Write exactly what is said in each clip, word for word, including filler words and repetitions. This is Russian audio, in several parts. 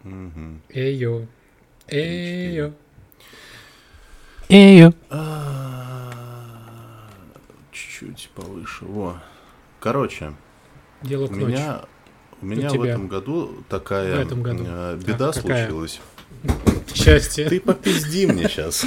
Угу. Эйо. Эйо. Эйо. Чуть-чуть повыше. Во. Короче, Дело у к ночи. меня, у меня в тебя. этом году такая В этом году. э, беда А, какая? случилась. Счастье. Ты попизди мне сейчас.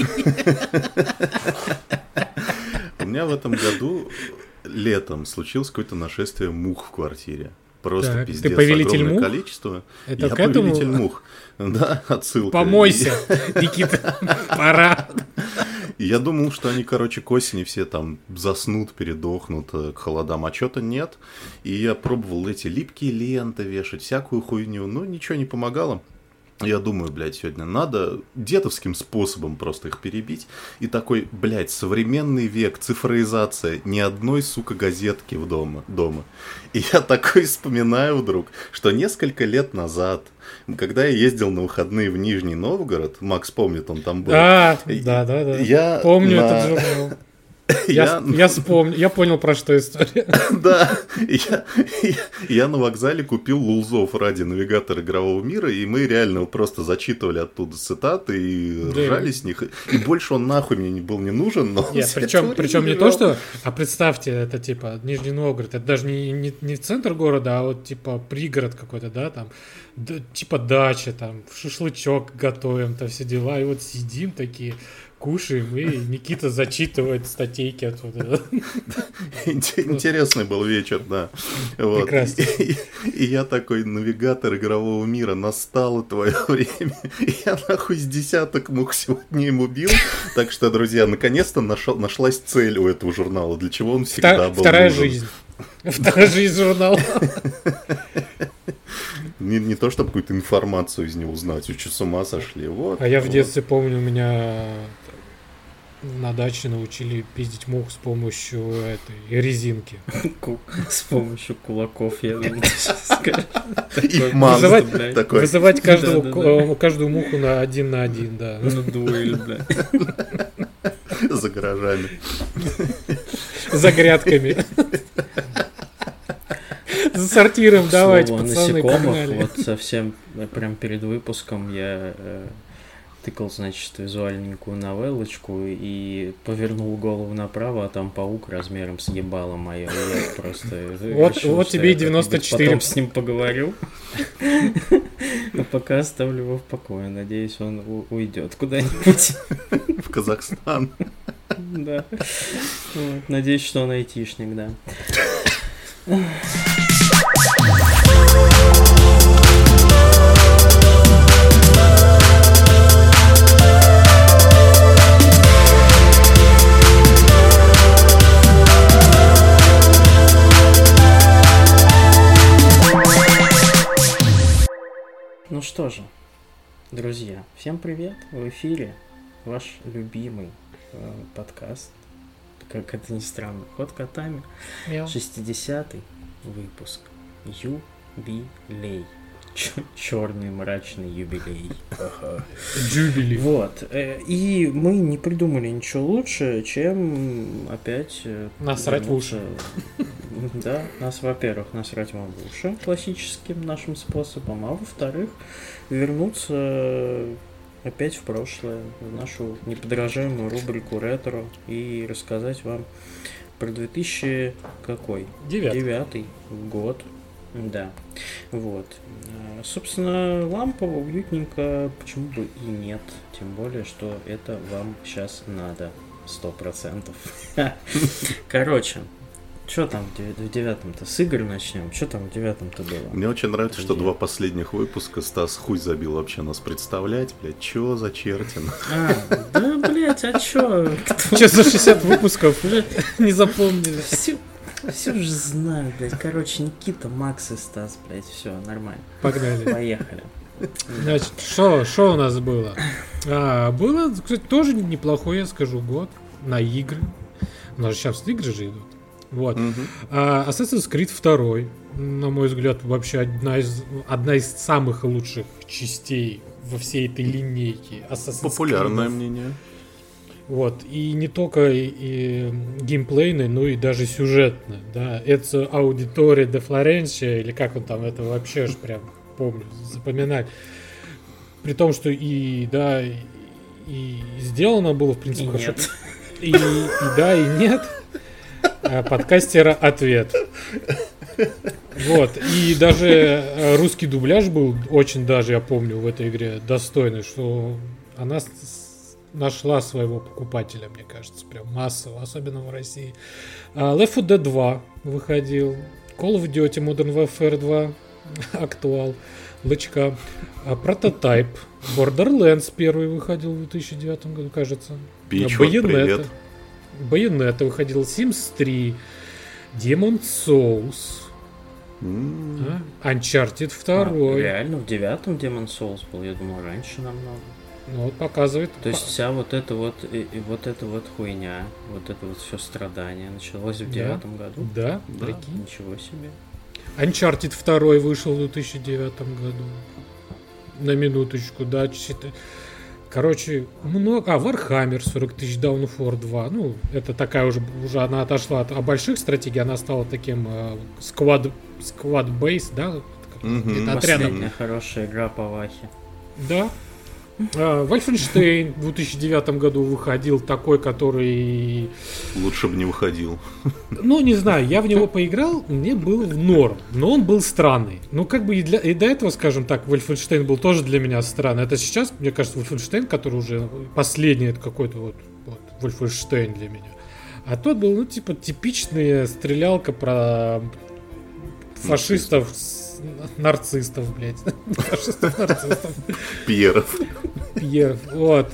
У меня в этом году летом случилось какое-то нашествие мух в квартире. Просто Так, пиздец. ты повелитель огромное мух? количество. Это Я к этому? повелитель мух. Да, отсылка. Помойся, Никита. Пора. И я думал, что они, короче, к осени все там заснут, передохнут э, к холодам, а что-то нет. И я пробовал эти липкие ленты вешать, всякую хуйню, но ничего не помогало. Я думаю, блядь, сегодня надо дедовским способом просто их перебить. И такой, блядь, современный век, цифровизация, ни одной, сука, газетки в дома, дома. И я такой вспоминаю вдруг, что несколько лет назад, когда я ездил на выходные в Нижний Новгород, Макс помнит, он там был. А, да, да, да. Я Помню на... этот журнал. Я, я... я вспомнил, я понял, про что история. Да, я, я, я на вокзале купил лулзов ради навигатора игрового мира, и мы реально просто зачитывали оттуда цитаты и да. ржали с них. И больше он нахуй мне был не нужен, но... Нет, причем причем не то, что... А представьте, это типа Нижний Новгород, это даже не, не, не центр города, а вот типа пригород какой-то, да, там, д, типа дача, там, шашлычок готовим, то все дела, и вот сидим такие... Кушаем, и Никита зачитывает статейки оттуда. Интересный был вечер, да. Вот. Прекрасно. И, и я такой, навигатор игрового мира, настало твое время. И я нахуй с десяток мух сегодня им убил. Так что, друзья, наконец-то нашел, нашлась цель у этого журнала, для чего он всегда Втор- был Вторая нужен. жизнь. Вторая жизнь журнала. Не, не то, чтобы какую-то информацию из него узнать, вы что, с ума сошли? Вот, а я в вот. детстве помню, меня на даче научили пиздить мух с помощью этой резинки. С помощью кулаков, я думаю, ты сейчас скажешь. Вызывать, такой. вызывать каждого, да, да, да. каждую муху на один на один, да. На дуэль, бля. За гаражами. За грядками. За сортиром, давайте, Слово пацаны, погнали. Вот совсем прям перед выпуском я э, тыкал, значит, визуальненькую новеллочку и повернул голову направо, а там паук размером с ебало мое. Я просто вот, решил, вот тебе и девяносто четыре. Потом с ним поговорю. Но пока оставлю его в покое. Надеюсь, он уйдет куда-нибудь. В Казахстан. Да. Надеюсь, что он айтишник, да. Ну что же, друзья, всем привет! В эфире ваш любимый э, подкаст, как это ни странно, Ход котами, шестидесятый выпуск, юбилей, черный мрачный юбилей. Юбилей. Вот, и мы не придумали ничего лучше, чем опять... Насрать в уши. Да, нас, во-первых, насрать вам в уши классическим нашим способом, а во-вторых, вернуться опять в прошлое, в нашу неподражаемую рубрику ретро и рассказать вам про две тысячи какой? Девятый. Девятый год. Да. Вот. Собственно, лампово, уютненько, почему бы и нет. Тем более, что это вам сейчас надо. Сто процентов. Короче. Что там в девятом-то? С игр начнем. Что там в девятом-то было? Мне очень нравится, что два последних выпуска Стас хуй забил вообще нас представлять. Блядь, чё за чертин? А, да, блядь, а чё? Чё за шестьдесят выпусков? Не запомнили. Все, все же знаю, блядь. Короче, Никита, Макс и Стас, блядь, все, нормально. Погнали. Поехали. Значит, что, что у нас было? А, было, кстати, тоже неплохой, я скажу, год на игры. У нас же сейчас игры же идут. Вот. Uh-huh. А, Assassin's Creed два, на мой взгляд, вообще одна из, одна из самых лучших частей во всей этой линейке. Assassin's Популярное Creed. мнение. Вот. И не только и, и геймплейный, но и даже сюжетный. Да. Это Auditore de Florencia, или как он там, это вообще же прям помню, запоминать. при том, что и, да, и, и сделано было, в принципе, и хорошо. Нет. И, и да, и нет. Подкастера ответ. Вот. И даже русский дубляж был очень даже, я помню, в этой игре достойный, что она нашла своего покупателя, мне кажется, прям массово, особенно в России. Left four Dead два выходил. Call of Duty Modern Warfare два. Актуал. Лычка. Прототайп. Borderlands первый выходил в две тысячи девятом году, кажется. Bayonetta. Bayonetta выходил. Sims три. Demon Souls. Mm. А? Uncharted два. А, реально, в девятом Demon Souls был, я думал, раньше намного. Ну вот показывает. То есть вся вот эта вот и, и вот эта вот хуйня, вот это вот все страдание началось в девятом году. Да, да, прикинь. Ничего себе. Uncharted два вышел в две тысячи девятом году. На минуточку, да. Короче, много. А, Warhammer сорок тысяч Dawn of War два. Ну, это такая уже, уже она отошла от а больших стратегий, она стала таким э, squad, squad base, да? Mm-hmm. Это отрядом. Последняя хорошая игра по Вахе. Да. Wolfenstein в две тысячи девятом году выходил, такой, который... Лучше бы не выходил. Ну, не знаю, я в него поиграл, мне был в норм, но он был странный. Ну, как бы и, для... и до этого, скажем так, Wolfenstein был тоже для меня странный. Это сейчас, мне кажется, Wolfenstein, который уже последний, это какой-то вот, вот Wolfenstein для меня. А тот был, ну, типа, типичная стрелялка про фашистов... нарциссов, блядь. Фашистов, нарциссов. Пьеров. Пьеров. Вот.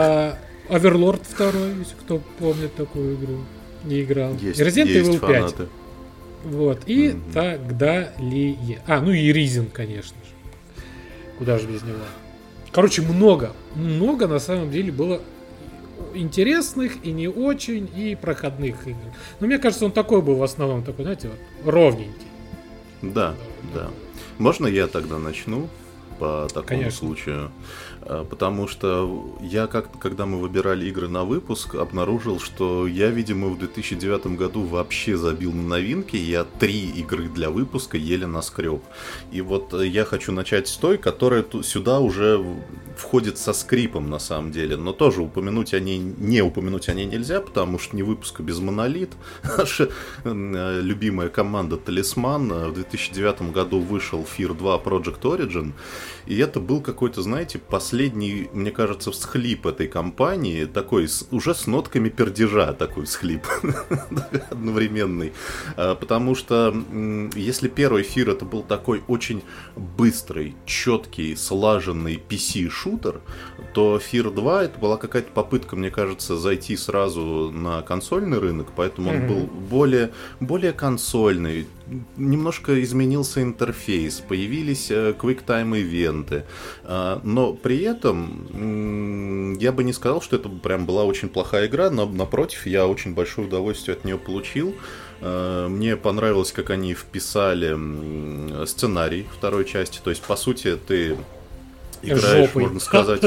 Оверлорд второй, если кто помнит такую игру. Не играл. Есть, Resident есть Evil пять. фанаты. Вот. И Mm-hmm. так далее. А, ну и Ризин, конечно же. Куда же без него. Короче, много. Много на самом деле было интересных и не очень, и проходных игр. Но мне кажется, он такой был в основном, такой, знаете, вот, ровненький. Да, да. Можно я тогда начну по такому Конечно. случаю? Потому что я, как когда мы выбирали игры на выпуск, обнаружил, что я, видимо, в две тысячи девятом году вообще забил на новинки. Я три игры для выпуска еле наскреб. И вот я хочу начать с той, которая сюда уже входит со скрипом, на самом деле. Но тоже упомянуть о ней, не упомянуть о ней нельзя, потому что не выпуска без Монолит. Наша любимая команда Талисман. В две тысячи девятом году вышел Fear два Project Origin. И это был какой-то, знаете, последний, мне кажется, всхлип этой компании, такой с, уже с нотками пердежа, такой всхлип одновременный. Потому что если первый Fear это был такой очень быстрый, четкий, слаженный пи си-шутер, то Fear два это была какая-то попытка, мне кажется, зайти сразу на консольный рынок, поэтому он был более, более консольный. Немножко изменился интерфейс, появились QuickTime-ивенты, но при этом я бы не сказал, что это прям была очень плохая игра, но напротив, я очень большое удовольствие от нее получил. Мне понравилось, как они вписали сценарий второй части, то есть, по сути, ты... Играешь, жопой. Можно сказать,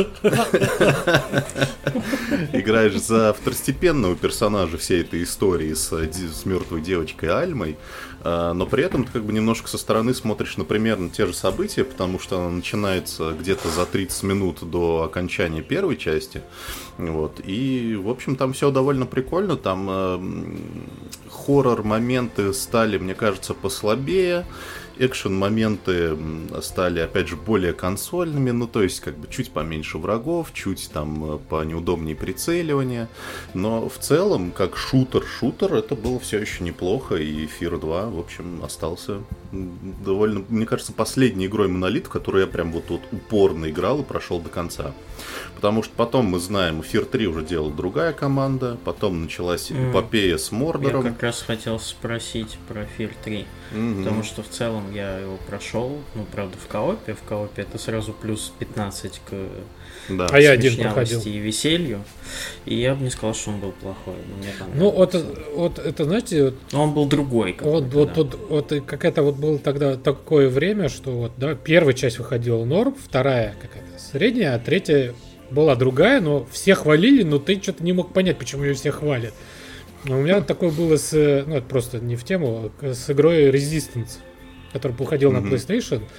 играешь за второстепенного персонажа всей этой истории с, с мертвой девочкой Альмой, но при этом ты как бы немножко со стороны смотришь на примерно те же события, потому что она начинается где-то за тридцать минут до окончания первой части. Вот. И, в общем, там все довольно прикольно. Там э, хоррор-моменты стали, мне кажется, послабее. Экшен-моменты стали, опять же, более консольными, ну, то есть, как бы, чуть поменьше врагов, чуть, там, понеудобнее прицеливание, но в целом, как шутер-шутер, это было все еще неплохо, и Fear два, в общем, остался довольно, мне кажется, последней игрой Monolith, в которую я прям вот, вот упорно играл и прошел до конца. Потому что потом, мы знаем, Fear три уже делала другая команда, потом началась эпопея с Мордором. Я как раз хотел спросить про Fear три, mm-hmm. потому что в целом я его прошел, ну, правда, в коопе, в коопе это сразу плюс пятнадцать к да. А я один проходил. И веселью, и я бы не сказал, что он был плохой. Ну, вот, вот это, знаете... Вот, он был другой. Вот, да. вот, вот, вот какая-то вот было тогда такое время, что вот, да, первая часть выходила норм, вторая какая-то средняя, а третья была другая, но все хвалили, но ты что-то не мог понять, почему ее все хвалят. У меня такое было с... Ну, это просто не в тему, с игрой Resistance, которая выходила mm-hmm. на PlayStation.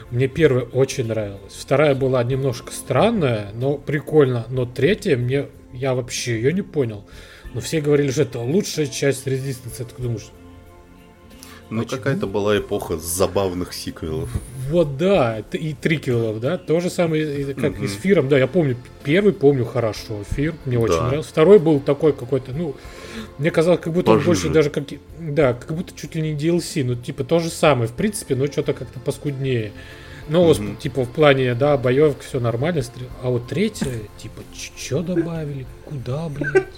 Мне первая очень нравилась. Вторая была немножко странная, но прикольно. Но третья мне... Я вообще ее не понял. Но все говорили, что это лучшая часть Resistance. Ты думаешь... Ну, почему? Какая-то была эпоха забавных сиквелов. Вот да, и триквелов, да. То же самое, как mm-hmm. и с Фиром. Да, я помню, первый помню хорошо. Фир мне да. очень нравился. Второй был такой какой-то, ну... Мне казалось, как будто он больше даже как... Да, как будто чуть ли не ди эл си. Ну, типа, то же самое, в принципе, но что-то как-то поскуднее. Ну, mm-hmm. типа, в плане, да, боевок все нормально. А вот третья, типа, что добавили? Куда, блядь?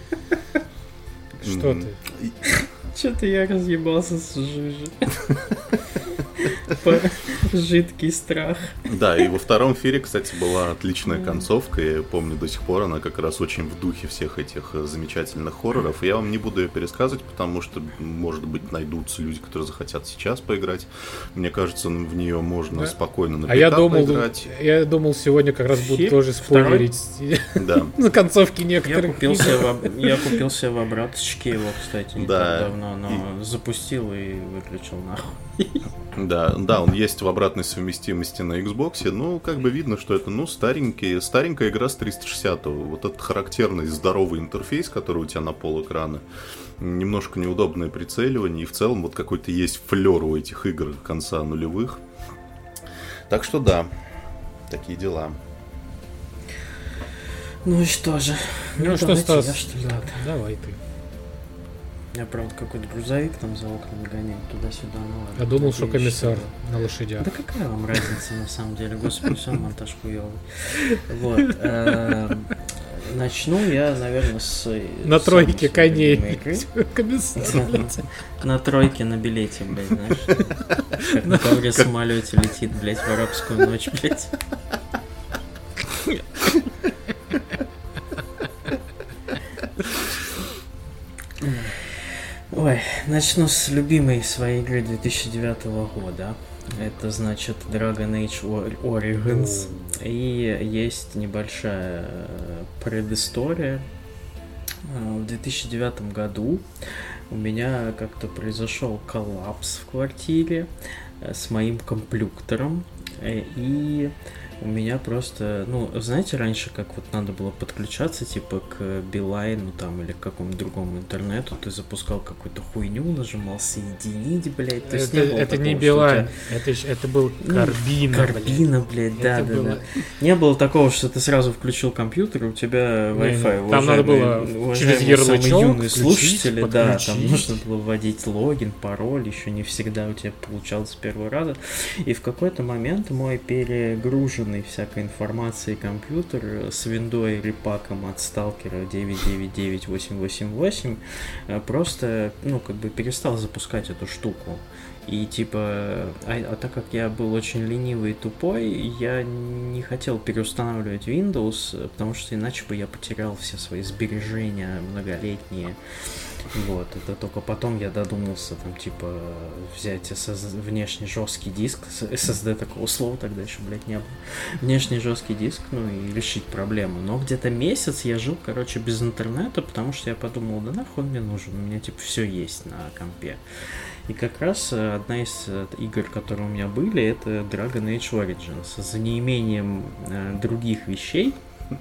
Что ты? Что-то я разъебался с жижи. Жидкий страх. Да, и во втором Фире, кстати, была отличная концовка. Я помню до сих пор, она как раз очень в духе всех этих замечательных хорроров. Я вам не буду ее пересказывать, потому что, может быть, найдутся люди, которые захотят сейчас поиграть. Мне кажется, в нее можно да. спокойно на а я думал, поиграть. Я думал, сегодня как раз буду тоже спойлерить да. на концовке некоторых. Я купил, себе в, я купил себе в обраточке его, кстати, не да. так давно, но и... запустил и выключил нахуй. Да, да, он есть в обратной совместимости на Xbox, ну, как бы видно, что это, ну, старенький, старенькая игра с триста шестидесятого. Вот этот характерный здоровый интерфейс, который у тебя на пол экрана, немножко неудобное прицеливание, и в целом вот какой-то есть флёр у этих игр конца нулевых. Так что да, такие дела. Ну и что же? Ну, ну что, Стас? Я, что да, давай ты. Я, правда, какой-то грузовик там за окнами гоняет туда-сюда. Ну, ладно, я думал, что комиссар что... на лошадях. Да какая вам разница, на самом деле? Господи, все, монтаж хуёвый. Вот. Начну я, наверное, с... На тройке коней. Комиссар. На тройке на билете, блядь, знаешь. Как на ковре самолете летит, блядь, в арабскую ночь, блядь. Ой, начну с любимой своей игры две тысячи девятого года. Это, значит, Dragon Age Origins. И есть небольшая предыстория. В две тысячи девятом году у меня как-то произошел коллапс в квартире с моим компьютером. И у меня просто, ну, знаете, раньше как вот надо было подключаться, типа, к Билайну там или к какому-то другому интернету, ты запускал какую-то хуйню, нажимал соединить, блядь. То есть это не, это не Билайн, тебя... это, это был Карбина, ну, Карбина, блядь, блядь да, да, было... да. Не было такого, что ты сразу включил компьютер, у тебя Wi-Fi. Не, там надо было через ярлычок юные слушатели, да, там нужно было вводить логин, пароль, еще не всегда у тебя получалось с первого раза. И в какой-то момент мой перегруженный всякой информации компьютер с виндой репаком от сталкера девять девять девять восемь восемь восемь просто, ну, как бы перестал запускать эту штуку. И типа, а, а так как я был очень ленивый и тупой, я не хотел переустанавливать Windows, потому что иначе бы я потерял все свои сбережения многолетние. Вот, это только потом я додумался, там, типа, взять эс эс ди, внешний жесткий диск, эс эс ди такого слова тогда еще, блядь, не было, внешний жесткий диск, ну, и решить проблему. Но где-то месяц я жил, короче, без интернета, потому что я подумал, да нахуй он мне нужен, у меня, типа, все есть на компе. И как раз одна из игр, которые у меня были, это Dragon Age Origins. За неимением э, других вещей,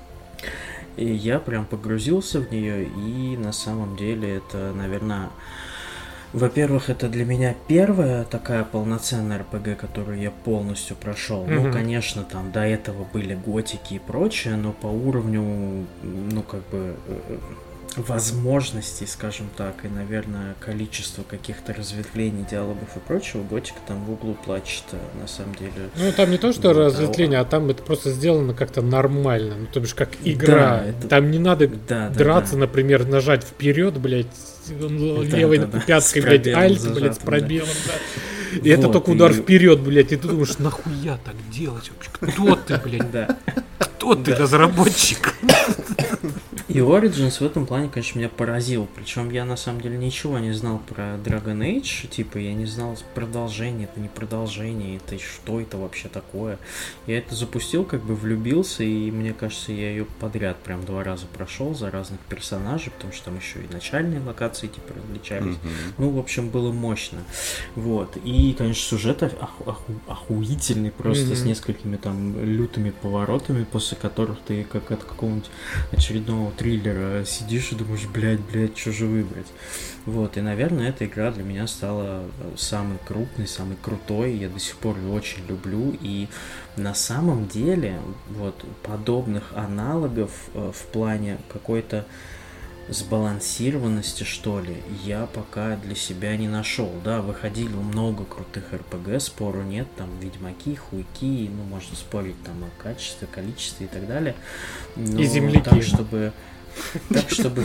и я прям погрузился в нее, и на самом деле это, наверное, во-первых, это для меня первая такая полноценная эр пи джи, которую я полностью прошел. Mm-hmm. Ну, конечно, там до этого были готики и прочее, но по уровню, ну, как бы... возможностей, скажем так, и, наверное, количество каких-то разветвлений, диалогов и прочего, готика там в углу плачет, на самом деле. Ну, там не то, что вот, разветвление, а... а там это просто сделано как-то нормально, ну, то бишь, как игра. Да, это... Там не надо да, драться, да, да. например, нажать вперед, блядь, левой да, да, пяткой, блядь, альт, блядь, с пробелом, да. да. И вот, это только и... удар вперед, блядь, и ты думаешь, нахуя так делать вообще? Кто ты, блядь? Да. Кто ты, разработчик? И Origins в этом плане, конечно, меня поразил. Причем я на самом деле ничего не знал про Dragon Age. Типа я не знал продолжение, это не продолжение, это что это вообще такое. Я это запустил, как бы влюбился, и мне кажется, я ее подряд прям два раза прошел за разных персонажей, потому что там еще и начальные локации типа различались. Mm-hmm. Ну, в общем, было мощно. Вот. И, конечно, сюжет оху- оху- охуительный, просто mm-hmm. с несколькими там лютыми поворотами, после которых ты как от какого-нибудь очередного триллера сидишь и думаешь, блядь, блядь, что же выбрать. Вот, и, наверное, эта игра для меня стала самой крупной, самой крутой, я до сих пор ее очень люблю, и на самом деле, вот, подобных аналогов э, в плане какой-то сбалансированности, что ли, я пока для себя не нашел. Да, выходили много крутых эр пи джи, спору нет, там ведьмаки, хуйки, ну, можно спорить там о качестве, количестве и так далее. Но и земляки. Так, чтобы... Так, чтобы...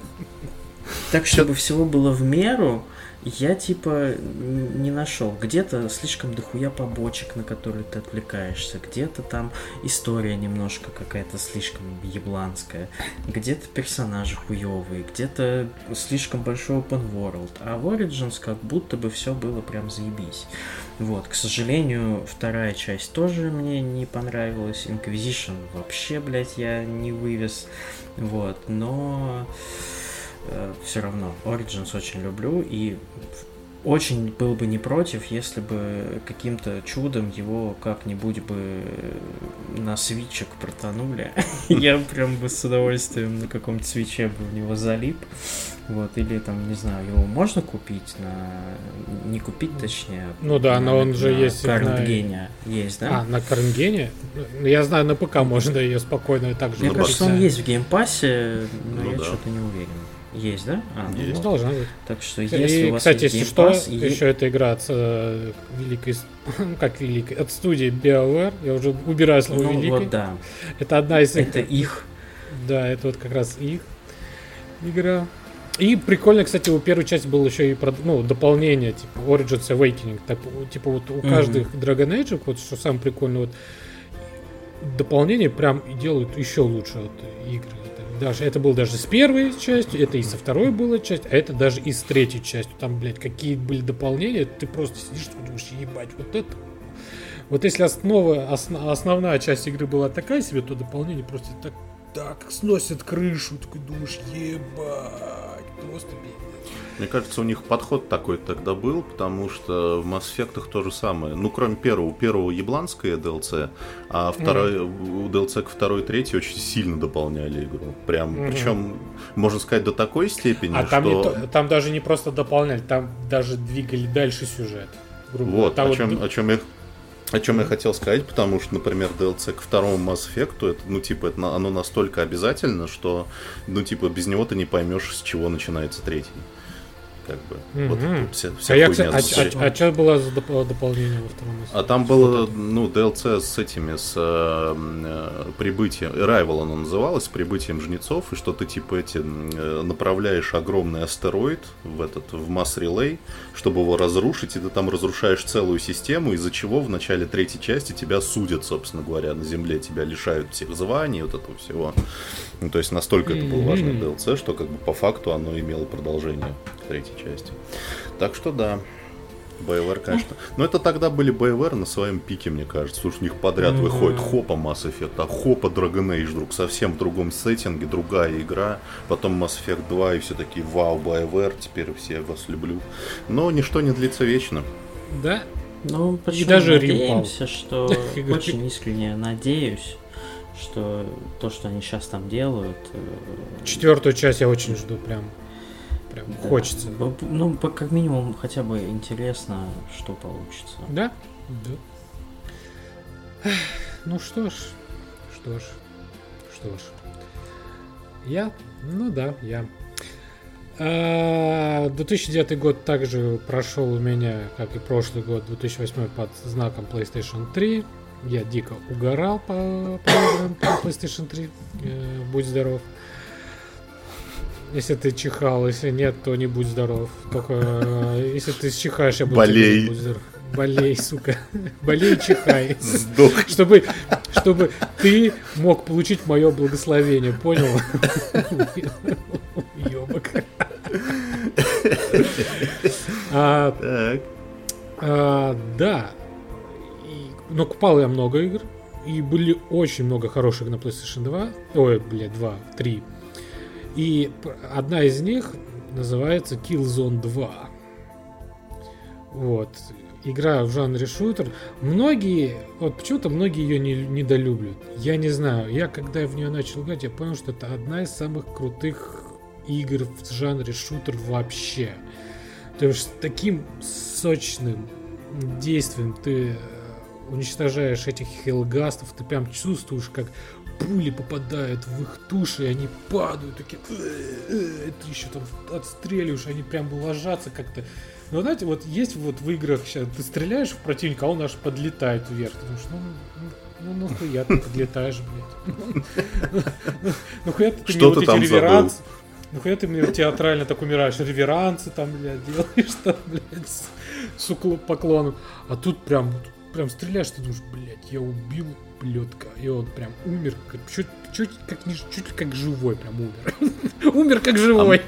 Так, чтобы всего было в меру, я, типа, не нашел. Где-то слишком дохуя побочек, на которые ты отвлекаешься. Где-то там история немножко какая-то слишком ебланская. Где-то персонажи хуёвые. Где-то слишком большой open world. А в Origins как будто бы все было прям заебись. Вот, к сожалению, вторая часть тоже мне не понравилась. Inquisition вообще, блядь, я не вывез. Вот, но... все равно Origins очень люблю и очень был бы не против, если бы каким-то чудом его как-нибудь бы на свитчик протонули. Я прям бы с удовольствием на каком-то свитче бы в него залип. Вот, или там, не знаю, его можно купить на... Не купить, точнее. Ну да, но он же есть на Карнгене. Есть, да? А, на Карнгене? Я знаю, на ПК можно ее спокойно так же. Мне кажется, он есть в геймпассе, но ну, я да. что-то не уверен. Есть, да? А, есть. Ну, должна быть. Так что, если и, у вас кстати, есть если что, Pass, и... еще эта игра от э, великой, ну как великой, от студии BioWare, я уже убираю слово ну, великой. Вот, да. Это одна из Это их. Да, это вот как раз их игра. И прикольно, кстати, у первой части было еще и ну, дополнение, типа Origins Awakening. Так, типа вот у mm-hmm. каждых Dragon Age, вот что самое прикольное, вот дополнение прям делают еще лучше вот, игры. Даже, это было даже с первой частью, это и со второй была часть, а это даже и с третьей частью. Там, блядь, какие были дополнения, ты просто сидишь и думаешь, ебать, вот это... Вот если основа, основ, основная часть игры была такая себе, то дополнение просто так, так сносит крышу, такой думаешь, ебать, просто пиздец. Мне кажется, у них подход такой тогда был, потому что в Mass Effect'ах то же самое. Ну, кроме первого, у первого ебланское ди эл си, а второй, mm-hmm. у ди эл си к второй и третьей очень сильно дополняли игру. Прям, mm-hmm. причем, можно сказать, до такой степени, а там, что... не то, там даже не просто дополняли, там даже двигали дальше сюжет. Вот, там о, вот... чем, о чем я... О чем я хотел сказать, потому что, например, ди эл си к второму Mass Effect'у, это, ну, типа, это, оно настолько обязательно, что, ну, типа, без него ты не поймешь, с чего начинается третий. Как бы. Mm-hmm. Вот вся, вся а, я, а, а, а что было за доп- дополнение во втором? А там было, ну, ди эл си с этими, с э, прибытием, Arrival оно называлось, с прибытием жнецов, и что ты, типа, эти, э, направляешь огромный астероид в этот, в Mass Relay, чтобы его разрушить, и ты там разрушаешь целую систему, из-за чего в начале третьей части тебя судят, собственно говоря, на Земле, тебя лишают всех званий, вот этого всего. Ну, то есть настолько mm-hmm. это был важный ди эл си, что, как бы, по факту оно имело продолжение в третьей части. Так что да, BioWare, конечно. Но это тогда были BioWare на своем пике, мне кажется. Слушай, у них подряд mm-hmm. выходит хопа Mass Effect, а хопа Dragon Age вдруг совсем в другом сеттинге, другая игра. Потом Mass Effect два, и все такие, вау, BioWare, теперь все вас люблю. Но ничто не длится вечно. Да. Ну, почему? И даже надеемся, что очень искренне надеюсь, что то, что они сейчас там делают... Четвертую часть я очень жду, прям. Прям да. Хочется. Ну, как минимум, хотя бы интересно, что получится. Да? Да. Ну что ж, что ж, что ж. Я? Ну да, я. А, две тысячи девятый год также прошел у меня, как и прошлый год, две тысячи восьмой, под знаком PlayStation три. Я дико угорал по, по играм по PlayStation три. Э, будь здоров. Если ты чихал, если нет, то не будь здоров. Только э, если ты чихаешь, я буду болей. Будь здоров. болей, сука. Болей и чихай. Сдох. Чтобы, чтобы ты мог получить мое благословение, понял? Ёбок. А, Так. а, да. И- но купал я много игр. И были очень много хороших на PlayStation два. Ой, блядь, два, три. И п- одна из них называется Killzone два. Вот. Игра в жанре шутер. Многие, вот почему-то многие ее не, недолюбливают. Я не знаю. Я когда в нее начал играть, я понял, что это одна из самых крутых игр в жанре шутер вообще. Потому что с таким сочным действием ты э, уничтожаешь этих хелгастов, ты прям чувствуешь, как пули попадают в их туши, и они падают, такие, «Э-э-э», ты еще там отстреливаешь, они прям ложатся как-то. Но знаете, вот есть вот в играх сейчас, ты стреляешь в противника, а он аж подлетает вверх. Ты думаешь, ну, ну, ну нахуя ты подлетаешь, блядь? Нахуя ты мне вот эти реверансы? Нахуя ты мне театрально так умираешь? Реверансы там, блядь, делаешь там, блядь, с, с укло- поклоном. А тут прям, прям стреляешь, ты думаешь, блядь, я убил плетка. И он прям умер, как, чуть, чуть, как, не, чуть ли как живой прям умер. Умер как живой.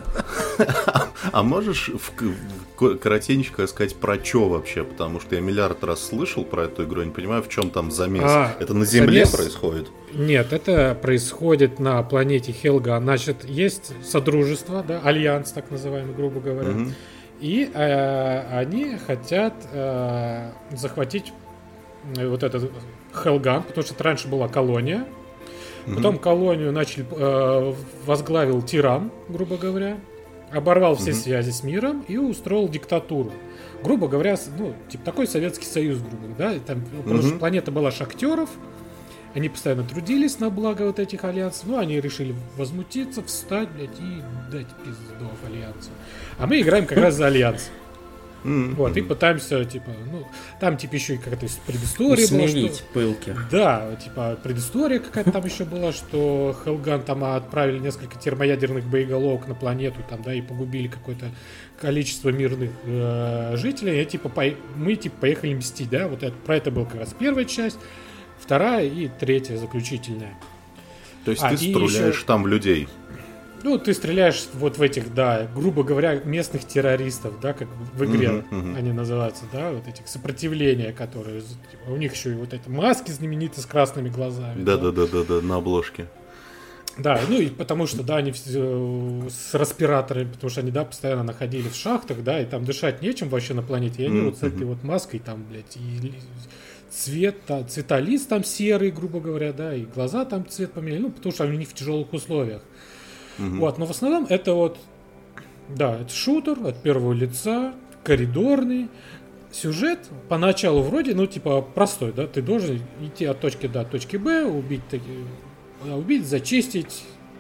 А можешь в, в, коротенько рассказать про что вообще? Потому что я миллиард раз слышал про эту игру, я не понимаю, в чем там замес. А, это на Земле замес- происходит? Нет, это происходит на планете Хелга. Значит, есть содружество, да, альянс, так называемый, грубо говоря. Мгм. И э, они хотят э, захватить э, вот этот Хелган, потому что это раньше была колония. Потом колонию начали э, возглавил тиран, грубо говоря, оборвал все Мгм. связи с миром и устроил диктатуру. Грубо говоря, с- ну, типа такой Советский Союз, грубо говоря, да, и там, потому что Мгм. планета была шахтеров, они постоянно трудились на благо вот этих альянсов, ну, они решили возмутиться, встать, блядь, и дать пиздов альянсу. А мы играем как раз за альянс. Мгм. Вот, и пытаемся, типа, ну, там, типа, еще и какая-то предыстория была, что... Усмирить пылких. Да, типа предыстория какая-то там еще была, что Хелган там отправили несколько термоядерных боеголовок на планету, там, да, и погубили какое-то количество мирных э, жителей. И, типа, пое- мы типа поехали мстить, да, вот это, про это была как раз первая часть, вторая и третья, заключительная. То есть А, ты и стреляешь еще- там в людей? Ну, ты стреляешь вот в этих, да, грубо говоря, местных террористов, да, как в игре Мгм, мгм. они называются, да, вот этих сопротивления, которые, типа, у них еще и вот эти маски знаменитые с красными глазами. Да-да-да-да-да, на обложке. Да, ну и потому что, да, они все с респираторами, потому что они, да, постоянно находились в шахтах, да, и там дышать нечем вообще на планете. И они Мгм, вот с этой мгм. вот маской там, блядь, и ли- цвет, та- цвета лиц там серый, грубо говоря, да, и глаза там цвет поменяли, ну, потому что они в тяжелых условиях. Мгм. Вот, но в основном это вот, да, это шутер от первого лица, коридорный. Сюжет поначалу вроде, ну, типа, простой, да, ты должен идти от точки до точки Б, убить, таки- а, убить, зачистить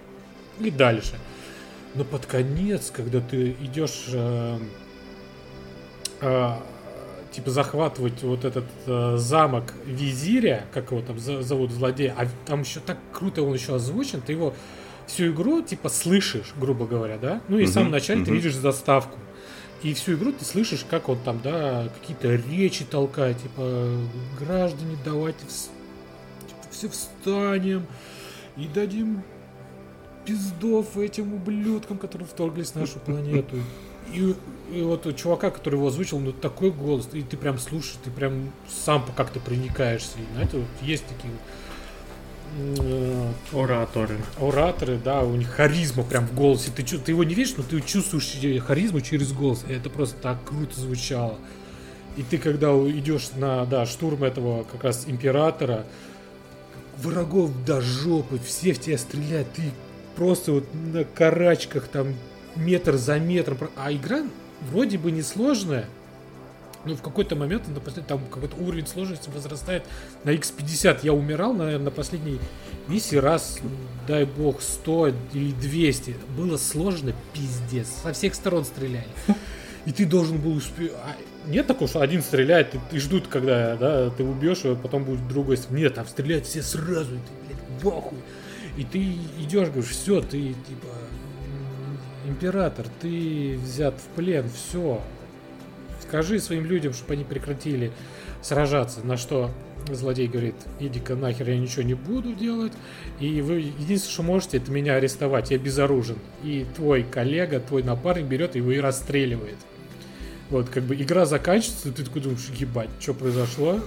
и дальше. Но под конец, когда ты идешь, э, э, типа, захватывать вот этот э, замок визиря, как его там за- зовут, злодея, а там еще так круто он еще озвучен, ты его всю игру, типа, слышишь, грубо говоря, да? Ну и в Мгм, самом начале ты мгм. видишь заставку. И всю игру ты слышишь, как он там, да, какие-то речи толкает, типа, граждане, давайте вс- типа, все встанем и дадим пиздов этим ублюдкам, которые вторглись в нашу планету. И, и вот у чувака, который его озвучил, ну такой голос, и ты прям слушаешь, ты прям сам как-то проникаешься. И, знаете, вот есть такие вот, э, Ораторы. ораторы, да, у них харизма прям в голосе. Ты, чу- ты его не видишь, но ты чувствуешь че- харизму через голос. И это просто так круто звучало. И ты, когда идешь на, да, штурм этого как раз императора, врагов до жопы, все в тебя стреляют, ты просто вот на карачках там метр за метром. про- А игра вроде бы несложная, но в какой-то момент например, там какой-то уровень сложности возрастает на икс пятьдесят. Я умирал, наверное, на последней миссии раз, дай бог, сто или двести. Было сложно, пиздец. Со всех сторон стреляли. И ты должен был успеть. А нет такого, что один стреляет, и, и ждут, когда, да, ты убьешь его, потом будет другой. Нет, там стреляют все сразу, и ты, блядь, бахуй. И ты идешь, говоришь, все, ты, типа, м, император, ты взят в плен, все. скажи своим людям, чтобы они прекратили сражаться. На что злодей говорит: иди-ка нахер, я ничего не буду делать. И вы единственное, что можете, это меня арестовать, я безоружен. И твой коллега, твой напарник берет его и расстреливает. Вот, как бы игра заканчивается, и ты такой думаешь: ебать, что произошло?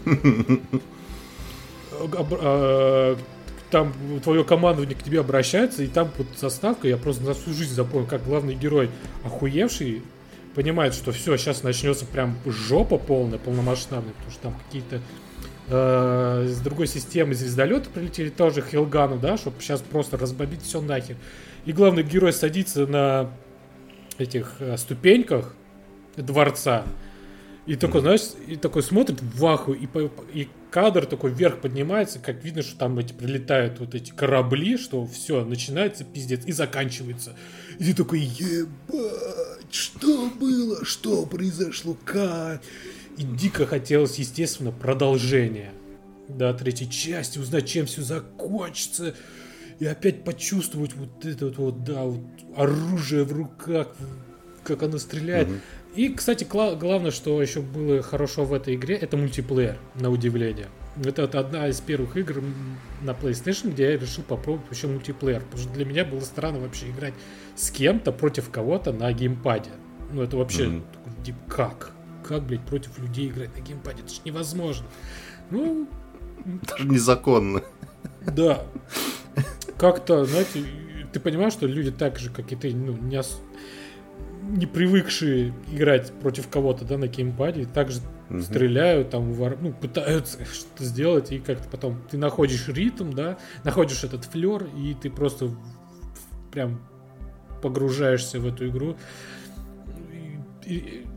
Там твое командование к тебе обращается, и там вот заставка, я просто на всю жизнь запомнил, как главный герой, охуевший, понимает, что все, сейчас начнется прям жопа полная, полномасштабная, потому что там какие-то э, с другой системы звездолеты прилетели, тоже Хелгану, да, чтобы сейчас просто разбомбить все нахер. И главный герой садится на этих э, ступеньках дворца, и такой, знаешь, и такой смотрит в аху, и, и кадр такой вверх поднимается, как видно, что там эти прилетают вот эти корабли, что все, начинается пиздец и заканчивается. И ты такой: ебать, что было, что произошло, как? И дико хотелось, естественно, продолжения, да, третьей части, узнать, чем все закончится, и опять почувствовать вот это вот, вот да, вот оружие в руках, как оно стреляет. Mm-hmm. И, кстати, кла- главное, что еще было хорошо в этой игре, это мультиплеер, на удивление. Это, это одна из первых игр на PlayStation, где я решил попробовать вообще мультиплеер. Потому что для меня было странно вообще играть с кем-то против кого-то на геймпаде. Ну, это вообще, mm-hmm. такой, типа, как? Как, блядь, против людей играть на геймпаде? Это же невозможно. Ну... Даже незаконно. Да. Как-то, знаете, ты понимаешь, что люди так же, как и ты, ну, не ос... не привыкшие играть против кого-то, да, на геймпаде, также uh-huh. стреляют, там, вор... ну, пытаются что-то сделать, и как-то потом ты находишь ритм, да, находишь этот флер, и ты просто прям погружаешься в эту игру. И, и,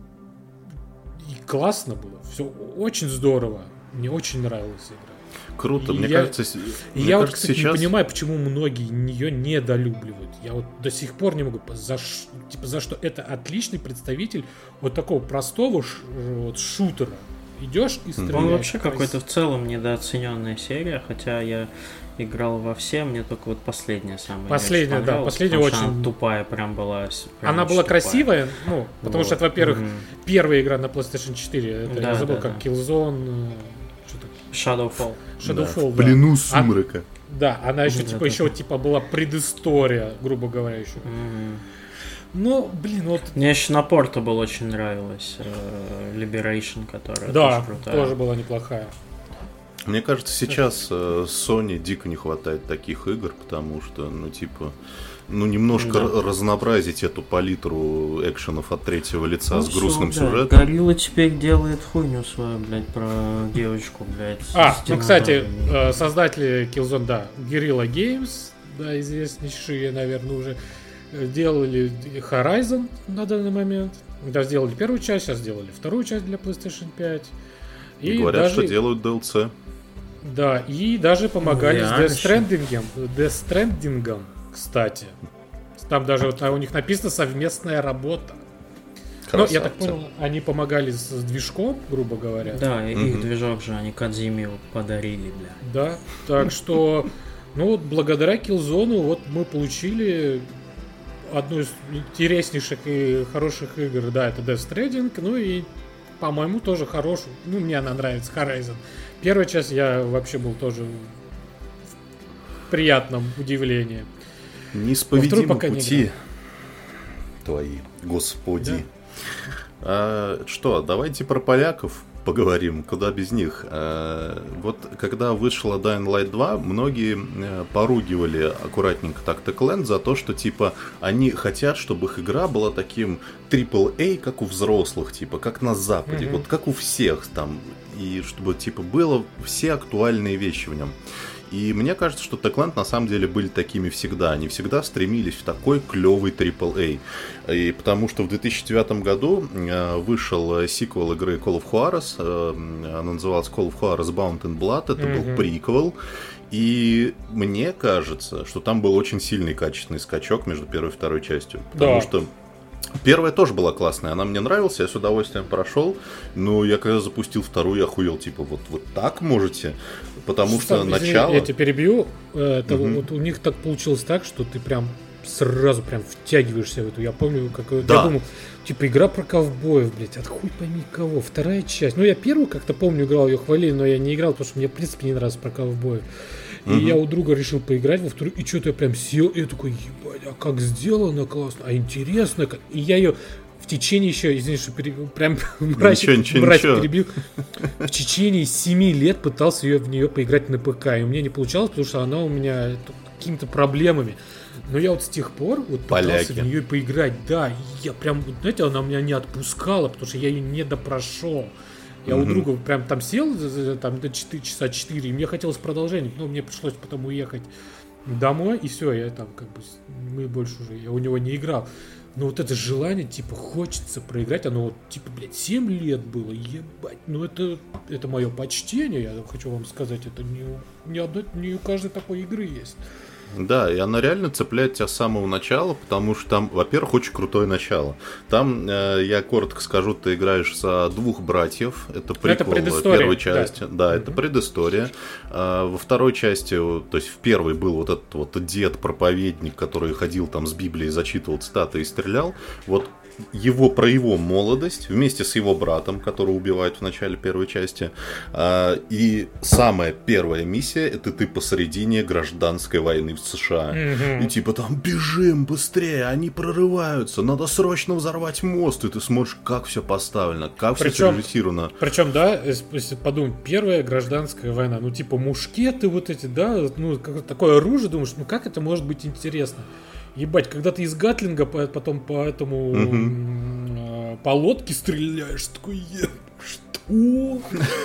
и классно было, все очень здорово, мне очень нравилась игра. Круто, и мне я, кажется, и мне я кажется, вот, кстати, сейчас... не понимаю, почему многие ее недолюбливают. Я вот до сих пор не могу, за, типа, за что это отличный представитель вот такого простого ш, вот, шутера. Идешь и стреляешь. Он вообще какой-то в целом недооцененная серия, хотя я играл во все, мне только вот последняя самая. Последняя, да, последняя очень она тупая прям была. Прям она была тупая. Красивая, ну, потому вот. Что это, во-первых, mm-hmm. первая игра на PlayStation четыре. Это, да, я забыл, да, как да. Killzone. Shadowfall. Shadowfall, да. да. В плену сумрака. А, да, она еще, да, типа, да, еще, да. типа, была предыстория, грубо говоря, еще. Mm-hmm. Ну, блин, вот... Мне еще на Portable очень нравилась э, Liberation, которая да, тоже крутая. тоже была неплохая. Мне кажется, сейчас э, Sony дико не хватает таких игр, потому что, ну, типа, ну, немножко да. р- разнообразить эту палитру экшенов от третьего лица ну, с грустным все, сюжетом. Горилла теперь делает хуйню свою, блядь, про девочку, блядь. А, ну, кстати, э, создатели Killzone, да, Guerrilla Games, да, известнейшие, наверное, уже делали Horizon на данный момент. Да, сделали первую часть, сейчас сделали вторую часть для PlayStation пять. И, и говорят, даже... что делают ди эл си. Да, и даже помогали ну, с Death Stranding, Death Stranding, кстати. Там даже вот у них написано совместная работа. Ну, я так понял, они помогали с движком, грубо говоря. Да, и mm-hmm. их движок же они Кодзиме подарили, бля. Да, так что, ну вот благодаря Killzone вот мы получили одну из интереснейших и хороших игр, да, это Death Stranding, ну и, по-моему, тоже хорошую, ну, мне она нравится, Horizon. Первая часть я вообще был тоже в приятном удивлении. Неисповедимы пути не твои, господи. Да. А, что, давайте про поляков поговорим, куда без них. А, вот когда вышла Dying Light два, многие поругивали аккуратненько Tactical Land за то, что типа они хотят, чтобы их игра была таким трипл эй, как у взрослых, типа, как на Западе, mm-hmm. вот как у всех там, и чтобы типа было все актуальные вещи в нем. И мне кажется, что Techland на самом деле были такими всегда. Они всегда стремились в такой клевый трипл эй. И потому что в две тысячи девятом году вышел сиквел игры Call of Juarez. Она называлась Call of Juarez Bound in Blood. Это mm-hmm. был приквел. И мне кажется, что там был очень сильный качественный скачок между первой и второй частью. Потому да. что первая тоже была классная, она мне нравилась, я с удовольствием прошел, но я когда запустил вторую, я охуел, типа, вот, вот так можете? Потому что, что начало... Я тебя перебью, это угу. вот у них так получилось так, что ты прям сразу прям втягиваешься в эту. Я помню, как да. я думал, типа игра про ковбоев, блядь, от хуй пойми кого. Вторая часть. Ну, я первую как-то помню, играл, ее хвалили, но я не играл, потому что мне, в принципе, не нравится про ковбоев. И uh-huh. я у друга решил поиграть во вторую, и что-то я прям сел, и я такой, ебать, а как сделано классно, а интересно как. И я ее в течение еще, извини, что пере... прям мрачик перебил, в течение семи лет пытался ее, в нее поиграть на ПК, и у меня не получалось, потому что она у меня какими-то проблемами. Но я вот с тех пор вот пытался Поляки. в нее поиграть, да, и я прям, знаете, она меня не отпускала, потому что я ее не допрошел. Я mm-hmm. у друга прям там сел там, до четыре, часа четыре, и мне хотелось продолжения, но мне пришлось потом уехать домой, и все, я там как бы, мы больше уже, я у него не играл. Но вот это желание, типа, хочется проиграть, оно вот, типа, блядь, семь лет было, ебать, ну это, это мое почтение, я хочу вам сказать, это не, не, одно, не у каждой такой игры есть. Да, и она реально цепляет тебя с самого начала, потому что там, во-первых, очень крутое начало. Там, э, я коротко скажу, ты играешь за двух братьев, это приквел это первой части. Да, да mm-hmm. это предыстория. А, во второй части, то есть в первой был вот этот вот дед-проповедник, который ходил там с Библией, зачитывал цитаты и стрелял. Вот его, про его молодость вместе с его братом, которого убивают в начале первой части. И самая первая миссия — это ты посередине гражданской войны в США. Mm-hmm. И типа там бежим быстрее, они прорываются, надо срочно взорвать мост. И ты смотришь, как все поставлено, как причем, все срежиссировано. Причем, да, если подумать, первая гражданская война, ну типа мушкеты вот эти, да, ну такое оружие, думаешь, ну как это может быть интересно? Ебать, когда ты из Гатлинга потом по этому угу. по лодке стреляешь, такой, что?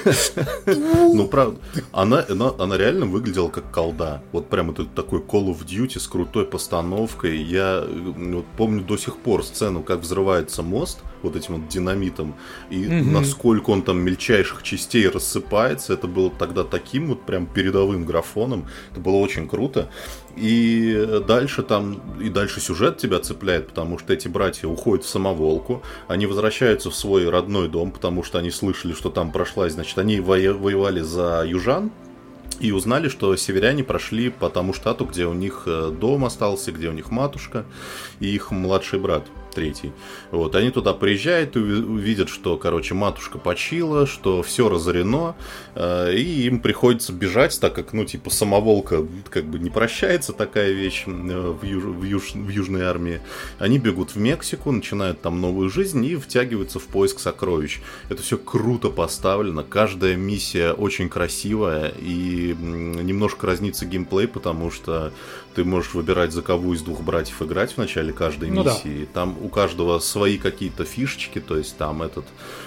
Ну, правда, она, она, она реально выглядела как колда. Вот прям это такой Call of Duty с крутой постановкой. Я вот, помню до сих пор сцену, как взрывается мост вот этим вот динамитом, и угу. насколько он там мельчайших частей рассыпается. Это было тогда таким вот прям передовым графоном. Это было очень круто. И дальше там, и дальше сюжет тебя цепляет, потому что эти братья уходят в самоволку, они возвращаются в свой родной дом, потому что они слышали, что там прошла, значит, они воевали за южан, и узнали, что северяне прошли по тому штату, где у них дом остался, где у них матушка и их младший брат. Третий. Вот, они туда приезжают и увидят, что, короче, матушка почила, что все разорено, э, и им приходится бежать, так как, ну, типа, самоволка как бы не прощается, такая вещь э, в, юж, в, юж, в Южной армии. Они бегут в Мексику, начинают там новую жизнь и втягиваются в поиск сокровищ. Это все круто поставлено, каждая миссия очень красивая, и немножко разнится геймплей, потому что ты можешь выбирать, за кого из двух братьев играть в начале каждой ну миссии. Да. Там у каждого свои какие-то фишечки, то есть там этот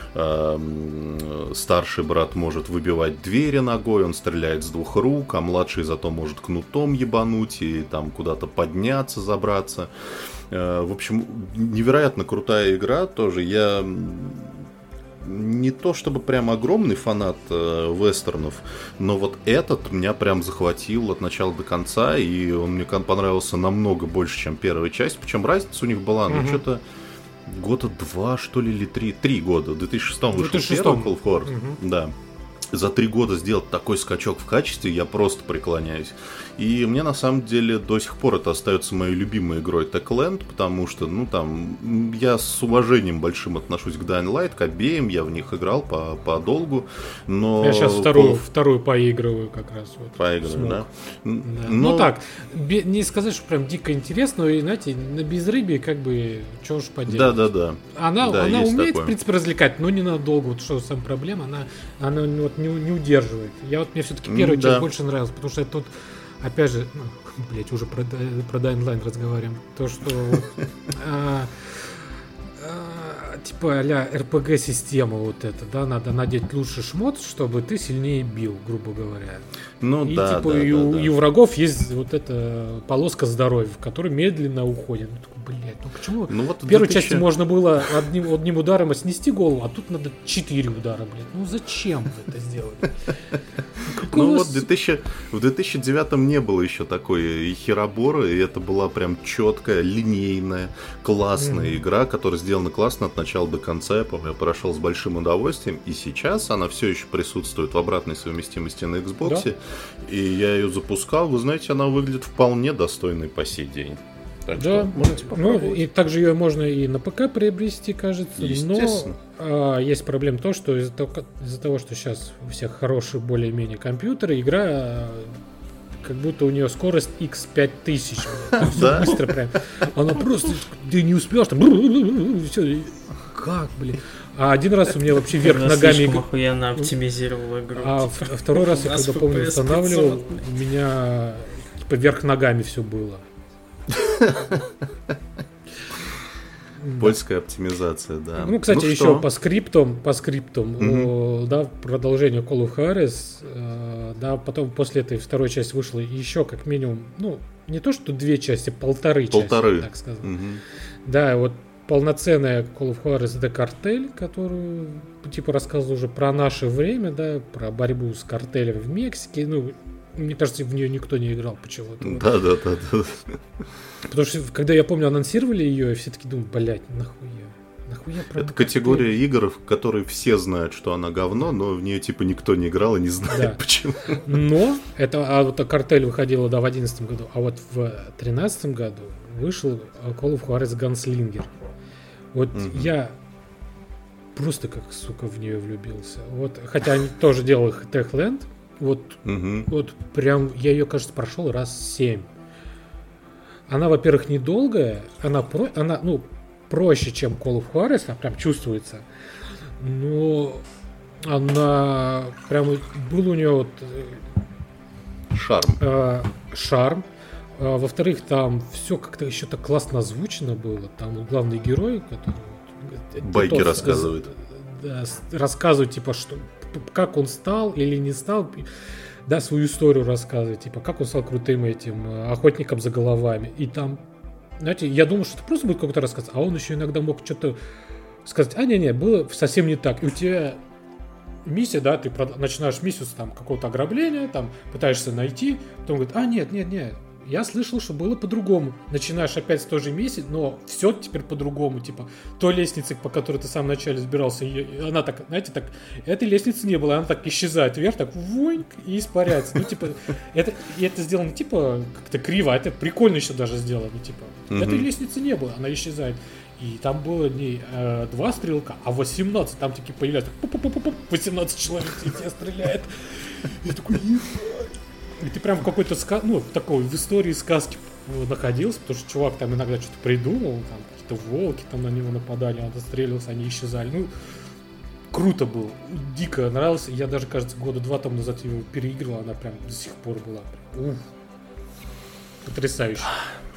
э, старший брат может выбивать двери ногой, он стреляет с двух рук, а младший зато может кнутом ебануть и там куда-то подняться, забраться. Э, в общем, невероятно крутая игра тоже. Я не то чтобы прям огромный фанат э, вестернов, но вот этот меня прям захватил от начала до конца, и он мне понравился намного больше, чем первая часть. Причем разница у них была, ну, mm-hmm. что-то года два, что ли, или три, три года. В две тысячи шестом вышел первый Call of War, mm-hmm. да. За три года сделать такой скачок в качестве, я просто преклоняюсь. И мне на самом деле до сих пор это остается моей любимой игрой Techland, потому что, ну там, я с уважением большим отношусь к Dying Light, к обеим, я в них играл по, подолгу, но... Я сейчас вторую, Call... вторую поигрываю как раз. Вот, поигрываю, да? да. Но... Ну так, не сказать, что прям дико интересно, но, знаете, на безрыбье как бы, что уж поделать. Да-да-да. Она, да, она умеет, такое. В принципе, развлекать, но ненадолго, вот что самая проблема, она, она вот, не, не удерживает. Я вот, мне все-таки первая mm, часть да. больше нравилась, потому что тут опять же, ну, блять, уже про, про Dying Light разговариваем. То, что а, а, типа а-ля эр пи джи-система вот эта, да, надо надеть лучше шмот, чтобы ты сильнее бил, грубо говоря. Ну и, да, типа, да, и, да, у, да. и у врагов есть вот эта полоска здоровья, в которой медленно уходит. Ну, такой, блядь, ну почему? Ну, вот в первой две тысячи... части можно было одним, одним ударом снести голову, а тут надо четыре удара, блядь. Ну зачем вы это сделали? Ну вот в две тысячи девятом не было еще такой херобора, и это была прям четкая, линейная, классная игра, которая сделана классно от начала до конца. Я помню, я прошел с большим удовольствием, и сейчас она все еще присутствует в обратной совместимости на Xbox, и я ее запускал, вы знаете, она выглядит вполне достойной по сей день. Так да, что можете ну, попробовать. и также ее можно и на ПК приобрести, кажется. Естественно. Но а, есть проблема то, что из-за того, из-за того, что сейчас у всех хорошие более-менее компьютеры, игра а, как будто у нее скорость икс пять тысяч. Да? Быстро прям. Она просто, ты не успел, там, все, как, блин. А один раз у меня вообще вверх Она ногами... слишком охуенно оптимизировала игру. А типа. в- второй раз я, У нас когда помню, эф пи эс устанавливал, пятьсот. у меня типа вверх ногами все было. Польская оптимизация, да. Ну, кстати, еще что? по скриптам, по скриптам, Мгм. о, да, продолжение Call of Juarez, э, да, потом после этой второй части вышла еще как минимум, ну, не то что две части, полторы, Полторы. части, так сказать. Мгм. Да, вот полноценная Call of Juarez The Cartel, которую, типа, рассказывал уже про наше время, да, про борьбу с картелями в Мексике, ну, мне кажется, в нее никто не играл почему-то. Вот. Да, да, да, да. Потому что, когда я помню, анонсировали ее, все таки думают, блядь, нахуя? Нахуя про Это категория игр, в которой все знают, что она говно, но в нее типа никто не играл и не знает Да. почему. Но это, а вот картель выходила, да, в одиннадцатом году, а вот в тринадцатом году вышел Call of Juarez Gunslinger. Вот Мгм. я просто как, сука, в нее влюбился. Вот, хотя они тоже делали Techland, вот, Мгм. вот прям, я ее, кажется, прошел раз семь. Она, во-первых, недолгая, она, про, она, ну, проще, чем Call of Juarez, она прям чувствуется. Но она прям был у нее вот Шарм. э, шарм. А, во-вторых, там все как-то еще так классно озвучено было. Там вот главный герой, который вот, Байки тот, рассказывает. да, с- рассказывает, типа, что п- как он стал или не стал, да, свою историю рассказывает, типа, как он стал крутым этим э, охотником за головами. И там, знаете, я думал, что это просто будет какой-то рассказ, а он еще иногда мог что-то сказать, а не-не, было совсем не так. И у тебя миссия, да, ты прод- начинаешь миссию с там какого-то ограбления, там пытаешься найти, потом говорит, а нет, нет, нет, я слышал, что было по-другому. Начинаешь опять с той же миссии, но все теперь по-другому, типа, той лестницы, по которой ты в самом начале сбирался, её- она так, знаете, так, этой лестницы не было, она так исчезает вверх, так, воньк, и испаряется. Ну, типа, это, и это сделано, типа, как-то криво, а это прикольно еще даже сделано, типа, Мгм. этой лестницы не было, она исчезает. И там было не э, два стрелка, а восемнадцать. Там такие появляются. Пу-пу-пу-пу-пу, восемнадцать человек и тебя стреляет. Я такой, ебать. И ты прям в какой-то ска... ну, такой в истории сказки находился, потому что чувак там иногда что-то придумал, там какие-то волки там на него нападали, он отстреливался, они исчезали. Ну, круто было, дико нравилось. Я даже, кажется, года два там назад его переигрывал, она прям до сих пор была. Уф. Потрясающе.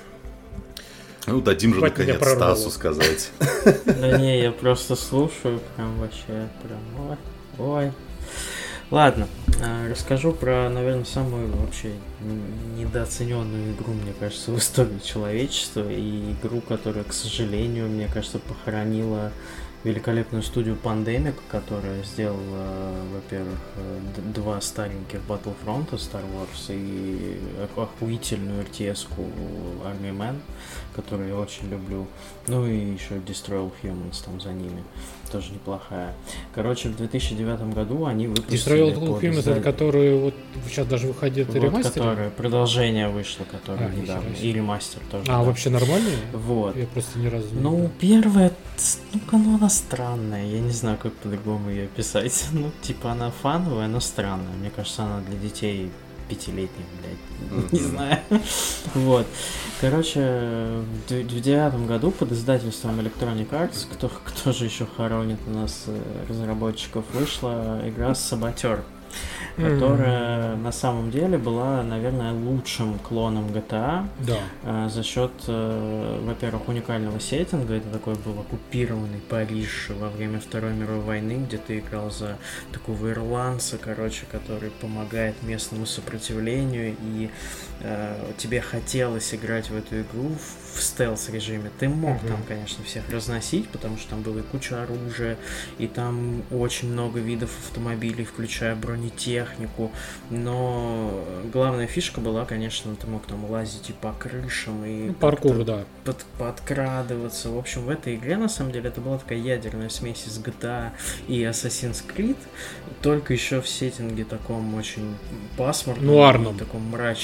Ну, дадим же Хватит меня наконец прорвало. Стасу сказать. Да не, я просто слушаю, прям вообще, прям, ой, ой. Ладно, а, расскажу про, наверное, самую вообще н- недооцененную игру, мне кажется, в истории человечества, и игру, которая, к сожалению, мне кажется, похоронила великолепную студию Pandemic, которая сделала, во-первых, э, д- два стареньких Battlefront Star Wars и ох- охуительную эр ти эс-ку Army Man, которую я очень люблю. Ну и еще Destroy All Humans там за ними. Тоже неплохая. Короче, в две тысячи девятом году они выпустили... Destroy All под Humans, изда- это которые вот сейчас даже выходит вот, ремастер. которое- продолжение вышло, которое А, недавно. нихера себе. И ремастер тоже. А, да. вообще нормальные? Вот. Я просто ни разу не Ну, играл. первая, ц- ну, ну, она странная, я не знаю, как по-другому ее описать. Ну, типа, она фановая, но странная. Мне кажется, она для детей пятилетних, блядь, не Мгм. знаю. Вот. Короче, в д- в девятом году под издательством Electronic Arts, кто, кто же еще хоронит у нас э, разработчиков, вышла игра Саботер, которая на самом деле была, наверное, лучшим клоном джи ти эй. Да. А, за счет, э, во-первых, уникального сеттинга. Это такой был оккупированный Париж во время Второй мировой войны, где ты играл за такого ирландца, короче, который помогает местному сопротивлению, и э, тебе хотелось играть в эту игру в стелс-режиме. Ты мог Мгм. там, конечно, всех разносить, потому что там было и куча оружия, и там очень много видов автомобилей, включая бронетехнику, но главная фишка была, конечно, ты мог там лазить и по крышам, и Ну, паркур, как-то да. под- подкрадываться. В общем, в этой игре, на самом деле, это была такая ядерная смесь из джи ти эй и Assassin's Creed, только еще в сеттинге таком очень пасмурном, Нуарном. и таком мрачном. Я бы да,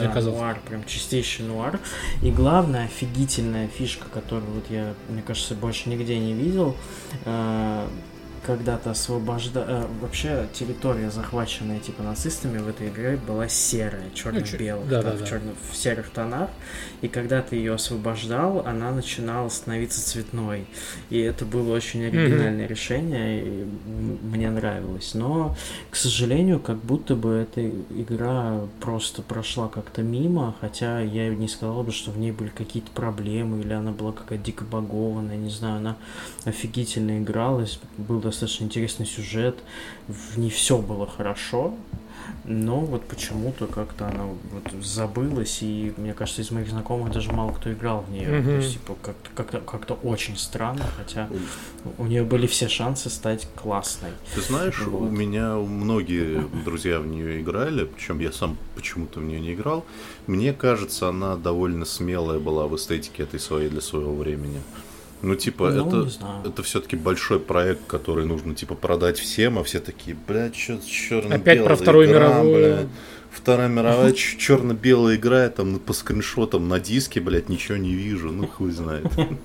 да, оказался. Нуар, прям чистейший нуар. И главная офигительная фишка, которую вот я, мне кажется, больше нигде не видел, когда-то освобожда... Вообще территория, захваченная типа нацистами в этой игре, была серая, черно-белая, ну, да, да, да, в, да. черно... в серых тонах. И когда ты ее освобождал, она начинала становиться цветной. И это было очень оригинальное mm-hmm. решение, и мне нравилось. Но, к сожалению, как будто бы эта игра просто прошла как-то мимо, хотя я не сказал бы, что в ней были какие-то проблемы, или она была какая-то дико багованная, не знаю, она офигительно игралась, был достаточно интересный сюжет, в ней все было хорошо, но вот почему-то как-то она вот забылась, и мне кажется, из моих знакомых даже мало кто играл в нее. Mm-hmm. То есть, типа, как-то, как-то, как-то очень странно, хотя у нее были все шансы стать классной. Ты знаешь, вот. У меня многие друзья в нее играли, причем я сам почему-то в нее не играл. Мне кажется, она довольно смелая была в эстетике этой своей для своего времени. Ну, типа, ну, это, это все-таки большой проект, который нужно, типа, продать всем, а все такие, блядь, что черно-белая опять про Вторую игра, мировую. Блядь. Вторая мировая черно-белая игра, там по скриншотам на диске, блядь, ничего не вижу, ну хуй знает.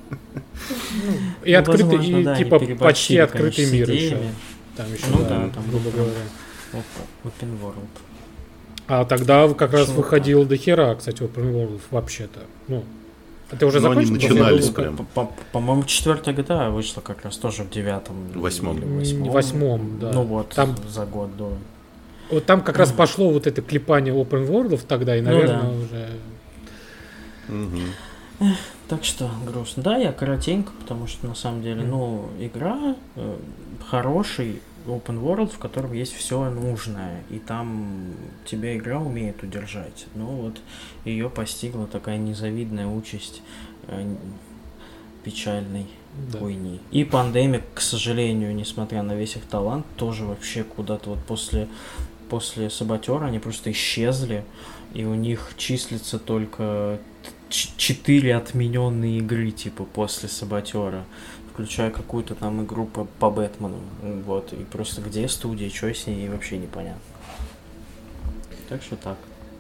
И открытый, и типа почти открытый мир еще. Там еще, ну да, там, грубо говоря, Open World. А тогда как раз выходил до хера, кстати, Open World вообще-то, ну... Это уже закончилось? Начинались прям. По-моему, четвертая джи ти эй вышла как раз тоже в девятом. Восьмом. В восьмом, да. Ну вот, там, за год до. Вот там как mm. раз пошло вот это клепание open world тогда, и, наверное, ну, да. уже... Mm-hmm. Так что грустно. Да, я коротенько, потому что, на самом деле, mm. ну, игра э, хороший open world, в котором есть все нужное, и там тебя игра умеет удержать. Ну вот ее постигла такая незавидная участь э, печальной да. хуйни. И Pandemic, к сожалению, несмотря на весь их талант, тоже вообще куда-то вот после, после Саботера они просто исчезли, и у них числится только четыре отмененные игры типа после Саботера, включая какую-то там игру по, по Бэтмену. Вот. И просто где студия, что с ней, вообще непонятно. Так что так.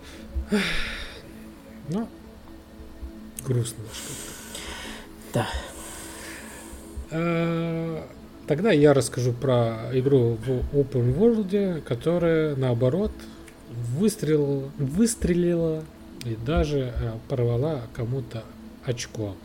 Ну, грустно. Да. А, тогда я расскажу про игру в Open World, которая, наоборот, выстрелила, выстрелила и даже а, порвала кому-то очко.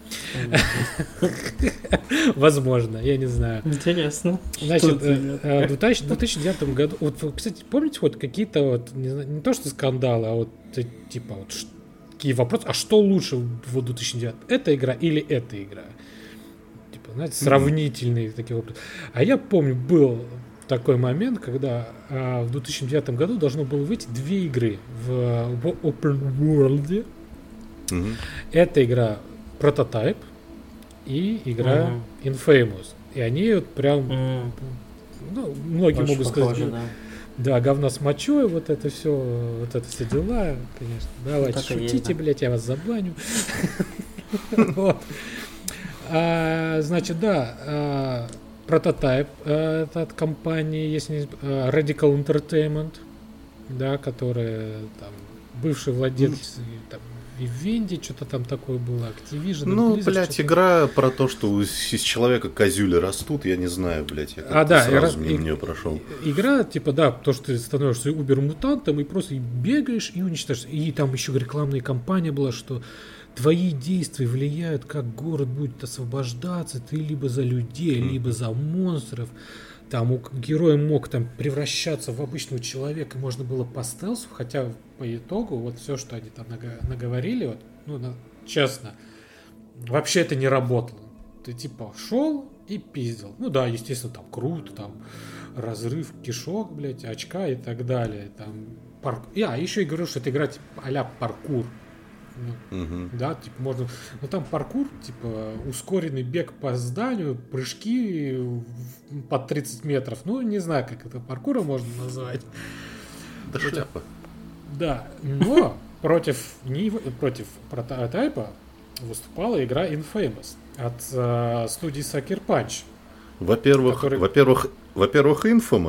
Возможно, я не знаю. Интересно. Значит, в две тысячи девятом году, вот, кстати, помните вот какие-то вот, не, не то что скандалы, а вот типа вот такие вопросы, а что лучше в две тысячи девятом? Эта игра или эта игра? Типа, знаете, сравнительные mm-hmm. такие вопросы. А я помню, был такой момент, когда а, в две тысячи девятом году должно было выйти две игры в, в Open World. Mm-hmm. Эта игра Prototype и игра uh-huh. Infamous. И они вот прям, uh-huh. ну, многие Очень могут похоже, сказать, да. да, говна с мочой, вот это все, вот это все дела, конечно. Давайте, шутите, блядь, я вас забаню. Значит, да, Prototype это от компании, если Radical Entertainment, да, которая там бывший владелец там и в Венде что-то там такое было, Activision. Ну, Blizzard, блядь, что-то... игра про то, что из человека козюли растут, я не знаю, блядь, я а, да, сразу и, мимо нее прошел. Игра, типа, да, то, что ты становишься убер-мутантом и просто бегаешь и уничтожаешь. И там еще рекламная кампания была, что твои действия влияют, как город будет освобождаться, ты либо за людей, mm-hmm. либо за монстров. Там у героя мог там превращаться в обычного человека, можно было по стелсу, хотя по итогу вот все, что они там наговорили, вот, ну, на, честно, вообще это не работало. Ты типа шел и пиздил. Ну да, естественно, там круто, там разрыв кишок, блядь, очка и так далее. Там парк... И, а, еще и говорю, что это игра типа а-ля паркур. Ну, uh-huh. Да, типа можно. Ну там паркур, типа ускоренный бег по зданию, прыжки под тридцать метров. Ну, не знаю, как это паркуром можно назвать. Да это, шляпа. Да, но против против прототайпа выступала игра Infamous от uh, студии Sucker Punch. Во-первых, который... во-первых, во-первых, Infamous.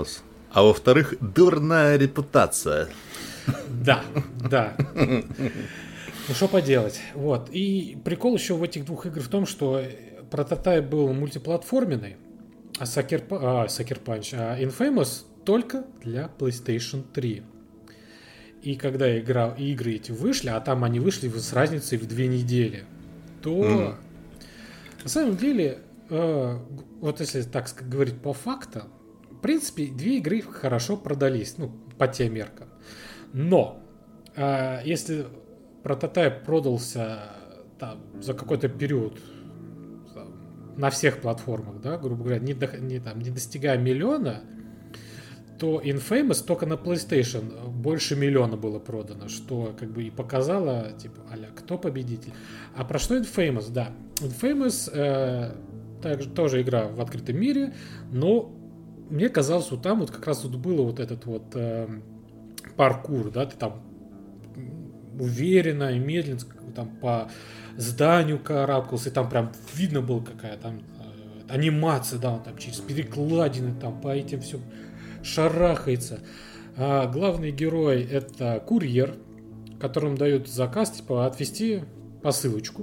А во-вторых, дурная репутация. Да, да. Ну, что поделать. Вот. И прикол еще в этих двух играх в том, что прототайп был мультиплатформенный, а Sucker, а, Sucker Punch, а Infamous только для PlayStation три. И когда игра, игры эти вышли, а там они вышли с разницей в две недели, то mm. на самом деле, э, вот если так говорить по факту, в принципе, две игры хорошо продались, ну, по тем меркам. Но э, если прототайп продался там, за какой-то период там, на всех платформах, да, грубо говоря, не, до, не, там, не достигая миллиона, то Infamous только на PlayStation больше миллиона было продано, что как бы и показало, типа, а-ля, кто победитель. А про что Infamous? Да, Infamous э, также, тоже игра в открытом мире, но мне казалось, вот там вот как раз вот было вот этот вот э, паркур, да, ты там уверенно и медленно там по зданию карабкался, и там прям видно было какая там э, анимация, да, он там через перекладины там по этим все шарахается. А главный герой — это курьер, которому дают заказ, типа, отвезти посылочку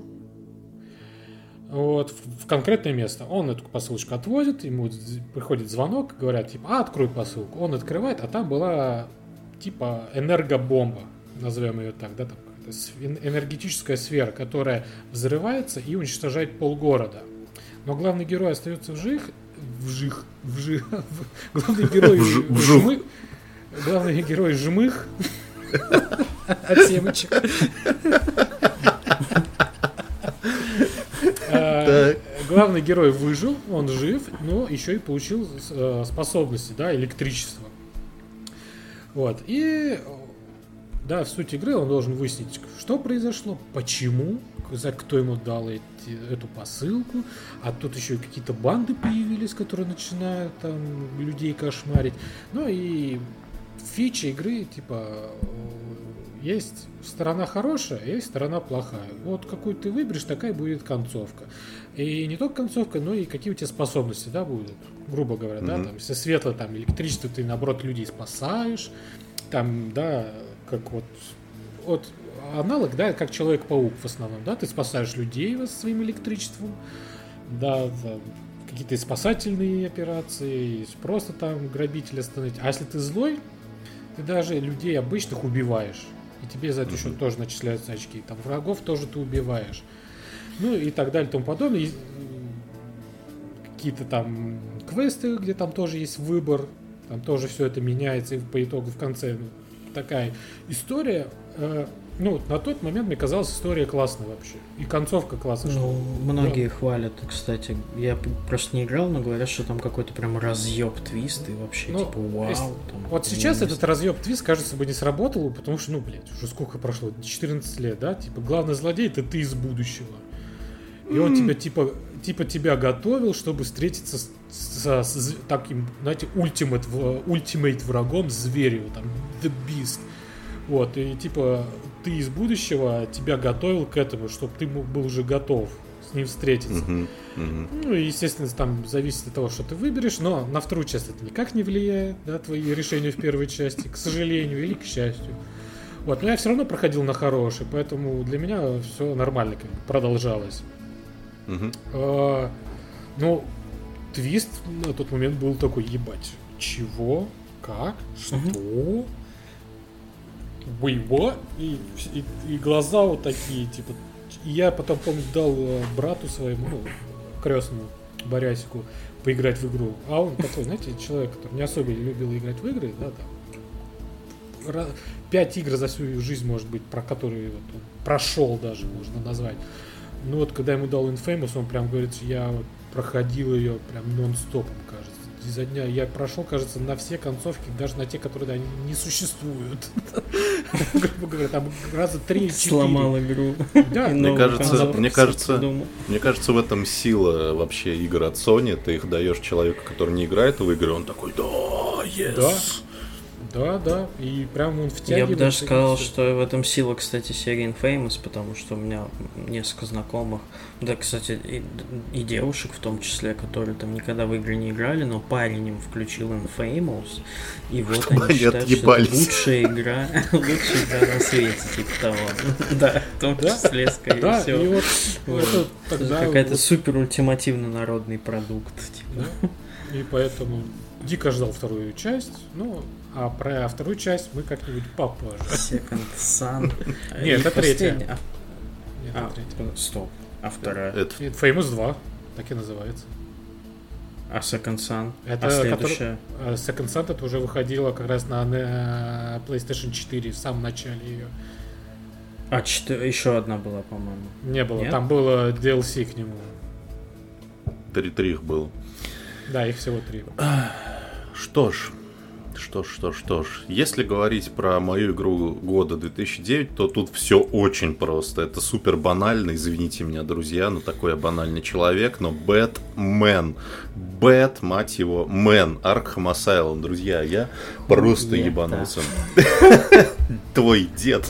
вот, в, в конкретное место. Он эту посылочку отвозит, ему приходит звонок, говорят, типа, а, открой посылку. Он открывает, а там была, типа, энергобомба, назовем ее так, да, там энергетическая сфера, которая взрывается и уничтожает полгорода. Но главный герой остается в живых, Вжих, вжих. Главный герой жмых. Главный герой жмых. От семечек. Главный герой выжил, он жив, но еще и получил способности, да, электричество. Вот. И да, в суть игры он должен выяснить, что произошло, почему, кто ему дал эти, эту посылку, а тут еще и какие-то банды появились, которые начинают там людей кошмарить. Ну и фича игры, типа, есть сторона хорошая, есть сторона плохая. Вот какую ты выберешь, такая будет концовка. И не только концовка, но и какие у тебя способности, да, будут, грубо говоря, mm-hmm. да, там, если светло, там, электричество, ты, наоборот, людей спасаешь, там, да, как вот, вот аналог, да, как Человек-паук в основном, да, ты спасаешь людей своим электричеством, да, да, какие-то спасательные операции, просто там грабителя остановить. А если ты злой, ты даже людей обычных убиваешь, и тебе за это mm-hmm. еще тоже начисляются очки, там врагов тоже ты убиваешь, ну и так далее и тому подобное. И какие-то там квесты, где там тоже есть выбор, там тоже все это меняется, и по итогу в конце такая история. Э, ну, на тот момент мне казалась история классная вообще. И концовка классная. Ну, что... многие да. хвалят, кстати. Я просто не играл, но говорят, что там какой-то прям разъеб твист и вообще, ну, типа, вау. Если... Там, вот сейчас этот разъеб твист, кажется, бы не сработал, потому что, ну, блядь, уже сколько прошло? четырнадцать лет, да? Типа, главный злодей — это ты из будущего. И он тебя, типа, типа тебя готовил, чтобы встретиться с, с, с таким, знаете, ультимейт, ультимейт врагом, зверью, там, The Beast. Вот, и типа ты из будущего, тебя готовил к этому, чтобы ты был уже готов с ним встретиться. Uh-huh, uh-huh. Ну, и, естественно, там зависит от того, что ты выберешь, но на вторую часть это никак не влияет, да, твои решения в первой части, к сожалению или к счастью. Вот, но я все равно проходил на хороший, поэтому для меня все нормально как бы продолжалось. Uh-huh. А, ну, твист на тот момент был такой, ебать, чего, как, что, uh-huh. Уйбо, и, и, и глаза вот такие, типа. И я потом, помню, дал брату своему, ну, крестному Борясику поиграть в игру. А он такой, знаете, человек, который не особо любил играть в игры, да, там. Пять игр за всю жизнь, может быть, про которые вот он прошел даже, можно назвать. Ну вот, когда ему дал Infamous, он прям говорит, я вот проходил ее прям нон-стопом, кажется. Изо дня я прошел, кажется, на все концовки, даже на те, которые да, не существуют. Грубо говоря, там раза три-четыре. Сломал игру. Да, мне кажется, мне кажется, мне кажется, в этом сила вообще игр от Sony. Ты их даешь человеку, который не играет в игры, он такой, да, yes. Да, да, и прям он втягивает. Я бы даже сказал, что в этом сила, кстати, серии Infamous, потому что у меня несколько знакомых, да, кстати, и, и девушек в том числе, которые там никогда в игры не играли, но парень им включил Infamous, и вот чтобы они считают, отъебались. что это лучшая игра, лучшая игра на свете, типа того. Да, в том числе, скорее да, всего. И вот, вот тогда какая-то вот, супер ультимативно народный продукт. Типа. Да? И поэтому дико ждал вторую часть, ну, а про вторую часть мы как-нибудь попозже. Second Son. Нет, это третья. Нет, это третья. Стоп. А вторая? Это... Infamous два, так и называется. А Second Son? Это а следующая? Который... Second Son это уже выходило как раз на PlayStation четыре в самом начале ее. А, четыре... еще одна была, по-моему. Не было, Нет? там было ди эл си к нему. Три, три их было. Да, их всего три. Что ж, что ж, что ж, что ж. Если говорить про мою игру года две тысячи девятого, то тут все очень просто. Это супер банально, извините меня, друзья, но такой я банальный человек, но Бэтмен. Бэт, мать его, Мэн, Arkham Asylum, друзья, я просто Нет, ебанулся. Твой дед.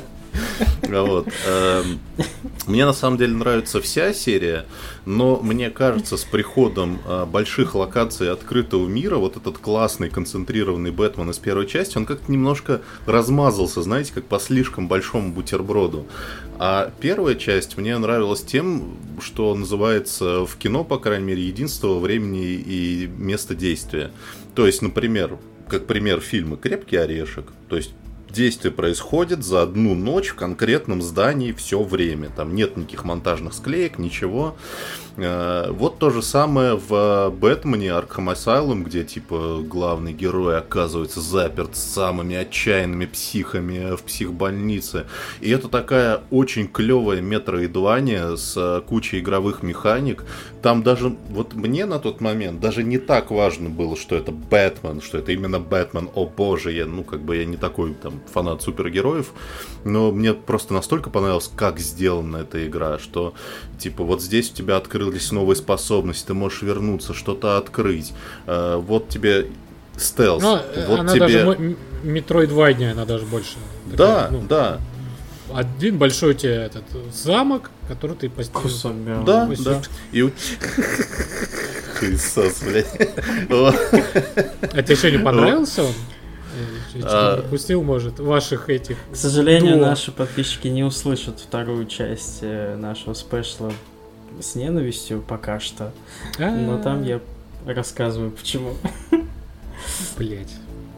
Вот. Мне на самом деле нравится вся серия, но мне кажется, с приходом больших локаций открытого мира, вот этот классный концентрированный Бэтмен из первой части, он как-то немножко размазался, знаете, как по слишком большому бутерброду. А первая часть мне нравилась тем, что называется в кино, по крайней мере, единство времени и места действия. То есть, например, как пример фильма «Крепкий орешек», то есть действие происходит за одну ночь в конкретном здании все время. Там нет никаких монтажных склеек, ничего. Вот то же самое в Бэтмене Arkham Asylum, где типа главный герой оказывается заперт с самыми отчаянными психами в психбольнице. И это такая очень клевая метроидвания с кучей игровых механик. Там даже, вот мне на тот момент даже не так важно было, что это Бэтмен, что это именно Бэтмен, о боже, я, ну как бы я не такой там фанат супергероев, но мне просто настолько понравилось, как сделана эта игра, что типа вот здесь у тебя открылись новые способности, ты можешь вернуться, что-то открыть, э, вот тебе стелс, но вот она тебе... даже метроидвайднее, она даже больше. Да, такая, ну, да. Один большой у тебя этот замок, который ты постепенно... Да, да. И у... Христос, блядь. А тебе еще не понравился он? Я пропустил, может, ваших этих... К сожалению, наши подписчики не услышат вторую часть нашего спешла с ненавистью пока что. Но там я рассказываю, почему. Блять.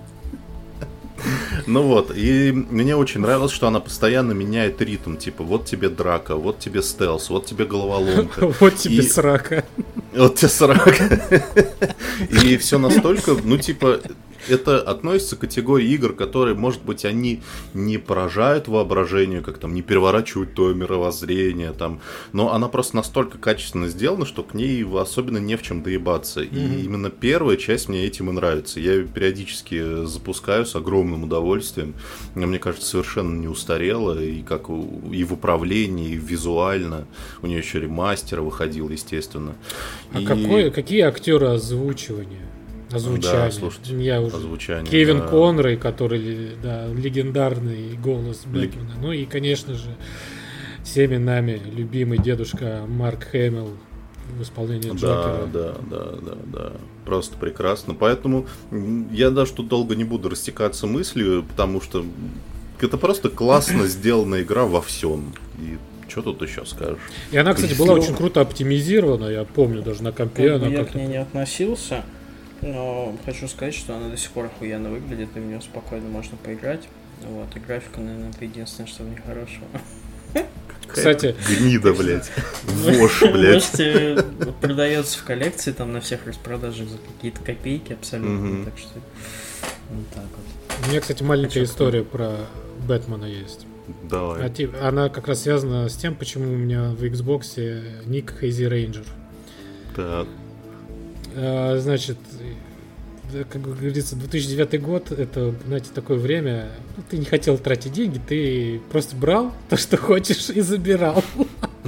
Ну вот, и мне очень нравилось, что она постоянно меняет ритм. Типа, вот тебе драка, вот тебе стелс, вот тебе головоломка. Вот тебе срака. Вот тебе срака. И все настолько, ну типа... Это относится к категории игр, которые, может быть, они не поражают воображению, как там, не переворачивают то мировоззрение, там, но она просто настолько качественно сделана, что к ней особенно не в чем доебаться. Mm-hmm. И именно первая часть мне этим и нравится. Я ее периодически запускаю с огромным удовольствием. Мне кажется, совершенно не устарела, и как и в управлении, и визуально. У нее еще ремастер выходил, естественно. А и... какой, какие актеры озвучивания? Озвучание. Да, слушайте, Я уже... озвучание. Кевин да. Конрой, который, да, легендарный голос Бэтмена. Лег... Ну и, конечно же, всеми нами любимый дедушка Марк Хэмилл в исполнении Джокера. Да, да, да, да, да. Просто прекрасно. Поэтому я даже тут долго не буду растекаться мыслью, потому что это просто классно сделанная игра во всем. И что тут еще скажешь? И она, кстати, была очень круто оптимизирована. Я помню, даже на компе она я как-то... к ней не относился. Но хочу сказать, что она до сих пор охуенно выглядит, и в нее спокойно можно поиграть. Вот, и графика, наверное, это единственное, что в ней хорошего. Кстати, гнида, блядь. Вошь, блядь. Продается в коллекции, там на всех распродажах за какие-то копейки абсолютно. Так что вот так вот. У меня, кстати, маленькая история про Бэтмена есть. Давай. Она как раз связана с тем, почему у меня в Xbox ник Hazy Ranger. Так. Значит, как говорится, две тысячи девятый год, это, знаете, такое время, ну, ты не хотел тратить деньги, ты просто брал то, что хочешь, и забирал.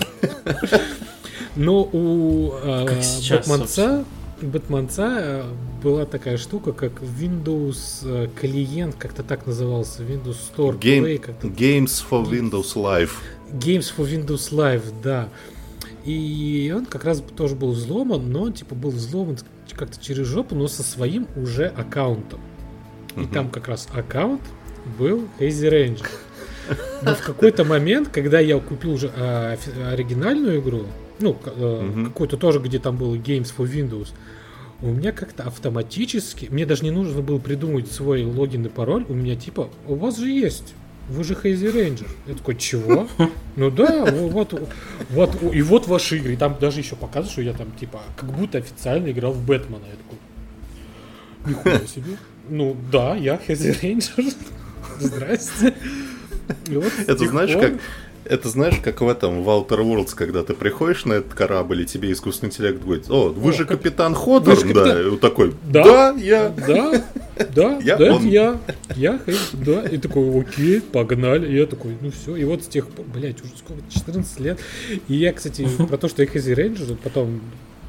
Но у Бэтменца, Бэтменца была такая штука, как Windows клиент, как-то так назывался, Windows Store Game, Play. Как-то... Games for Windows Live. Games for Windows Live, да. И он как раз тоже был взломан, но он типа был взломан как-то через жопу, но со своим уже аккаунтом. И uh-huh. там как раз аккаунт был Hazy Ranger. Но в какой-то момент, когда я купил уже а, оригинальную игру, ну, а, uh-huh. какую-то тоже, где там было Games for Windows, у меня как-то автоматически, мне даже не нужно было придумать свой логин и пароль, у меня типа, у вас же есть, вы же Hazy Ranger. Я такой, чего? Ну да, вот, вот, и вот ваши игры. И там даже еще показывают, что я там типа, как будто официально играл в Бэтмена. Я такой, нихуя себе. Ну да, я Hazy Ranger. Здрасте. Вот это знаешь, пор... как это знаешь, как в этом в Outer Worlds, когда ты приходишь на этот корабль, и тебе искусственный интеллект говорит: о, вы о, же как... капитан Ходор, да, капитан... и вот такой, да, да я, да, да, я, да, я, я, да, и такой, окей, погнали, и я такой, ну все, и вот с тех пор, блять, уже сколько, четырнадцать лет, и я, кстати, про то, что я Hazy Ranger, потом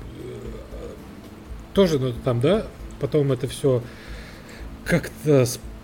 тоже, ну, там, да, потом это все как-то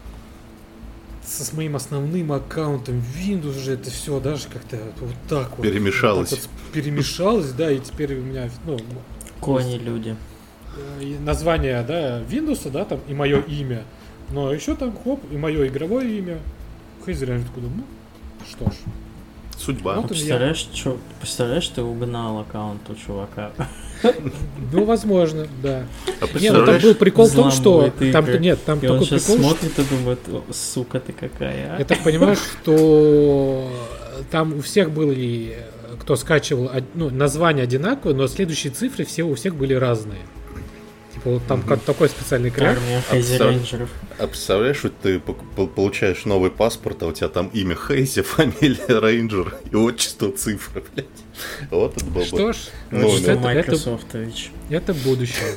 с моим основным аккаунтом Windows уже это все даже как-то вот так вот перемешалось. Вот, вот перемешалось, да, и теперь у меня, ну, кони люди. Название, да, Windows, да, там и мое имя, но еще там хоп, и мое игровое имя. Hazy Ranger, откуда? Ну, что ж. Судьба. Вот представляешь, я... что, представляешь, ты угнал аккаунт у чувака. Ну, возможно, да. А не, ну там был прикол в том, что там нет, там и такой он сейчас прикол, смотрит что... и думает, сука ты какая. А? Я так понимаю, что там у всех были, кто скачивал, ну, название одинаковое, но следующие цифры все у всех были разные. Типа вот там mm-hmm. такой специальный кряк. А, представ... а представляешь, что ты получаешь новый паспорт, а у тебя там имя Хейзи, фамилия Рейнджер и отчество цифры, блядь. Вот это было бы. Что ж, ну, это, это, это будущее.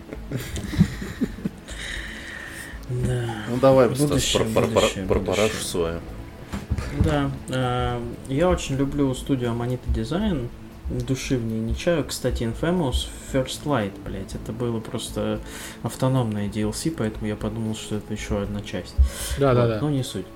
Да. Ну давай, Стас, про парашу свою. Да, я очень люблю студию Amanita Design. Души в ней не чаю. Кстати, Infamous First Light, блять, это было просто автономное ди эл си, поэтому я подумал, что это еще одна часть. Да, вот, да, да. Но не суть.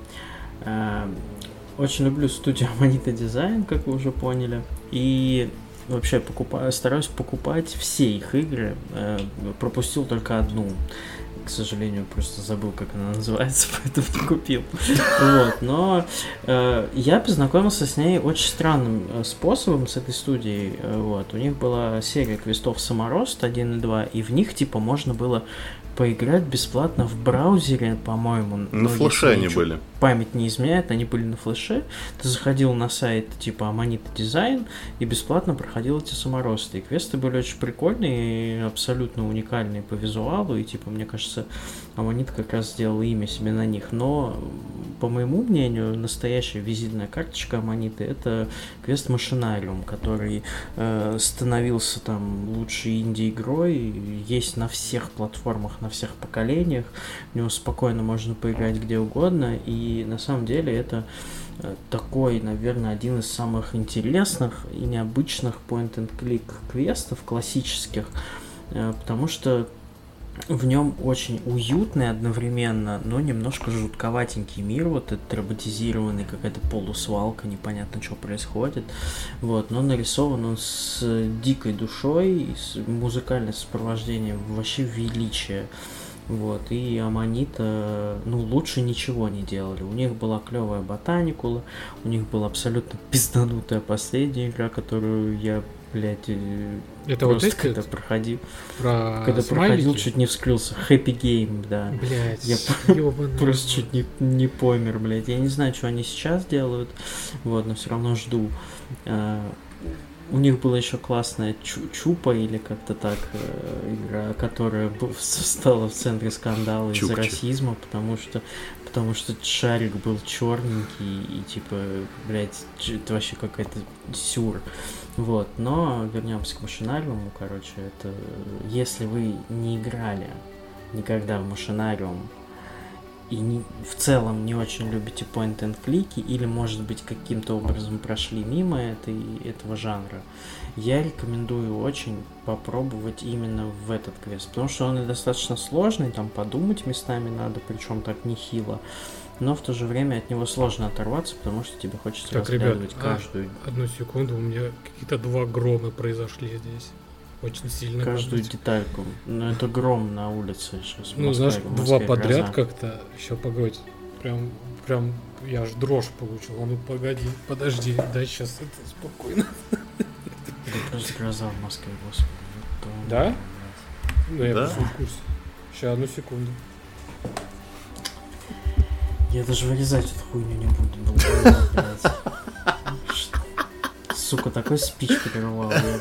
Очень люблю студию Amanita Design, как вы уже поняли. И вообще покупаю, стараюсь покупать все их игры. Пропустил только одну. К сожалению, просто забыл, как она называется, поэтому не купил. Вот, но э, я познакомился с ней очень странным способом, с этой студией. Вот, у них была серия квестов Саморост один и два, и в них, типа, можно было поиграть бесплатно в браузере, по-моему. На флеше они были. Память не изменяет, они были на флеше. Ты заходил на сайт типа Amanita Design и бесплатно проходил эти саморосты. И квесты были очень прикольные и абсолютно уникальные по визуалу. И типа, мне кажется, Amanita как раз сделала имя себе на них. Но, по моему мнению, настоящая визитная карточка Amanita — это квест Machinarium, который э, становился там лучшей инди-игрой. Есть на всех платформах, на всех поколениях. В него спокойно можно поиграть где угодно. И И на самом деле это такой, наверное, один из самых интересных и необычных point-and-click квестов классических, потому что в нем очень уютный одновременно, но немножко жутковатенький мир, вот этот роботизированный, какая-то полусвалка, непонятно, что происходит, вот, но нарисован он с дикой душой, с музыкальным сопровождением, вообще величие. Вот, и Amanita, ну, лучше ничего не делали. У них была клевая ботаникула, у них была абсолютно пизданутая последняя игра, которую я, блядь, это просто вот эти когда проходил, про когда смайлики? проходил, чуть не вскрылся. Happy Game, да. Блядь, я просто чуть не, не помер, блядь. Я не знаю, что они сейчас делают, вот, но все равно жду. У них была еще классная Чу- Чупа, или как-то так, э, игра, которая стала в центре скандала из-за Чукча. расизма, потому что, потому что шарик был черненький, и типа, блядь, это вообще какая-то сюр. Вот, но вернемся к Machinarium, короче, это, если вы не играли никогда в Machinarium и не, в целом не очень любите point-and-клики или, может быть, каким-то образом прошли мимо этой, этого жанра, я рекомендую очень попробовать именно в этот квест, потому что он и достаточно сложный, там подумать местами надо, причем так нехило, но в то же время от него сложно оторваться, потому что тебе хочется так, разглядывать ребят, каждую... А, одну секунду, у меня какие-то два грома произошли здесь. Очень сильно. Каждую детальку. Ну, это гром на улице сейчас. Ну, знаешь, два подряд как-то. Еще погодь. Прям, прям, я аж дрожь получил. А ну, погоди, подожди, дай сейчас это спокойно. Это просто гроза в Москве, господи. Да? Ну, я Да? просто в курсе. Сейчас, одну секунду. Я даже вырезать эту хуйню не буду. Долго, блядь. Сука, такой спич прервал, блядь.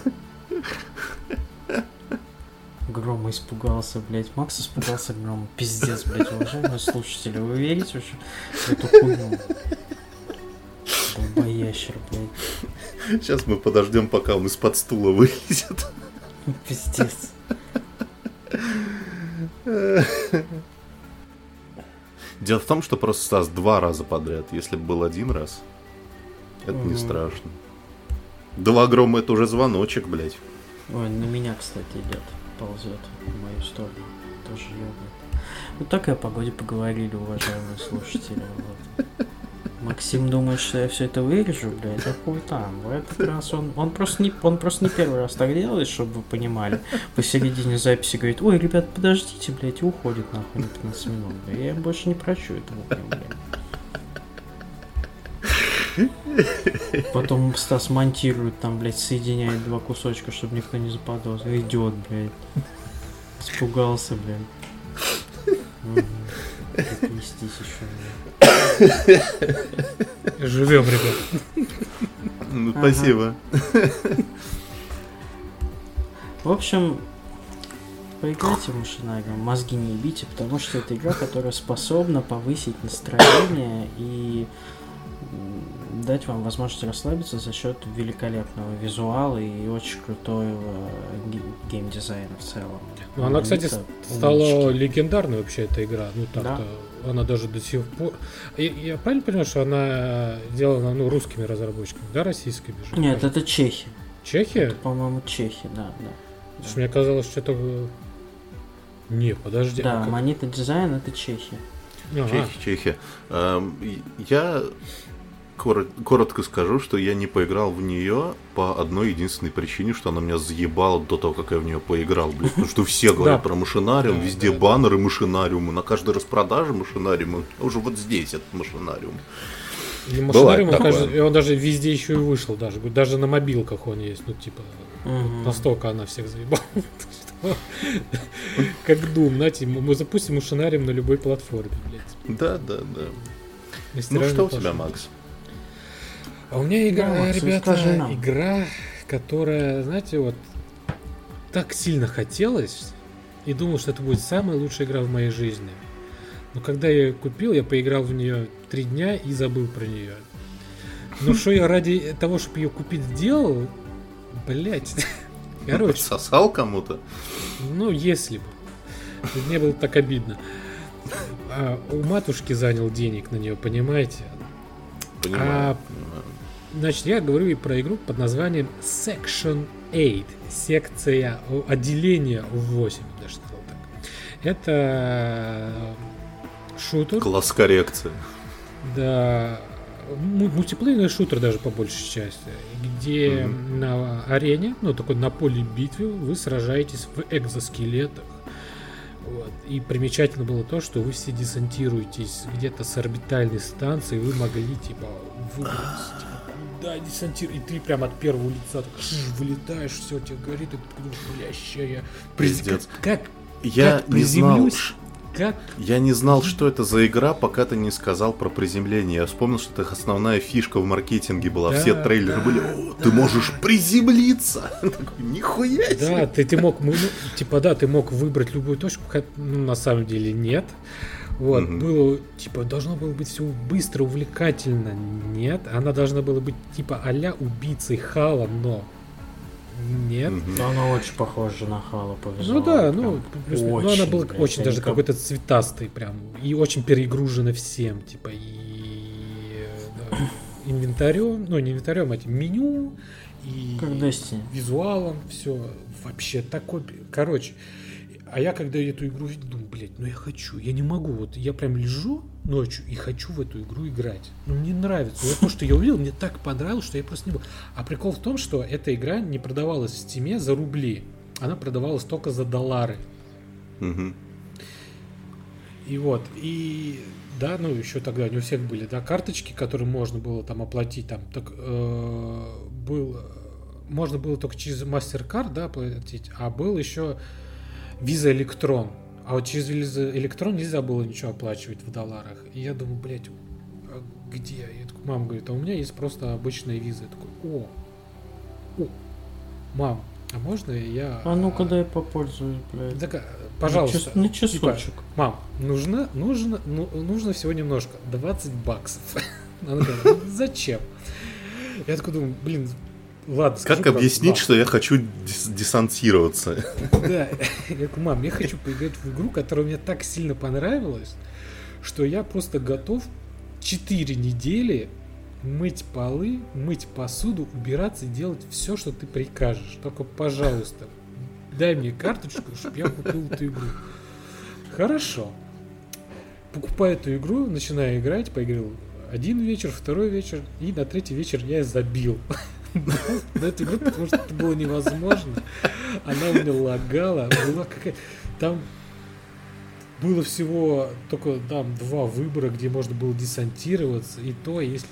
Грома испугался, блядь. Макс испугался грома. Пиздец, блядь, уважаемые слушатели. Вы верите вообще в эту хуйню? Долбоящер, блядь. Сейчас мы подождем, пока он из-под стула вылезет. Пиздец. Дело в том, что просто, Стас, два раза подряд. Если бы был один раз, это Угу. не страшно. Два грома — это уже звоночек, блядь. Ой, на меня, кстати, идет. Ползет в мою сторону. Тоже ёбает. Вот так и о погоде поговорили, уважаемые слушатели. Вот. Максим думает, что я все это вырежу, блядь, а хуй там. В этот раз он, он, просто не, он просто не первый раз так делает, чтобы вы понимали. Посередине записи говорит: ой, ребят, подождите, блядь, и уходит нахуй на пятнадцать минут. Блядь. Я больше не прощу этого, блядь. Потом Стас монтирует там, блядь, соединяет два кусочка, чтобы никто не заподозрил. Идет, блядь. Испугался, блядь. Припустись еще, блядь. Живем, ребят. Ну, спасибо. В общем, поиграйте в Машинариум, мозги не ебите, потому что это игра, которая способна повысить настроение и дать вам возможность расслабиться за счет великолепного визуала и очень крутого геймдизайна в целом. Ну, она, кстати, Это стала умнички. легендарной вообще, эта игра. Ну, так-то Да. она даже до сих пор... Я, я правильно понимаю, что она сделана, ну, русскими разработчиками, да, российскими же? Нет, это чехи. Чехия? Это, по-моему, чехи, да, да. Потому что мне казалось, что это... Не, подожди. Да, а как- Монета Дизайн это чехи. Ага. Чехи, Чехи. Эм, Я коро- коротко скажу, что я не поиграл в нее по одной единственной причине, что она меня заебала до того, как я в нее поиграл, блядь. Потому что все говорят Да. про Машинариум, Да, везде да, баннеры Машинариума, на каждой распродаже Машинариума, уже вот здесь этот Машинариум. И Бывает Машинариум, он, такое. кажется, и он даже везде еще и вышел, даже, даже на мобилках он есть, ну, типа, Мгм. настолько она всех заебала. что Как Doom, знаете, мы мы запустим Машинариум на любой платформе, блядь. Да, да, да. На Ну стиральной что у тебя, машинке. Макс? А у меня игра, Да, Макс, ребята, расскажи нам. игра, которая, знаете, вот так сильно хотелось, и думал, что это будет самая лучшая игра в моей жизни. Но когда я ее купил, я поиграл в нее три дня и забыл про нее. Но что я ради того, чтобы ее купить, сделал, блять. Короче, Сосал кому-то? ну если бы. Мне было так обидно. А у матушки занял денег на нее, понимаете? Понимаю. А, понимаю. Значит, я говорю и про игру под названием Section восемь. Секция, о, отделение восемь, даже сказал так. Это шутер. Класс коррекции. Да, му- мультиплеерный шутер даже по большей части, где Мгм. на арене, ну такой на поле битвы, вы сражаетесь в экзоскелетах. Вот. И примечательно было то, что вы все десантируетесь где-то с орбитальной станции, вы могли типа выбрать, типа, куда десантировать, и ты прям от первого лица так, шш, вылетаешь, все тебе горит, и ты думаешь, бля, ща я Пиздец. Как, Я как не знал, приземлюсь? ш- как я не знал, что это за игра, пока ты не сказал про приземление. Я вспомнил, что это их основная фишка в маркетинге была. Да, Все трейлеры да, были: «О, ты можешь приземлиться!» Такой, нихуя себе! Да, ты, ты мог, ну, типа, да, ты мог выбрать любую точку, хотя, ну, на самом деле нет. Вот, Мгм. было, типа, должно было быть все быстро, увлекательно. Нет, она должна была быть, типа, а-ля убийцей Хала, но Нет. Mm-hmm. Но она очень похожа на Halo по визуалу. Ну да, ну, плюс, очень, ну она была блядь, очень даже как... какой-то цветастый прям. И очень перегружена всем. Типа и да, инвентарем, ну не инвентарем, а меню. И как Destiny. Визуалом, все. Вообще такой... Короче, а я когда эту игру видел, думаю, блядь, ну я хочу, я не могу. Вот я прям лежу ночью и хочу в эту игру играть. Ну мне нравится. Вот то, что я увидел, мне так понравилось, что я просто не был. А прикол в том, что эта игра не продавалась в Steam за рубли. Она продавалась только за доллары. Угу. И вот, и... Да, ну еще тогда не у всех были, да, карточки, которые можно было там оплатить, там, так, э, был, можно было только через MasterCard, да, платить, а был еще Visa Electron, а вот через Visa Electron нельзя было ничего оплачивать в долларах, и я думаю, блядь, а где? Я такой, мама говорит, а у меня есть просто обычная виза, я такой, о, о, мам, а можно я... А ну-ка дай попользуюсь, блядь. Так, пожалуйста. На часочек. Типа, мам, нужно, нужно, ну, нужно всего немножко. двадцать баксов. Она говорит, зачем? Я такой думаю, блин, ладно. Как объяснить, что я хочу дес- десантироваться? Да. Я говорю, мам, я хочу поиграть в игру, которая мне так сильно понравилась, что я просто готов четыре недели мыть полы, мыть посуду, убираться и делать все, что ты прикажешь. Только, пожалуйста, дай мне карточку, чтобы я купил эту игру. Хорошо. Покупаю эту игру, начинаю играть, поиграл один вечер, второй вечер, и на третий вечер я забил на эту игру, потому что это было невозможно. Она у меня лагала, была какая-то... Там было всего только там два выбора, где можно было десантироваться, и то, если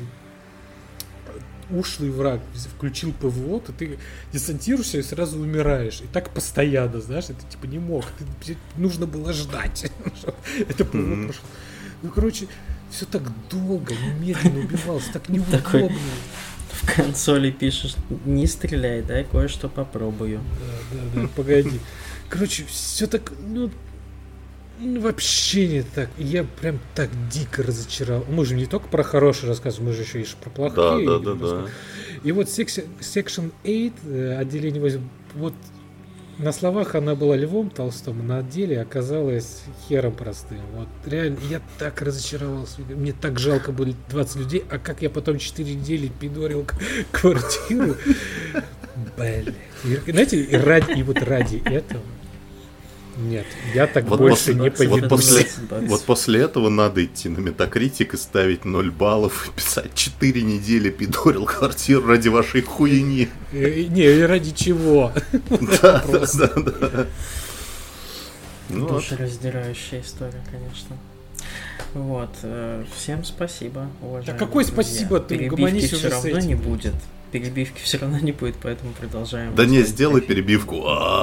ушлый враг включил ПВО, то ты десантируешься и сразу умираешь. И так постоянно, знаешь, это типа не мог. Ты, нужно было ждать, это ПВО mm-hmm. прошло. Ну, короче, все так долго, медленно убивался, так неудобно. В консоли пишешь, не стреляй, дай кое-что попробую. Да, да, да, погоди. Короче, все так, ну, ну, вообще не так. Я прям так дико разочаровал. Мы же не только про хорошие рассказываем, мы же еще и про плохие. Да, да, да, да. И вот Section восемь, отделение восемь, вот на словах она была Львом Толстым, на деле оказалась хером простым. Вот реально, я так разочаровался. Мне так жалко было двадцать людей, а как я потом четыре недели пидорил квартиру. Блин. Знаете, и, ради, и вот ради этого... Нет, я так вот больше после, не поведу. Вот после, вот после этого надо идти на Metacritic и ставить ноль баллов и писать четыре недели пидорил квартиру ради вашей хуйни. Не, ради чего? Да, да, да, да. Душераздирающая история, конечно. Вот, всем спасибо, уважаемые. Да какое спасибо, ты угомонись уже с этим. Перебивки все равно не будет. Перебивки все равно не будет, поэтому продолжаем. Да не, сделай перебивку.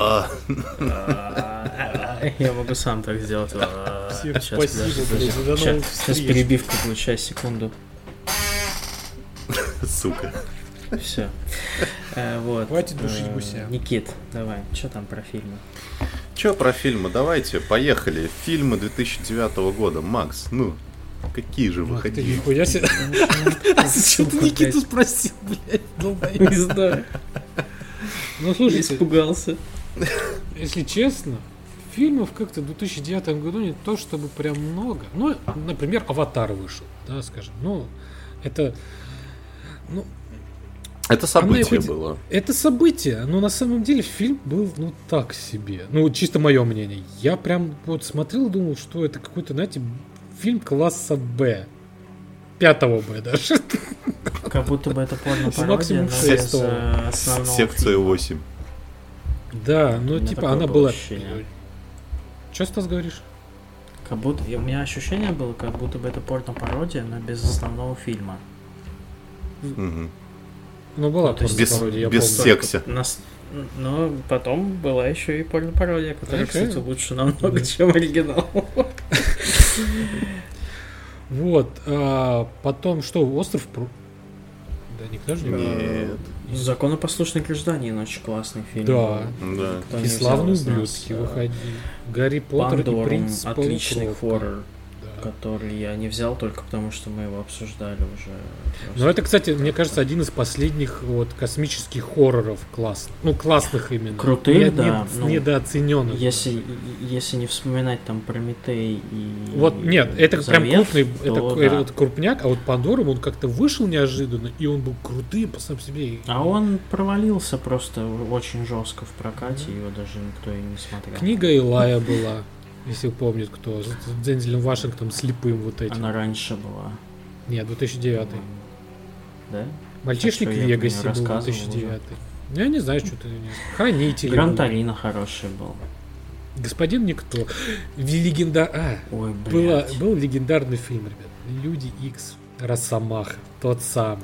Я могу сам так сделать. Всем спасибо. Сейчас перебивка будет, сейчас, секунду. Сука. Все. Вот. Хватит душить гуся. Никит, давай, что там про фильмы? Че про фильмы? Давайте, поехали. Фильмы две тысячи девятого года. Макс, ну, какие же выходили? Нихуя себе. А зачем ты Никиту спросил, блядь? Не знаю. Ну, слушайте. Испугался. Если честно, фильмов как-то в две тысячи девятом году не то чтобы прям много. Ну, например, «Аватар» вышел, да, скажем. Ну, это... Ну, это событие было. Это событие, но на самом деле фильм был, ну, так себе. Ну, чисто мое мнение. Я прям вот смотрел и думал, что это какой-то, знаете, фильм класса Б. Пятого Б даже. Как будто бы это порно-пародия, но без основного Секция восемь. Да, ну, типа, она была... Что Стас говоришь? Как будто... У меня ощущение было, как будто бы это порно-пародия, но без основного фильма. Угу. Ну, была ну, без, пародия, я без секса. Нас... Но потом была еще и порно-пародия, которая, okay. кстати, лучше намного, чем оригинал. Вот. А потом что? «Остров Пру...» Да, никто же не Нет. «Законопослушный гражданин» очень классный фильм. Да. да. И «Славные ублюдки» выходили. «Гарри Поттер» и «Принц отличный хоррор. Да, который я не взял только потому, что мы его обсуждали уже. Ну, это, кстати, мне кажется, один из последних вот космических хорроров классных. Ну, классных именно. Крутых, не, да. Не, ну, недооцененных. Если, если не вспоминать там Прометей и Вот, нет, это Завет, прям крупный, то, это, да. это крупняк, а вот Пандорум, он как-то вышел неожиданно, и он был крутым по сам себе. А он провалился просто очень жестко в прокате, mm-hmm. его даже никто и не смотрел. Книга Илая была, если помнит кто, с Дензелем Вашингтоном слепым вот этим. Она раньше была. Нет, две тысячи девятый. Да? Мальчишник в Вегасе был две тысячи девятый. Я не знаю, что-то... Хранители. Гран-Торино хороший был. Господин Никто. Легенда... А, Ой, была, был легендарный фильм, ребят. Люди Икс. Росомаха. Тот самый.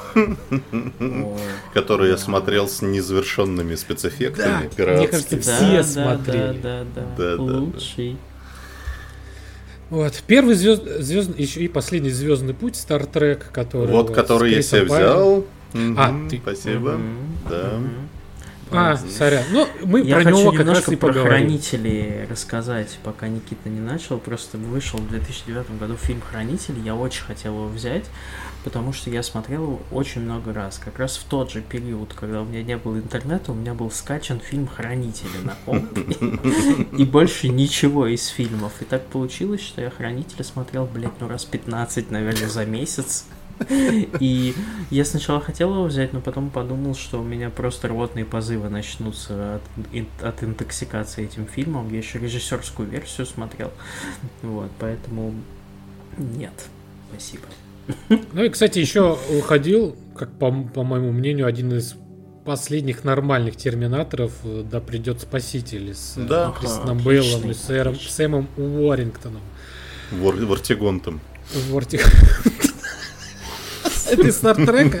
Который я смотрел с незавершенными спецэффектами. Мне кажется, все смотрели. Да, да, да. Лучший. Вот. Первый звезд... звезд... еще и последний Звездный путь Star Trek, который... Вот, вот который я себе взял. А, угу, ты... Спасибо. Угу. Да. Угу. А, сорян. Ну, мы я про него него как раз и поговорим. про Хранителей рассказать, пока Никита не начал. Просто вышел в две тысячи девятом году фильм «Хранители». Я очень хотел его взять, потому что я смотрел его очень много раз. Как раз в тот же период, когда у меня не было интернета, у меня был скачан фильм «Хранители» на компе. И больше ничего из фильмов. И так получилось, что я «Хранители» смотрел, блядь, ну раз пятнадцать, наверное, за месяц. И я сначала хотел его взять, но потом подумал, что у меня просто рвотные позывы начнутся от, от интоксикации этим фильмом. Я еще режиссерскую версию смотрел. Вот, поэтому нет. Спасибо. Ну и, кстати, еще уходил, как по, по моему мнению, один из последних нормальных терминаторов «Да придет спаситель» с да. Кристианом Бейлом и сэром, Сэмом Уоррингтоном. Вор, Вортигонтом. Вортигонтом. Это из Стартрека?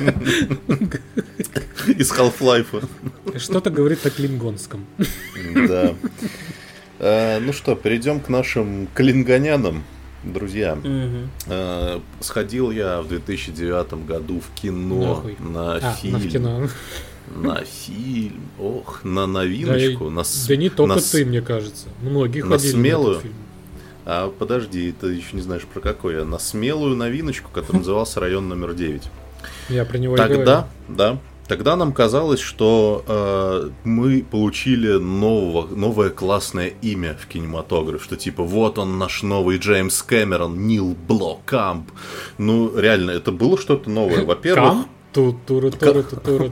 Из Half-Life. Что-то говорит о клингонском. Да. А, ну что, перейдем к нашим клингонянам, друзья. Угу. А, сходил я в две тысячи девятом году в кино Нахуй. на а, фильм. На кино. На фильм. Ох, на новиночку. Да, на, да не только на, ты, мне кажется. Многие на ходили смелую. на этот фильм. А подожди, ты еще не знаешь про какой. А на смелую новиночку, которая назывался «Район номер девять». Я про него Тогда, и говорю. да, тогда нам казалось, что э, мы получили нового, новое классное имя в кинематограф, что типа вот он наш новый Джеймс Кэмерон, Нил Блокамп. Ну реально, это было что-то новое. Во-первых, Ту-туру-туру-туру-туру-туру.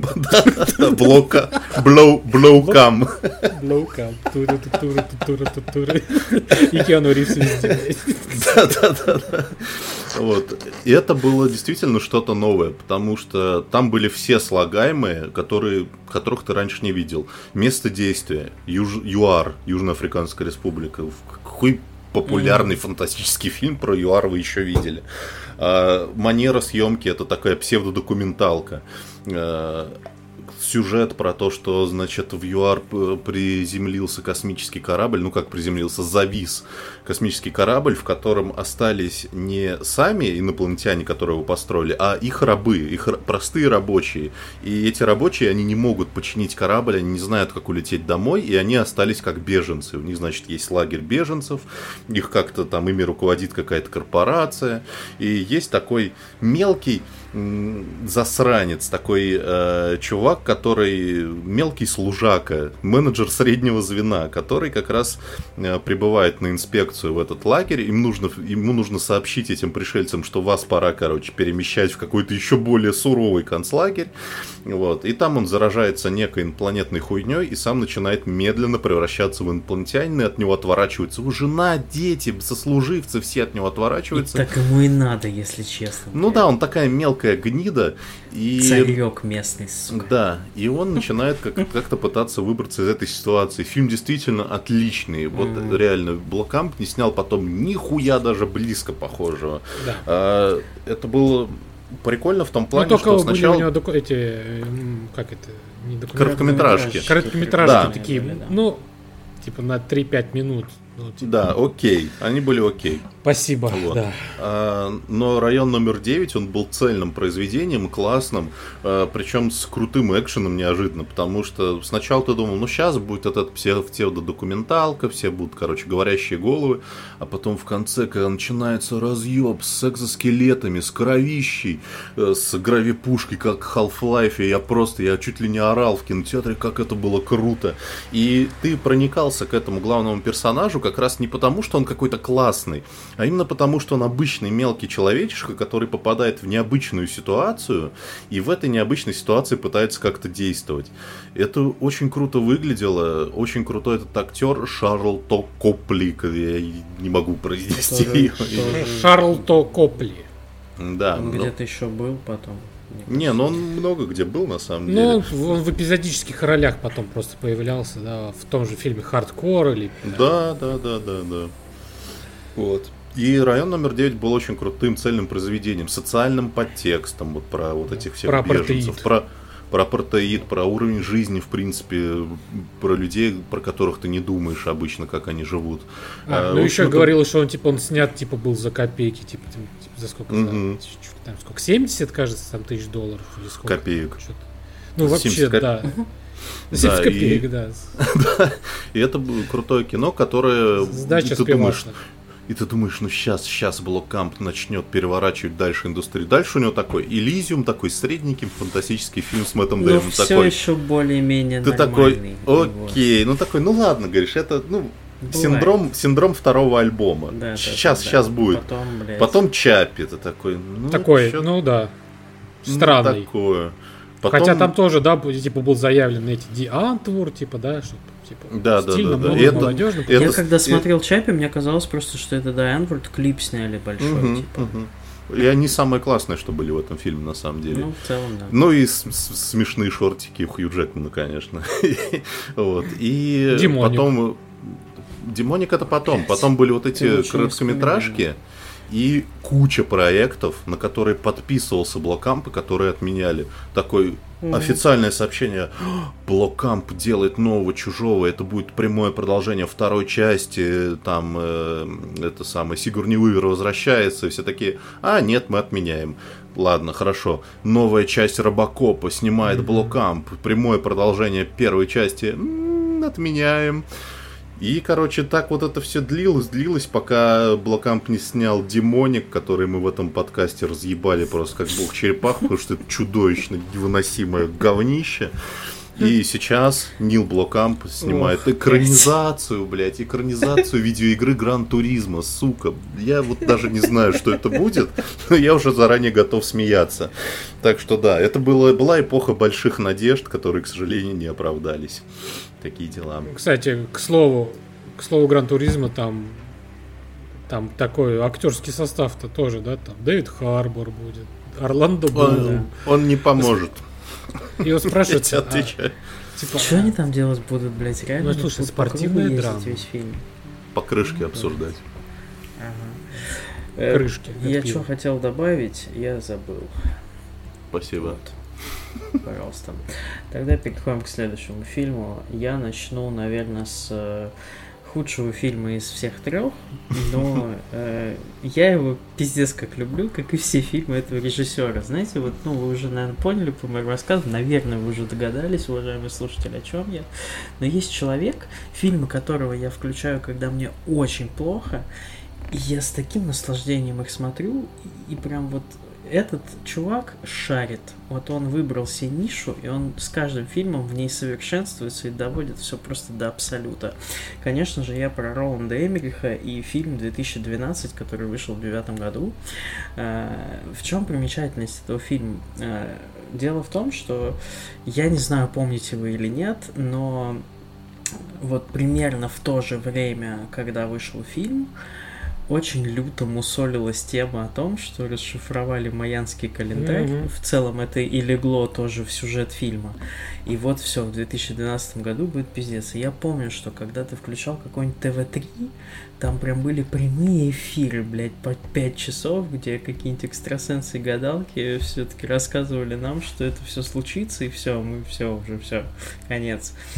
Блока, Блоукам. Блоукам. Туру-туру-туру-туру-туру. И Киану Ривз везде. Да-да-да. Вот. И это было действительно что-то новое, потому что там были все слагаемые, которые, которых ты раньше не видел. Место действия. Юж, ЮАР, Южноафриканская республика. Какой популярный mm-hmm. фантастический фильм про ЮАР вы еще видели. А, манера съемки — это такая псевдодокументалка. А, сюжет про то, что, значит, в ЮАР приземлился космический корабль, ну как приземлился, завис космический корабль, в котором остались не сами инопланетяне, которые его построили, а их рабы, их простые рабочие. И эти рабочие, они не могут починить корабль, они не знают, как улететь домой, и они остались как беженцы. У них, значит, есть лагерь беженцев, их как-то там ими руководит какая-то корпорация, и есть такой мелкий засранец, такой э, чувак, который мелкий служака, менеджер среднего звена, который как раз э, прибывает на инспекцию в этот лагерь. Им нужно, ему нужно сообщить этим пришельцам, что вас пора, короче, перемещать в какой-то еще более суровый концлагерь. Вот. И там он заражается некой инопланетной хуйней и сам начинает медленно превращаться в инопланетянина, и от него отворачиваются его жена, дети, сослуживцы, все от него отворачиваются. И так ему и надо, если честно. Ну да, он такая мелкая гнида. И... Царек местный, сука. Да, и он начинает как- как-то пытаться выбраться из этой ситуации. Фильм действительно отличный. Вот mm-hmm. реально, Блокамп не снял потом нихуя даже близко похожего. Да. А, это было прикольно в том плане, Но только что сначала... у него доку... эти, как это, не документальные... Короткометражки. Короткометражки да. такие, Да, да, да. ну, типа на три-пять минут. Ну, типа. Да, окей. Они были окей. Спасибо. Вот. Да. А, но район номер девять, он был цельным произведением, классным, а, причем с крутым экшеном неожиданно, потому что сначала ты думал, ну сейчас будет этот псевдодокументалка, все будут, короче, говорящие головы, а потом в конце, когда начинается разъеб с экзоскелетами, с кровищей, с гравипушкой, как в Half-Life, я просто, я чуть ли не орал в кинотеатре, как это было круто. И ты проникался к этому главному персонажу как раз не потому, что он какой-то классный, а именно потому, что он обычный мелкий человечишка, который попадает в необычную ситуацию и в этой необычной ситуации пытается как-то действовать. Это очень круто выглядело, очень крутой этот актер Шарл То Копли, я не могу произнести его. Шарл То Копли. Да. Он но... где-то еще был потом. Не, ну он много где был на самом ну, деле. Ну, он в эпизодических ролях потом просто появлялся, да, в том же фильме «Хардкор» или... Да, да, да, да, да. Вот. И район номер девять был очень крутым цельным произведением, социальным подтекстом, вот про вот этих всех про беженцев, про, про апартеид, про уровень жизни, в принципе, про людей, про которых ты не думаешь обычно, как они живут. А, а, ну, еще говорил, что он типа он снят, типа, был за копейки, типа, типа за сколько? Угу. За, там, сколько? семьдесят, кажется, там тысяч долларов или сколько? Копеек. Что-то. Ну, вообще, коп... да. Да, семьдесят копеек, и... да. И это было крутое кино, которое... Сдача ты думаешь, И ты думаешь, ну сейчас, сейчас Блокамп начнет переворачивать дальше индустрию. Дальше у него такой Элизиум, такой средненький фантастический фильм с Мэттом Дэймоном. Ну, все такой, еще более-менее ты нормальный. такой, окей, ну такой, ну ладно, говоришь, это, ну, синдром, синдром второго альбома. Да, сейчас, да, сейчас да. будет. Потом, блядь. Потом Чаппи, это такой, ну, такой, чё... ну да, странный. Ну, такое. Потом... Хотя там тоже, да, типа был заявлен эти Ди Антвур, типа, да, что типа, да, стильно, да, да, много, да. молодежно. Я это... когда смотрел Чаппи, мне казалось просто, что это Ди Антвур, клип сняли большой, угу, типа. Угу. И они самые классные, что были в этом фильме, на самом деле. Ну, в целом, да. Ну и с- с- смешные шортики у Хью Джекмана, конечно. Вот. И Демоник. потом... Демоник это потом. Потом были вот эти короткометражки и куча проектов, на которые подписывался Блокамп, и которые отменяли. Такой mm-hmm. официальное сообщение: Блокамп делает нового Чужого, это будет прямое продолжение второй части, там э, это самое, Сигурни Уивер возвращается, и все такие: а нет, мы отменяем. Ладно, хорошо. Новая часть Робокопа снимает mm-hmm. Блокамп, прямое продолжение первой части, м-м, отменяем. И, короче, так вот это все длилось, длилось, пока Блокамп не снял Демоник, который мы в этом подкасте разъебали просто как бог черепаху, потому что это чудовищно невыносимое говнище. И сейчас Нил Блокамп снимает Ох, экранизацию, блядь, экранизацию видеоигры Гран Туризмо, сука. Я вот даже не знаю, что это будет, но я уже заранее готов смеяться. Так что да, это было, была эпоха больших надежд, которые, к сожалению, не оправдались. Такие дела. Кстати, к слову, к слову Гран Туризмо, там, там такой актерский состав-то тоже, да, там Дэвид Харбор будет, Орландо Блум. Он, он не поможет. Его спрашивают, я тебе отвечаю. А, типа, что а... они там делать будут, блядь, реально? Ну, слушай, спортивная драма. Весь фильм. По крышке обсуждать. Ага. Крышки. Э, я что хотел добавить, я забыл. Спасибо. Вот. Пожалуйста. Тогда переходим к следующему фильму. Я начну, наверное, с худшего фильма из всех трех, но э, я его пиздец как люблю, как и все фильмы этого режиссера. Знаете, вот, ну, вы уже, наверное, поняли по моему рассказу, наверное, вы уже догадались, уважаемые слушатели, о чем я. Но есть человек, фильмы которого я включаю, когда мне очень плохо, и я с таким наслаждением их смотрю, и, и прям вот этот чувак шарит. Вот он выбрал себе нишу, и он с каждым фильмом в ней совершенствуется и доводит все просто до абсолюта. Конечно же, я про Роланда Эммериха и фильм две тысячи двенадцать, который вышел в девятом году. В чем примечательность этого фильма? Дело в том, что я не знаю, помните вы или нет, но вот примерно в то же время, когда вышел фильм, очень люто мусолилась тема о том, что расшифровали майянский календарь. Mm-hmm. В целом это и легло тоже в сюжет фильма. И вот все, в две тысячи двенадцатом году будет пиздец. И я помню, что когда ты включал какой-нибудь тэ вэ три, там прям были прямые эфиры, блядь, по пять часов, где какие-нибудь экстрасенсы и гадалки все-таки рассказывали нам, что это все случится, и все, мы все, уже все, конец.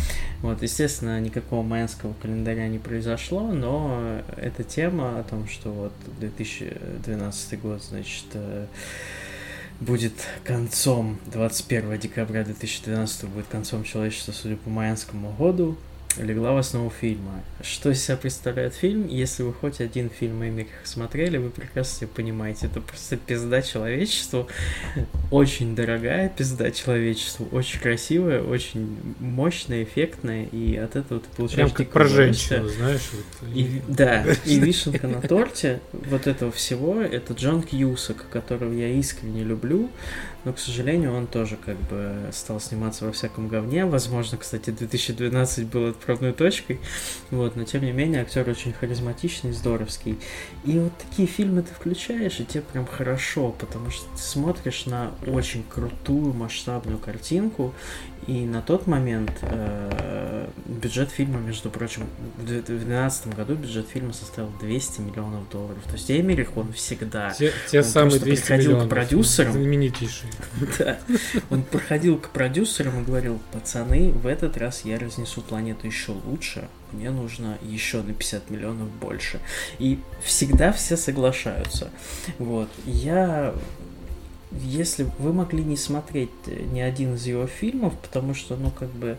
Вот, естественно, никакого майянского календаря не произошло, но эта тема о том, что вот две тысячи двенадцатый год, значит, будет концом, двадцать первого декабря две тысячи двенадцатого будет концом человечества, судя по майянскому году, легла в основу фильма. Что из себя представляет фильм? Если вы хоть один фильм Эммерих смотрели, вы прекрасно себе понимаете. Это просто пизда человечеству. Очень дорогая пизда человечеству. Очень красивая, очень мощная, эффектная. И от этого ты получаешь... Прям как про женщину, знаешь. Вот. И, да, и вишенка на торте вот этого всего, это Джон Кьюсак, которого я искренне люблю. Но, к сожалению, он тоже как бы стал сниматься во всяком говне. Возможно, кстати, две тысячи двенадцатый был отправной точкой. Вот, но, тем не менее, актер очень харизматичный, здоровский. И вот такие фильмы ты включаешь, и тебе прям хорошо, потому что ты смотришь на очень крутую масштабную картинку. И на тот момент э, бюджет фильма, между прочим, в две тысячи двенадцатом году бюджет фильма составил двести миллионов долларов. То есть Эммерих, он всегда... Те, те он самые двести приходил миллионов, к продюсерам. Знаменитейшие. Да. Он проходил к продюсерам и говорил: пацаны, в этот раз я разнесу планету еще лучше, мне нужно еще на пятьдесят миллионов больше. И всегда все соглашаются. Вот. Я... Если вы могли не смотреть ни один из его фильмов, потому что, ну, как бы,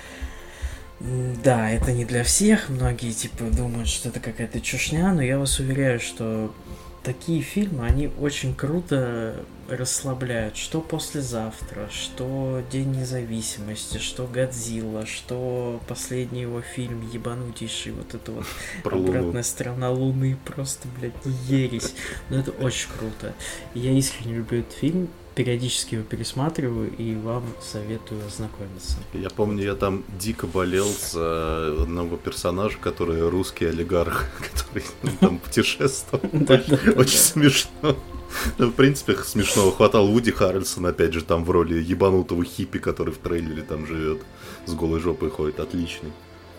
да, это не для всех, многие, типа, думают, что это какая-то чушня, но я вас уверяю, что такие фильмы, они очень круто расслабляют. Что «Послезавтра», что «День независимости», что «Годзилла», что последний его фильм ебанутейший, вот это вот Про «Обратная Луну. сторона Луны», просто, блядь, ересь. Но это очень круто. Я искренне люблю этот фильм, периодически его пересматриваю и вам советую ознакомиться. Я помню, я там дико болел за одного персонажа, который русский олигарх, который там путешествовал. Очень смешно. Ну, в принципе, смешного хватало. Вуди Харрельсон, опять же, там в роли ебанутого хиппи, который в трейлере там живет, с голой жопой ходит. Отличный.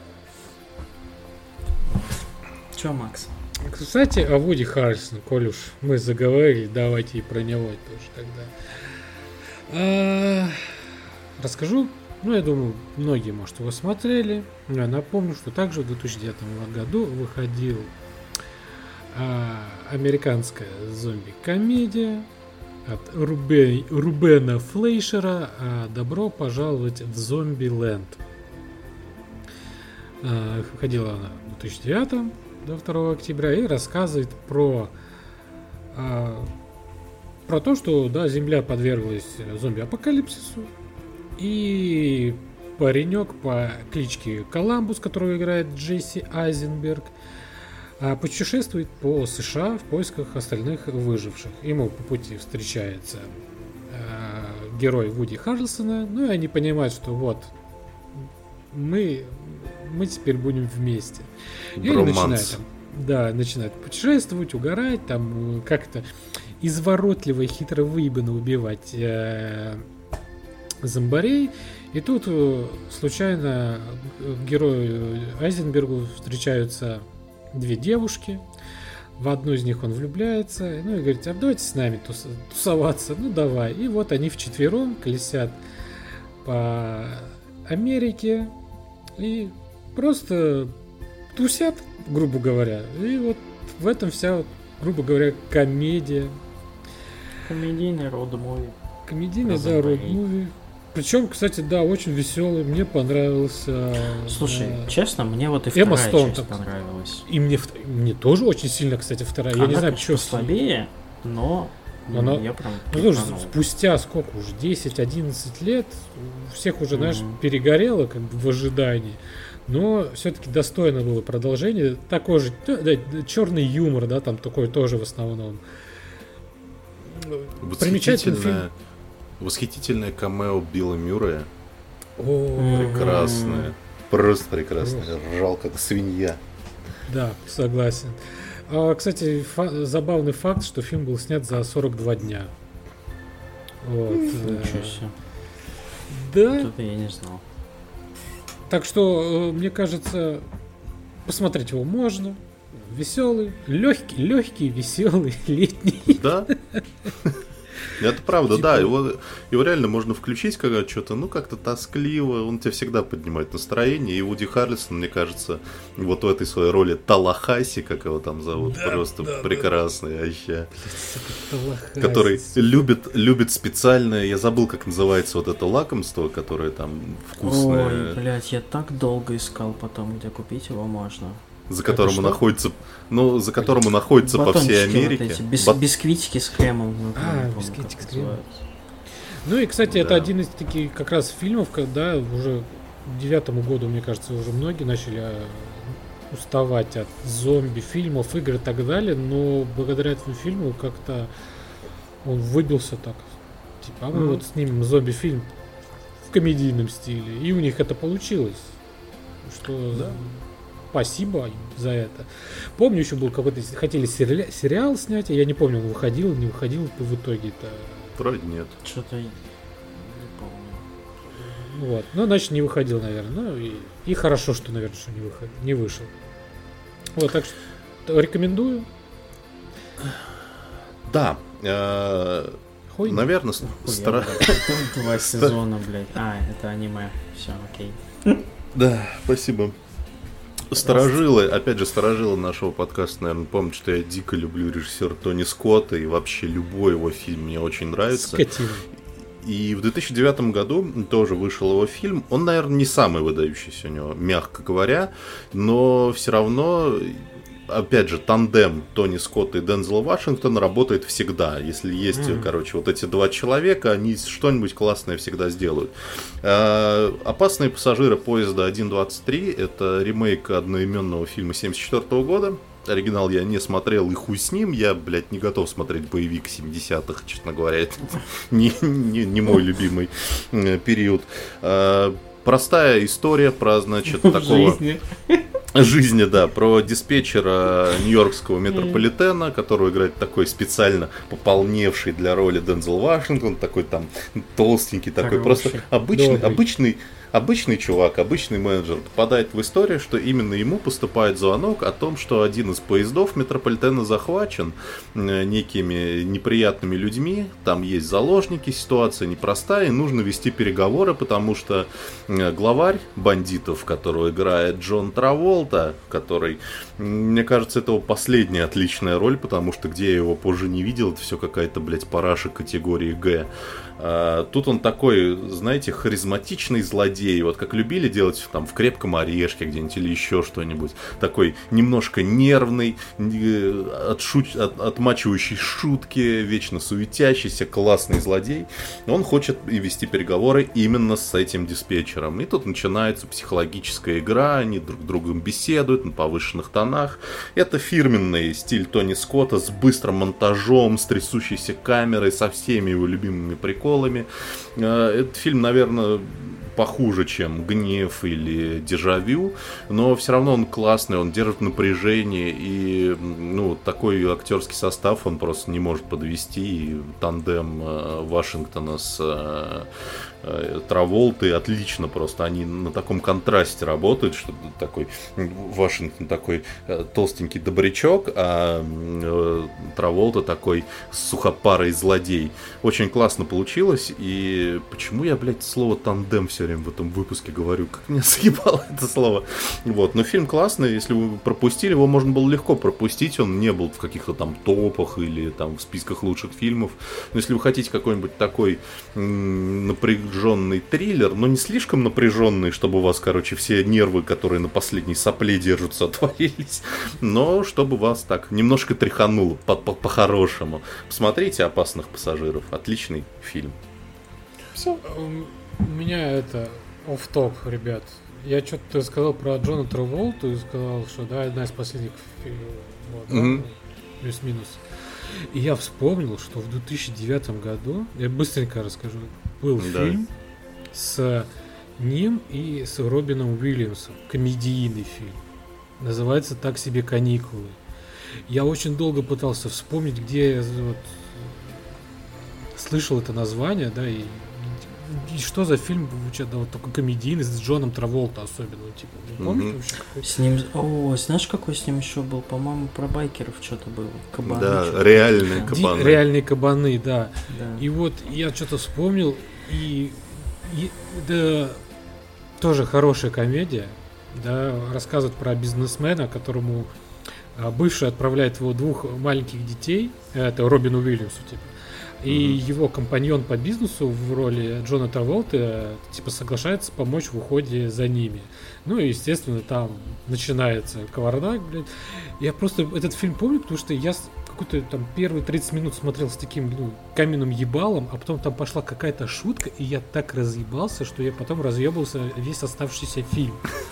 Чё, Макс? Кстати, о Вуди Харрельсоне, коль уж мы заговорили, давайте и про него тоже тогда. А, расскажу, ну, я думаю, многие, может, его смотрели. Я напомню, что также в две тысячи девятом году выходил а, американская зомби-комедия от Рубе, Рубена Флейшера а, «Добро пожаловать в Зомби-ленд». А, выходила она в две тысячи девятом до второго октября и рассказывает про а, про то, что, да, Земля подверглась зомби-апокалипсису, и паренек по кличке Коламбус, которого играет Джесси Айзенберг, а, путешествует по США в поисках остальных выживших. Ему по пути встречается а, герой Вуди Харрельсона, ну и они понимают, что вот мы мы теперь будем вместе. И они начинают, там, да, начинают путешествовать, угорать, там как-то изворотливо и хитро выебано убивать э, зомбарей. И тут э, случайно герою Айзенбергу встречаются две девушки. В одну из них он влюбляется, ну и говорит: а давайте с нами тус- тусоваться, ну давай. И вот они вчетвером колесят по Америке и просто тусят, грубо говоря. И вот в этом вся, грубо говоря, комедия. Комедийный роуд-муви. Комедийный, да, роуд-муви. Причем, кстати, да, очень веселый. Мне понравился. Слушай, да, честно, мне вот и Эмма вторая Стоун часть так, понравилась. И мне, мне тоже очень сильно, кстати, вторая. Я Она, не знаю, конечно, что слабее, но Она... я прям... Ну, слушай, спустя сколько уже, десять-одиннадцать лет, у всех уже, знаешь, Mm-hmm. перегорело как бы в ожидании. Но все-таки достойно было продолжение. Такой же, да, черный юмор, да, там такой тоже в основном. Примечательный фильм. Восхитительное камео Билла Мюррея. О, Прекрасное. Просто прекрасное. Ржал как свинья. Да, согласен. А, кстати, фа- забавный факт, что фильм был снят за сорок два дня. Вот. Ничего себе. Да. Тут я не знал. Так что, мне кажется, посмотреть его можно. Веселый, легкий, легкий, веселый, летний. Да. Это правда, типа... да, его, его реально можно включить, когда что-то, ну, как-то тоскливо, он тебе всегда поднимает настроение, и Вуди Харрельсон, мне кажется, вот в этой своей роли Талахаси, как его там зовут, да, просто да, прекрасный да. вообще, который любит, любит специальное, я забыл, как называется вот это лакомство, которое там вкусное. Ой, блядь, я так долго искал потом, где купить его можно. За которым находится, ну, за которым находится по всей Америке. Вот эти, бис- Бат... бисквитики с кремом. Ну, а, бисквитики с кремом. Ну и, кстати, да. это один из таких как раз фильмов, когда уже к девятому году, мне кажется, уже многие начали уставать от зомби-фильмов, игр и так далее, но благодаря этому фильму как-то он выбился так. Типа, а мы mm-hmm. вот снимем зомби-фильм в комедийном стиле, и у них это получилось. Что... Да. Спасибо за это. Помню, еще был какой-то... Хотели сери... сериал снять, а я не помню, он выходил, не выходил в итоге-то. Вроде нет. Что-то не помню. Вот. Ну, значит, не выходил, наверное. Ну, и, и хорошо, что, наверное, что не, выход... не вышел. Вот, так что рекомендую. Да. Хуй наверное, стара... Два сезона, блядь. А, это аниме. Все, окей. Да, спасибо. Старожилы, опять же, старожилы нашего подкаста, наверное, помнят, что я дико люблю режиссера Тони Скотта, и вообще любой его фильм мне очень нравится. Скотина. И в две тысячи девятом году тоже вышел его фильм. Он, наверное, не самый выдающийся у него, мягко говоря, но все равно... Опять же, тандем Тони Скотта и Дензела Вашингтона работает всегда. Если есть, mm-hmm. короче, вот эти два человека, они что-нибудь классное всегда сделают. «Опасные пассажиры поезда один двадцать три» — это ремейк одноименного фильма семьдесят четвёртого года. Оригинал я не смотрел, и хуй с ним. Я, блядь, не готов смотреть боевик семидесятых, честно говоря. Это не, не, не мой любимый период. Простая история про, значит, такого... Жизни. Жизни, да, про диспетчера нью-йоркского метрополитена, которого играет такой специально пополневший для роли Дензел Вашингтон, такой там толстенький, такой Хороший. Просто обычный, обычный, обычный чувак, обычный менеджер попадает в историю, что именно ему поступает звонок о том, что один из поездов метрополитена захвачен некими неприятными людьми, там есть заложники, ситуация непростая, и нужно вести переговоры, потому что главарь бандитов, которого играет Джон Траволта, который, мне кажется, это его последняя отличная роль, потому что где я его позже не видел, это все какая-то, блядь, параша категории Г. А, тут он такой, знаете, харизматичный злодей, вот как любили делать там в «Крепком орешке» где-нибудь или еще что-нибудь, такой немножко нервный, отшуч... от... отмачивающий шутки, вечно суетящийся, классный злодей. Он хочет вести переговоры именно с этим диспетчером. И тут начинается психологическая игра, они друг с другом беседуют на повышенных тонах. Это фирменный стиль Тони Скотта с быстрым монтажом, с трясущейся камерой, со всеми его любимыми приколами. Этот фильм, наверное, похуже, чем «Гнев» или «Дежавю», но все равно он классный, он держит напряжение, и ну, такой актерский состав он просто не может подвести. И тандем Вашингтона с Траволты отлично просто, они на таком контрасте работают, что такой Вашингтон такой толстенький добрячок, а Траволта такой сухопарый злодей. Очень классно получилось, и почему я, блядь, слово тандем все время в этом выпуске говорю, как меня съебало это слово. Вот, но фильм классный, если вы пропустили, его можно было легко пропустить, он не был в каких-то там топах или там в списках лучших фильмов, но если вы хотите какой-нибудь такой м- напряженный триллер, но не слишком напряженный, чтобы у вас, короче, все нервы, которые на последней сопле держатся, отвалились, но чтобы вас так немножко тряхануло по-хорошему. Посмотрите «Опасных пассажиров», отличный фильм. Все. У меня это офф-топ, ребят. Я что-то сказал про Джона Траволту и сказал, что да, одна из последних фильмов, вот, mm-hmm. да, плюс-минус. И я вспомнил, что в две тысячи девятом году, я быстренько расскажу, был да. фильм с ним и с Робином Уильямсом, комедийный фильм. Называется «Так себе каникулы». Я очень долго пытался вспомнить, где я вот слышал это название, да, и и что за фильм, да, вот такой комедийный, с Джоном Траволта особенно, типа, не помнишь mm-hmm. вообще какой? С ним, о, знаешь, какой с ним еще был? По-моему, про байкеров что-то было. Кабаны. Да, реальные да. кабаны. Ди- реальные кабаны, да. да. И вот я что-то вспомнил, и, и да, тоже хорошая комедия, да, рассказывает про бизнесмена, которому а, бывший отправляет его двух маленьких детей, это Робину Уильямсу, типа. И mm-hmm. его компаньон по бизнесу в роли Джона Траволты типа соглашается помочь в уходе за ними. Ну и, естественно, там начинается кавардак, блядь. Я просто этот фильм помню, потому что я какой-то там первые тридцать минут смотрел с таким, ну, каменным ебалом, а потом там пошла какая-то шутка, и я так разъебался, что я потом разъебался весь оставшийся фильм.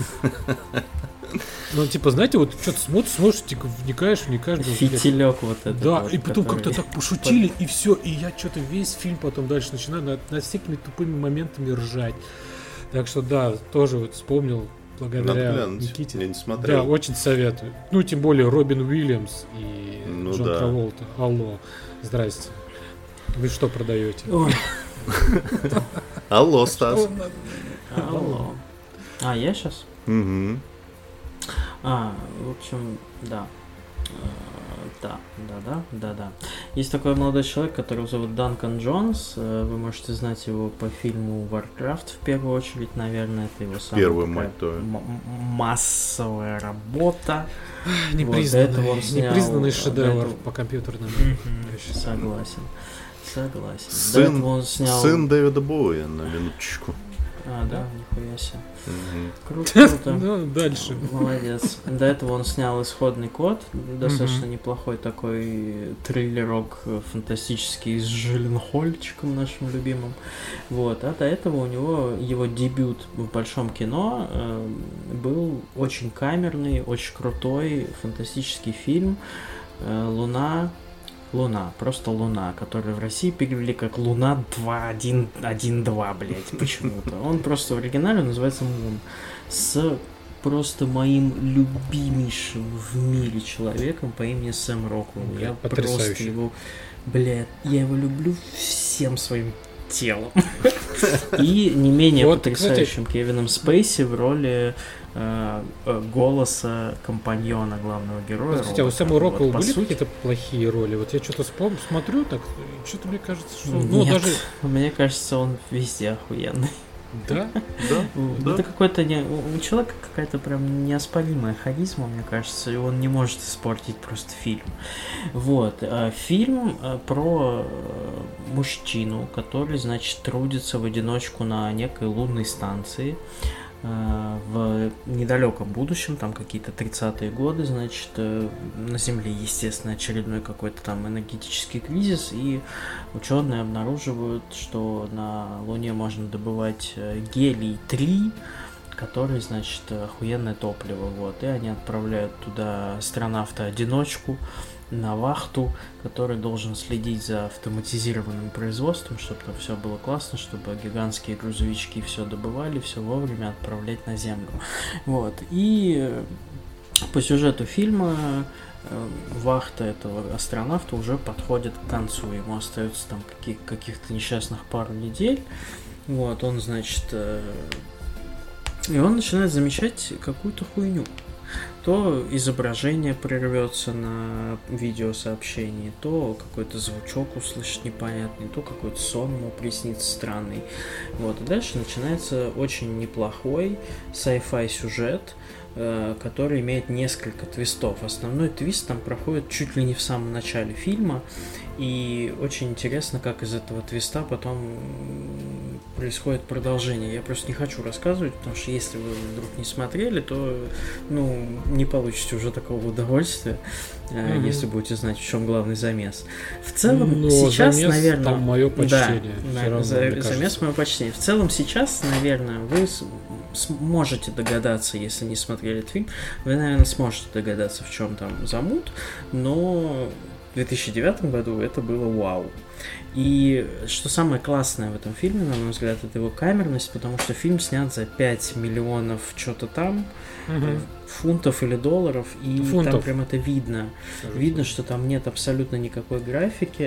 Ну, типа, знаете, вот что-то смотришь, смотришь, типа, вникаешь, вникаешь. Фитилек вот этот. Да, вот, и потом который... как-то так пошутили, и все, и я что-то весь фильм потом дальше начинаю над, над всякими тупыми моментами ржать. Так что, да, тоже вот вспомнил благодаря Никите. Я не смотрел. Да, очень советую. Ну, тем более Робин Уильямс и ну, Джон да. Траволта. Алло, здрасте. Вы что продаете? Алло, Стас. Алло. А, я сейчас? Угу. А, в общем, да. Да, да, да, да, да. Есть такой молодой человек, которого зовут Данкан Джонс. Вы можете знать его по фильму Warcraft в первую очередь, наверное. Это его самая Первую, мать твою. м- массовая работа. Непризнанный, вот, снял, непризнанный шедевр этого... по компьютерному. Mm-hmm. Согласен. Согласен. Сын, он снял... сын Дэвида Боуи, на минуточку. А, да, нихуя себе. Mm-hmm. Круто, круто. Ну, дальше. Молодец. До этого он снял «Исходный код», достаточно mm-hmm. неплохой такой триллерок фантастический с Джилленхольчиком нашим любимым. Вот. А до этого у него его дебют в большом кино э, был очень камерный, очень крутой фантастический фильм э, «Луна». Луна, просто Луна, который в России перевели как Луна два один один два, блять, почему-то. Он просто в оригинале называется Мун. С просто моим любимейшим в мире человеком по имени Сэм Роквелл. Я Потрясающе. Просто его, блядь, я его люблю всем своим телом. И не менее вот, потрясающим кстати... Кевином Спейси в роли э, голоса компаньона главного героя. Кстати, а у Сэма Роквелла вот, были сути... какие-то плохие роли? Вот я что-то вспомню, смотрю, так что-то мне кажется, что... Нет, ну, даже... мне кажется, он везде охуенный. Да? Да? Это какой-то... Не... У человека какая-то прям неоспоримая харизма, мне кажется, и он не может испортить просто фильм. Вот. Фильм про мужчину, который, значит, трудится в одиночку на некой лунной станции в недалеком будущем, там какие-то тридцатые годы, значит, на Земле, естественно, очередной какой-то там энергетический кризис, и ученые обнаруживают, что на Луне можно добывать гелий три, который, значит, охуенное топливо, вот, и они отправляют туда астронавта-одиночку на вахту, который должен следить за автоматизированным производством, чтобы там все было классно, чтобы гигантские грузовички все добывали, все вовремя отправлять на Землю. Вот. И по сюжету фильма вахта этого астронавта уже подходит к концу. Ему остается там каких- каких-то несчастных пару недель. Вот, он, значит... И он начинает замечать какую-то хуйню. То изображение прервется на видеосообщении, то какой-то звучок услышит непонятный, то какой-то сон ему приснится странный. Вот. И дальше начинается очень неплохой sci-fi сюжет, э, который имеет несколько твистов. Основной твист там проходит чуть ли не в самом начале фильма, и очень интересно, как из этого твиста потом происходит продолжение. Я просто не хочу рассказывать, потому что если вы вдруг не смотрели, то ну, не получите уже такого удовольствия, mm-hmm. если будете знать, в чем главный замес. В целом, но сейчас, замес, наверное... Там мое почтение. Да, равно, за, замес мое почтение. В целом, сейчас, наверное, вы сможете догадаться, если не смотрели этот фильм, вы, наверное, сможете догадаться, в чем там замут, но в две тысячи девятом году это было вау. И что самое классное в этом фильме, на мой взгляд, это его камерность, потому что фильм снят за пять миллионов что-то там, угу. фунтов или долларов, и фунтов. Там прям это видно. Скажите. Видно, что там нет абсолютно никакой графики,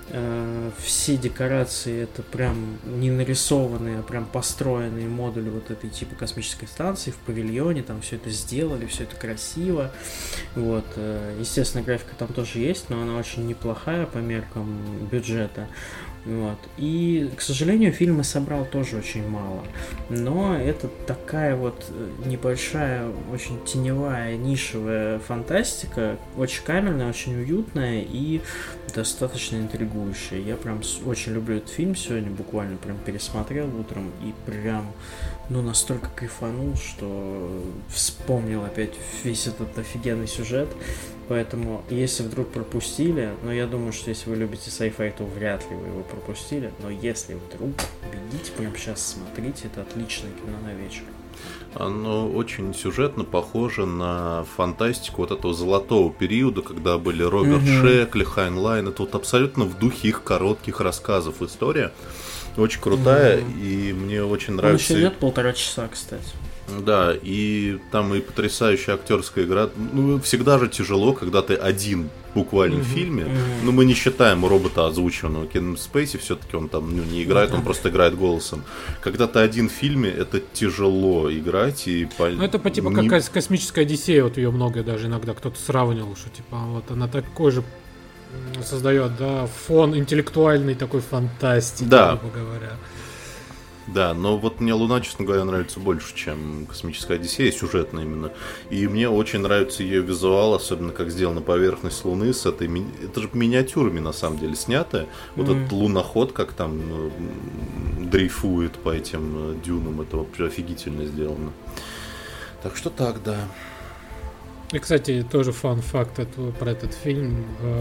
Э, все декорации это прям не нарисованные, а прям построенные модули вот этой типа космической станции в павильоне, там все это сделали, все это красиво. Вот. Э, естественно, графика там тоже есть, но она очень неплохая по меркам бюджета. Вот. И, к сожалению, фильма собрал тоже очень мало. Но это такая вот небольшая, очень теневая, нишевая фантастика, очень камерная, очень уютная и достаточно интригующая. Я прям очень люблю этот фильм сегодня, буквально прям пересмотрел утром и прям, ну, настолько кайфанул, что вспомнил опять весь этот офигенный сюжет. Поэтому, если вдруг пропустили, но я думаю, что если вы любите sci-fi, то вряд ли вы его пропустили, но если вдруг, бегите прямо сейчас, смотрите, это отличное кино на вечер. Оно очень сюжетно похоже на фантастику вот этого золотого периода, когда были Роберт mm-hmm. Шекли, Хайнлайн. Это вот абсолютно в духе их коротких рассказов история. Очень крутая, mm-hmm. и мне очень нравится... Он еще идет полтора часа, кстати. Да, и там и потрясающая актерская игра. Ну, всегда же тяжело, когда ты один буквально mm-hmm. в фильме. Mm-hmm. Но мы не считаем робота озвученного. Кевин Спейси все-таки он там ну, не играет, mm-hmm. он просто играет голосом. Когда ты один в фильме, это тяжело играть. И по... Ну, это по типу не... как космическая Одиссея, вот ее много даже иногда кто-то сравнивал, что типа вот она такой же создает, да, фон интеллектуальной такой фантастики, да. грубо говоря. Да, но вот мне «Луна», честно говоря, нравится больше, чем «Космическая Одиссея», сюжетно именно. И мне очень нравится ее визуал, особенно как сделана поверхность Луны с этой... Ми... Это же миниатюрами, на самом деле, снятая. Вот mm-hmm. этот луноход, как там дрейфует по этим дюнам, это вообще офигительно сделано. Так что так, да. И, кстати, тоже фан-факт про этот фильм...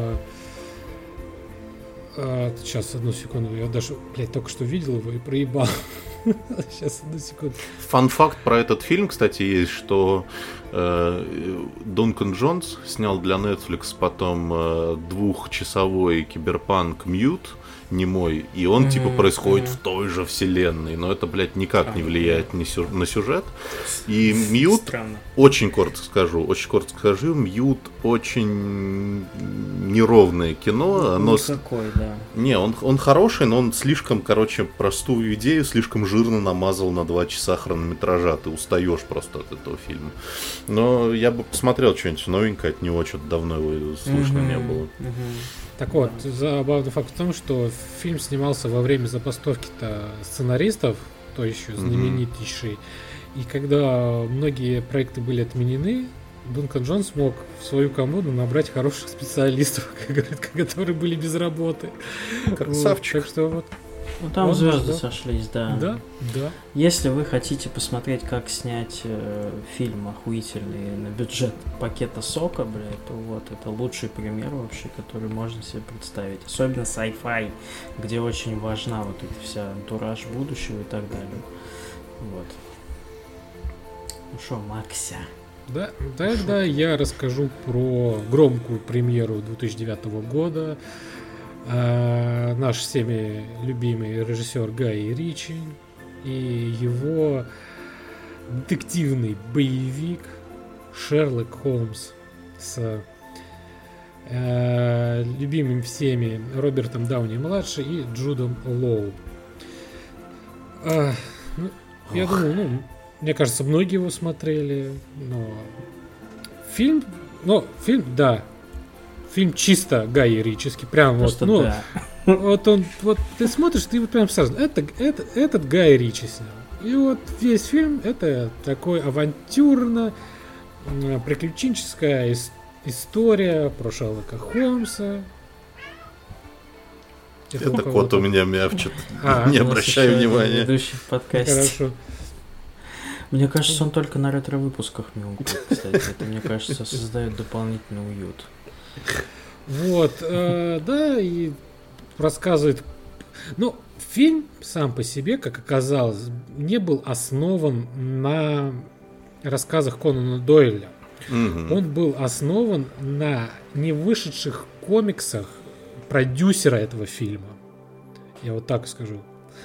Сейчас, одну секунду, я даже, блядь, только что видел его и проебал. Сейчас, одну секунду. Фан-факт про этот фильм, кстати, есть, что э, Дункан Джонс снял для Netflix потом э, двухчасовой киберпанк «Мьют», немой, и он, mm-hmm, типа, происходит mm-hmm. в той же вселенной, но это, блядь, никак ah, не влияет mm-hmm. сю- на сюжет. И «Мьют», Странно. очень коротко скажу, очень коротко скажу, «Мьют» очень неровное кино. Оно Никакой, с... да. Не, он, он хороший, но он слишком, короче, простую идею слишком жирно намазал на два часа хронометража. Ты устаешь просто от этого фильма. Но я бы посмотрел что-нибудь новенькое от него, что-то давно его слышно mm-hmm. не было. Mm-hmm. Так вот, забавный факт в том, что фильм снимался во время забастовки-то сценаристов, то еще знаменитейший. Mm-hmm. И когда многие проекты были отменены, Дункан Джонс смог в свою команду набрать хороших специалистов, как говорят, которые были без работы. Красавчик. Вот, так что вот. Ну там он звезды да. сошлись, да. Да, да. Если вы хотите посмотреть, как снять э, фильм охуительный на бюджет пакета сока, блядь, то вот это лучший пример вообще, который можно себе представить. Особенно sci-fi, где очень важна вот эта вся антураж будущего и так далее. Вот. Ну что, Макся? Да, тогда я расскажу про громкую премьеру две тысячи девятого года. А, наш всеми любимый режиссер Гай Ричи и его детективный боевик Шерлок Холмс с а, любимым всеми Робертом Дауни-младший и Джудом Лоу. А, ну, я думаю, ну, мне кажется, многие его смотрели, но фильм, ну, фильм, да, фильм чисто гайерический, прям просто вот, ну, да. вот он, вот ты смотришь, ты вот прям сразу, это, это, этот Гай Ричи снял. И вот весь фильм это такой авантюрно-приключенческая ис- история про Шерлока Холмса. Это, это кот у меня мявчит, а, не обращай внимания. Ведущий в подкасте. Хорошо. Мне кажется, он только на ретро-выпусках мяукает, кстати. Это, мне кажется, создает дополнительный уют. Вот, э, да, и рассказывает... Ну, фильм сам по себе, как оказалось, не был основан на рассказах Конана Дойля. Mm-hmm. Он был основан на невышедших комиксах продюсера этого фильма. Я вот так скажу.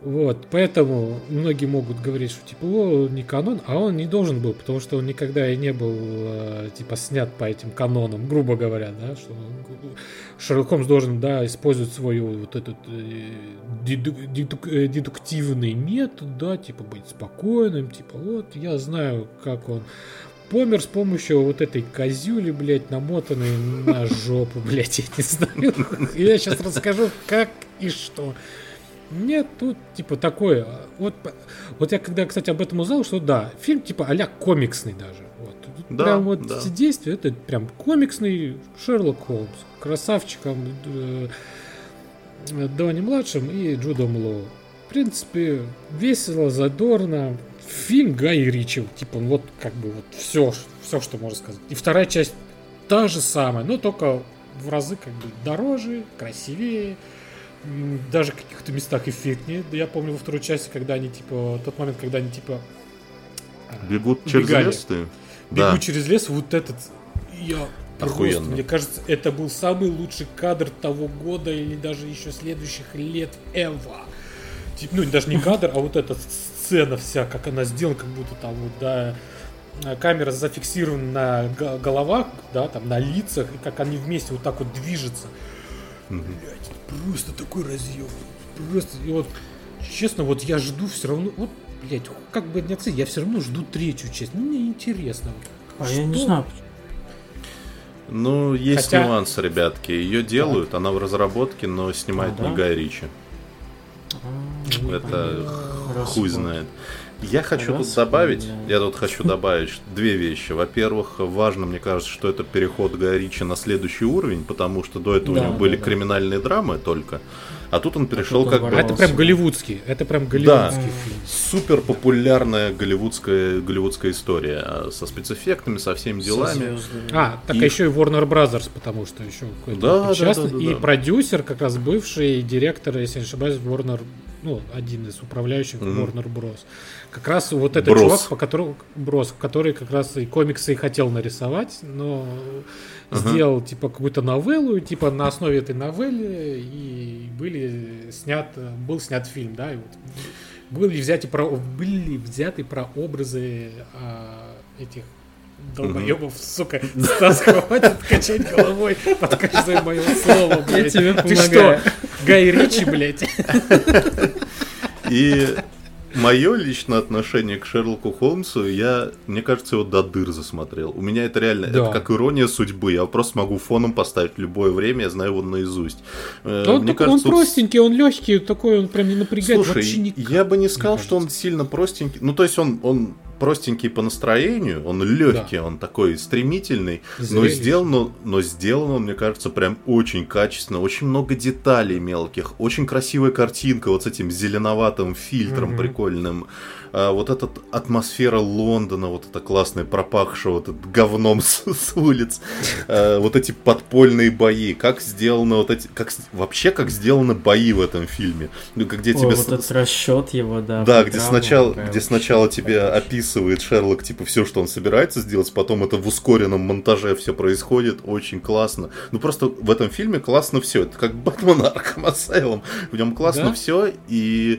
Вот, поэтому многие могут говорить, что типа, о, не канон, а он не должен был, потому что он никогда и не был э, типа снят по этим канонам, грубо говоря, да, что Шерлок Холмс должен, да, использовать свой вот этот э, деду, дедук, э, дедуктивный метод, да, типа быть спокойным, типа, вот, я знаю, как он помер с помощью вот этой козюли, блядь, намотанной на жопу, блядь, я не знаю, я сейчас расскажу, как и что. Нет, тут типа такое. Вот, вот я когда, кстати, об этом узнал, что да, фильм типа а-ля комиксный даже. Вот. Да, прям вот да. все действия, это прям комиксный Шерлок Холмс. Красавчиком э, Донни младшим и Джудом Лоу. В принципе, весело, задорно. Фильм Гай Ричи. Типа, вот как бы вот все, все, что можно сказать. И вторая часть та же самая, но только в разы как бы дороже, красивее. Даже в каких-то местах эффектнее. Я помню во второй части, когда они, типа, тот момент, когда они, типа, бегут через убегали. лес, ты? Бегут Да. через лес, вот этот, я Охуенно. просто, мне кажется, это был самый лучший кадр того года или даже еще следующих лет ever. Типа, ну, даже не кадр, а вот эта сцена вся, как она сделана, как будто там вот, да, камера зафиксирована на головах, да, там, на лицах, и как они вместе вот так вот движутся. Блять, просто такой разъем. Просто, и вот, честно, вот я жду все равно, вот, блять, как бы не отцы, я все равно жду третью часть. Ну, мне интересно. А Что? я не знаю. Ну, есть Хотя- нюансы, ребятки. Ее делают, она в разработке, но снимает А, не да? Гай Ричи. А, Это Раз хуй вот. знает. Я хочу Раз тут добавить, вот. я тут хочу добавить две вещи. Во-первых, важно, мне кажется, что это переход Гая Ричи на следующий уровень, потому что до этого Да, у него были да, да. криминальные драмы только, а тут он перешел тут он как бы... ворвался. Это прям голливудский. Это прям голливудский фильм. Супер популярная голливудская, голливудская история со спецэффектами, со всеми Со делами. звездами. А, так И- еще и Warner Brothers, потому что еще какой-то Да, причастный. да, да, да, И да. продюсер, как раз бывший директор, если не ошибаюсь, Warner, ну, один из управляющих Мгм. Warner Bros. Как раз вот этот Брос. чувак, по которому Брос, который как раз и комиксы и хотел нарисовать, но Ага. сделал типа какую-то новеллу, типа на основе этой новеллы и были снят, был снят фильм, да, и вот были взяты про, были взяты прообразы а, этих долбоебов, сука, Стас, хватит качать головой под каждое мое слово, блядь. тебе Ты помогаю. что, Гай Ричи, блядь? И мое личное отношение к Шерлоку Холмсу, я, мне кажется, его до дыр засмотрел. У меня это реально, Да. это как ирония судьбы. Я просто могу фоном поставить в любое время, я знаю его наизусть. Э, Да он, мне такой, кажется, он тут- простенький, он легкий, такой, он прям не напрягает Слушай, вообще никак. я бы не сказал, мне что он сильно простенький. Ну, то есть он, он простенький по настроению, он легкий, он такой стремительный, но Зрелищный. сделан, но сделан он, мне кажется, прям очень качественно, очень много деталей мелких, очень красивая картинка вот с этим зеленоватым фильтром Мгм. прикольным. А, вот эта атмосфера Лондона, вот это классное, пропахшее вот это говном с, с улиц, А, вот эти подпольные бои, как сделано вот эти, как с- вообще как сделаны бои в этом фильме, ну, где Ой, тебе вот с- этот расчет его, да. да, программа где сначала, такая где вообще. сначала тебе описывает Шерлок, типа, все, что он собирается сделать, потом это в ускоренном монтаже все происходит, очень классно. Ну, просто в этом фильме классно все. Это как Бэтмен Арkham Asylum. В нем классно Да? все, и...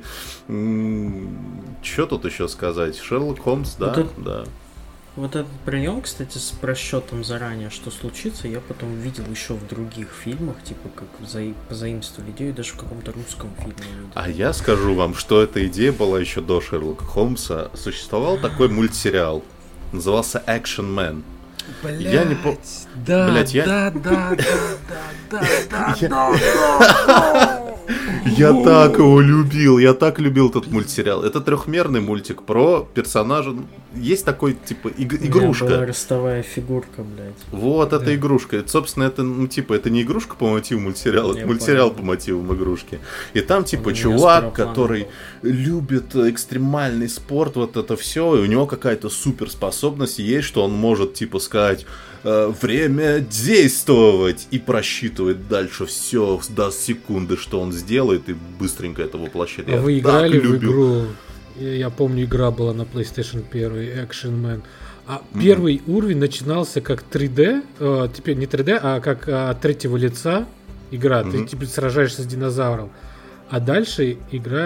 Что тут еще сказать? Шерлок Холмс, да, Вот это- да. Вот этот прием, кстати, с просчетом заранее, что случится, я потом видел еще в других фильмах, типа как взаи- позаимствовали идею, даже в каком-то русском фильме видел. А я скажу вам, что эта идея была еще до Шерлока Холмса. Существовал такой мультсериал. Назывался Action Man. Я не по- Да, Блядь, я- да, да, да, да, да, Я- да, да. Я так его любил, я так любил этот мультсериал. Это трехмерный мультик про персонажа. Есть такой, типа, иг- У меня игрушка. была ростовая фигурка, блядь. Вот Да. эта игрушка. Это, собственно, это, ну, типа, это не игрушка по мотиву мультсериала, это Я мультсериал понял. по мотивам игрушки. И там, типа, Он у меня чувак, староплановый. который любит экстремальный спорт, вот это все, и у него какая-то суперспособность есть, что он может, типа, сказать: «Э, время действовать, и просчитывает дальше все до секунды, что он сделает, и быстренько это воплощает. А Я вы так играли в любил. игру? Я я помню, игра была на PlayStation один, Action Man. А первый уровень начинался как три дэ, э, теперь не три дэ, а как а, от третьего лица игра. Ты Мгм. типа сражаешься с динозавром. А дальше игра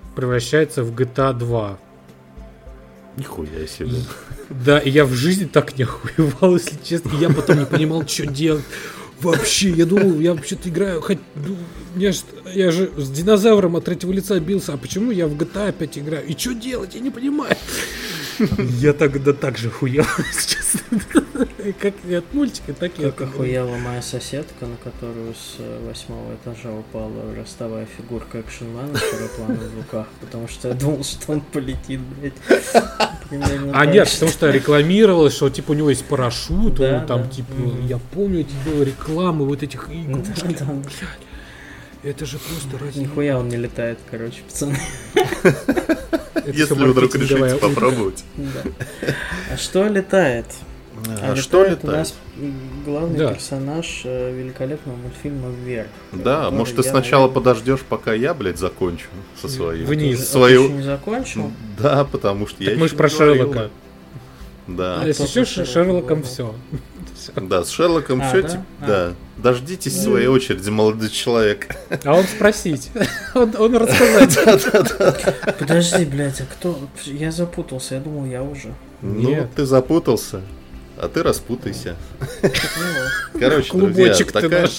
превращается в джи ти эй два. Нихуя себе. Да, и я в жизни так не охуевал, если честно. И я потом не понимал, что делать. Вообще, я думал, я вообще-то играю, хоть, ну, я, ж, я же с динозавром от третьего лица бился, а почему я в джи ти эй опять играю? И что делать, я не понимаю. Я тогда так же хуел, честно. Как и от мультика, так и от... Как охуела моя соседка, на которую с восьмого этажа упала ростовая фигурка экшенмена с парапланом в руках, потому что я думал, что он полетит, блядь. А нет, потому что рекламировалось, что типа у него есть парашют, да, там да. типа, Mm-hmm. я помню эти было рекламы вот этих игр. Да, да. Это же просто ради... Нихуя он не летает, короче, пацаны. Если вы вдруг решите попробовать. Да. А что летает? А, а что летает? летает? У нас главный да. персонаж великолепного мультфильма «Вверх». Да, может ты сначала я... подождешь, пока я, блядь, закончу со своим. Вниз. А Свою... ты еще не закончил? Да, потому что так я мы же про Шерлока. Да. А если что, с Шерлоком все. Да, с Шерлоком а, все, да? типа, А. да. Дождитесь mm. своей очереди, молодой человек. А он спросить. он, он рассказать. Подожди, блядь, а кто? Я запутался, я думал, я уже. Ну, ты запутался, а ты распутайся. Короче, друзья, такая...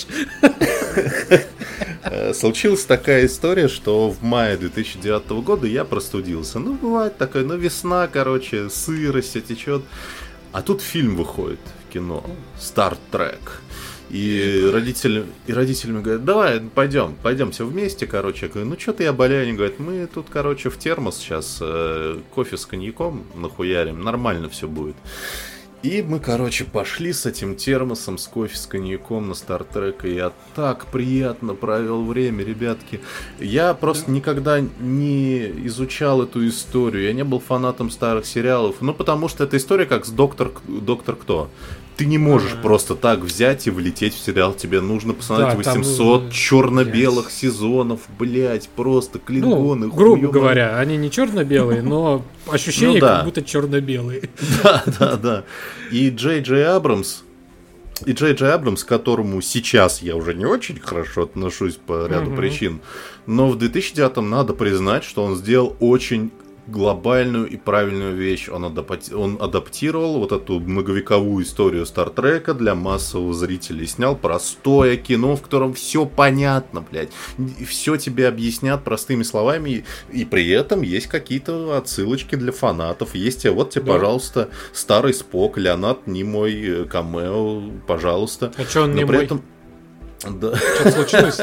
Случилась такая история, что в мае две тысячи девятого года я простудился. Ну, бывает такое, ну, весна, короче, сырость, все течет. А тут фильм выходит в кино, Star Trek. И родители, и родители мне говорят, давай, пойдем, пойдем все вместе, короче. Я говорю, ну что-то я болею. Они говорят, мы тут, короче, в термос сейчас э, кофе с коньяком нахуярим, нормально все будет. И мы, короче, пошли с этим термосом, с кофе, с коньяком на Star Trek, и я так приятно провел время, ребятки. Я просто да. никогда не изучал эту историю, я не был фанатом старых сериалов, ну, потому что эта история как с Доктор, Доктор Кто. Ты не можешь А-а-а. просто так взять и влететь в сериал, тебе нужно посмотреть да, восемьсот там... черно-белых yes. сезонов, блять, просто клингоны. Ну, грубо хуёвые. Говоря, они не черно-белые, но ощущение, ну, да. как будто черно-белые. Да, да, да. И Джей Джей Абрамс, и Джей Джей Абрамс, к которому сейчас я уже не очень хорошо отношусь по ряду причин, но в две тысячи девятом надо признать, что он сделал очень глобальную и правильную вещь. Он, адап- он адаптировал вот эту многовековую историю Стартрека для массового зрителя и снял простое кино, в котором все понятно, блядь. Все тебе объяснят простыми словами, и, и при этом есть какие-то отсылочки для фанатов. Есть, вот тебе, да. пожалуйста, старый Спок, Леонард Нимой, камео, пожалуйста. А что он Но Нимой? при этом... Да. Что случилось?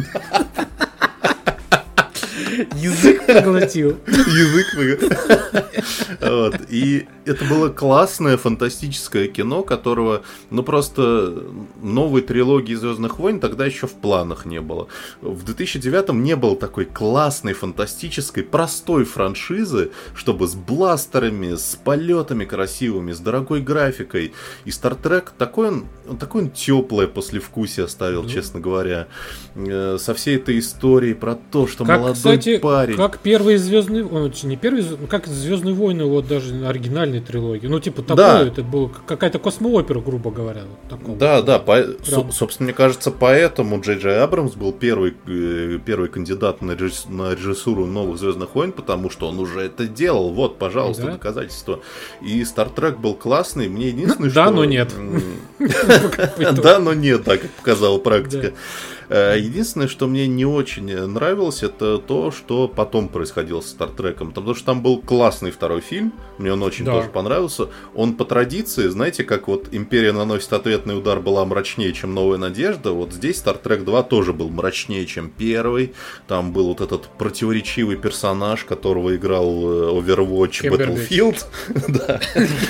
Язык проглотил. Язык проглотил. Вот. И это было классное, фантастическое кино, которого, ну, просто новой трилогии «Звездных войн» тогда еще в планах не было. В две тысячи девятом не было такой классной, фантастической, простой франшизы, чтобы с бластерами, с полетами красивыми, с дорогой графикой. И Star Trek такой он, он такой он теплое послевкусие оставил, mm-hmm. честно говоря. Со всей этой историей про то, что как, молодой кстати, парень... как первые «Звездные войны», не первые, как «Звездные войны», вот даже оригинальной трилогии. Ну, типа, такое, да. это была какая-то космоопера, грубо говоря. Вот да, да, по... Со- собственно, мне кажется, поэтому Джей Джей Абрамс был первый, э, первый кандидат на, режисс... на режиссуру новых «Звездных войн», потому что он уже это делал. Вот, пожалуйста, да? доказательство. И Star Trek был классный. Мне единственное, что... Да, но нет. Да, но нет, так как показала практика. Единственное, что мне не очень нравилось, это то, что потом происходило с Стартреком. Потому что там был классный второй фильм, мне он очень да. тоже понравился. Он по традиции, знаете, как вот «Империя наносит ответный удар» была мрачнее, чем «Новая надежда», вот здесь Star Trek два тоже был мрачнее, чем первый. Там был вот этот противоречивый персонаж, которого играл Overwatch Battlefield. Да.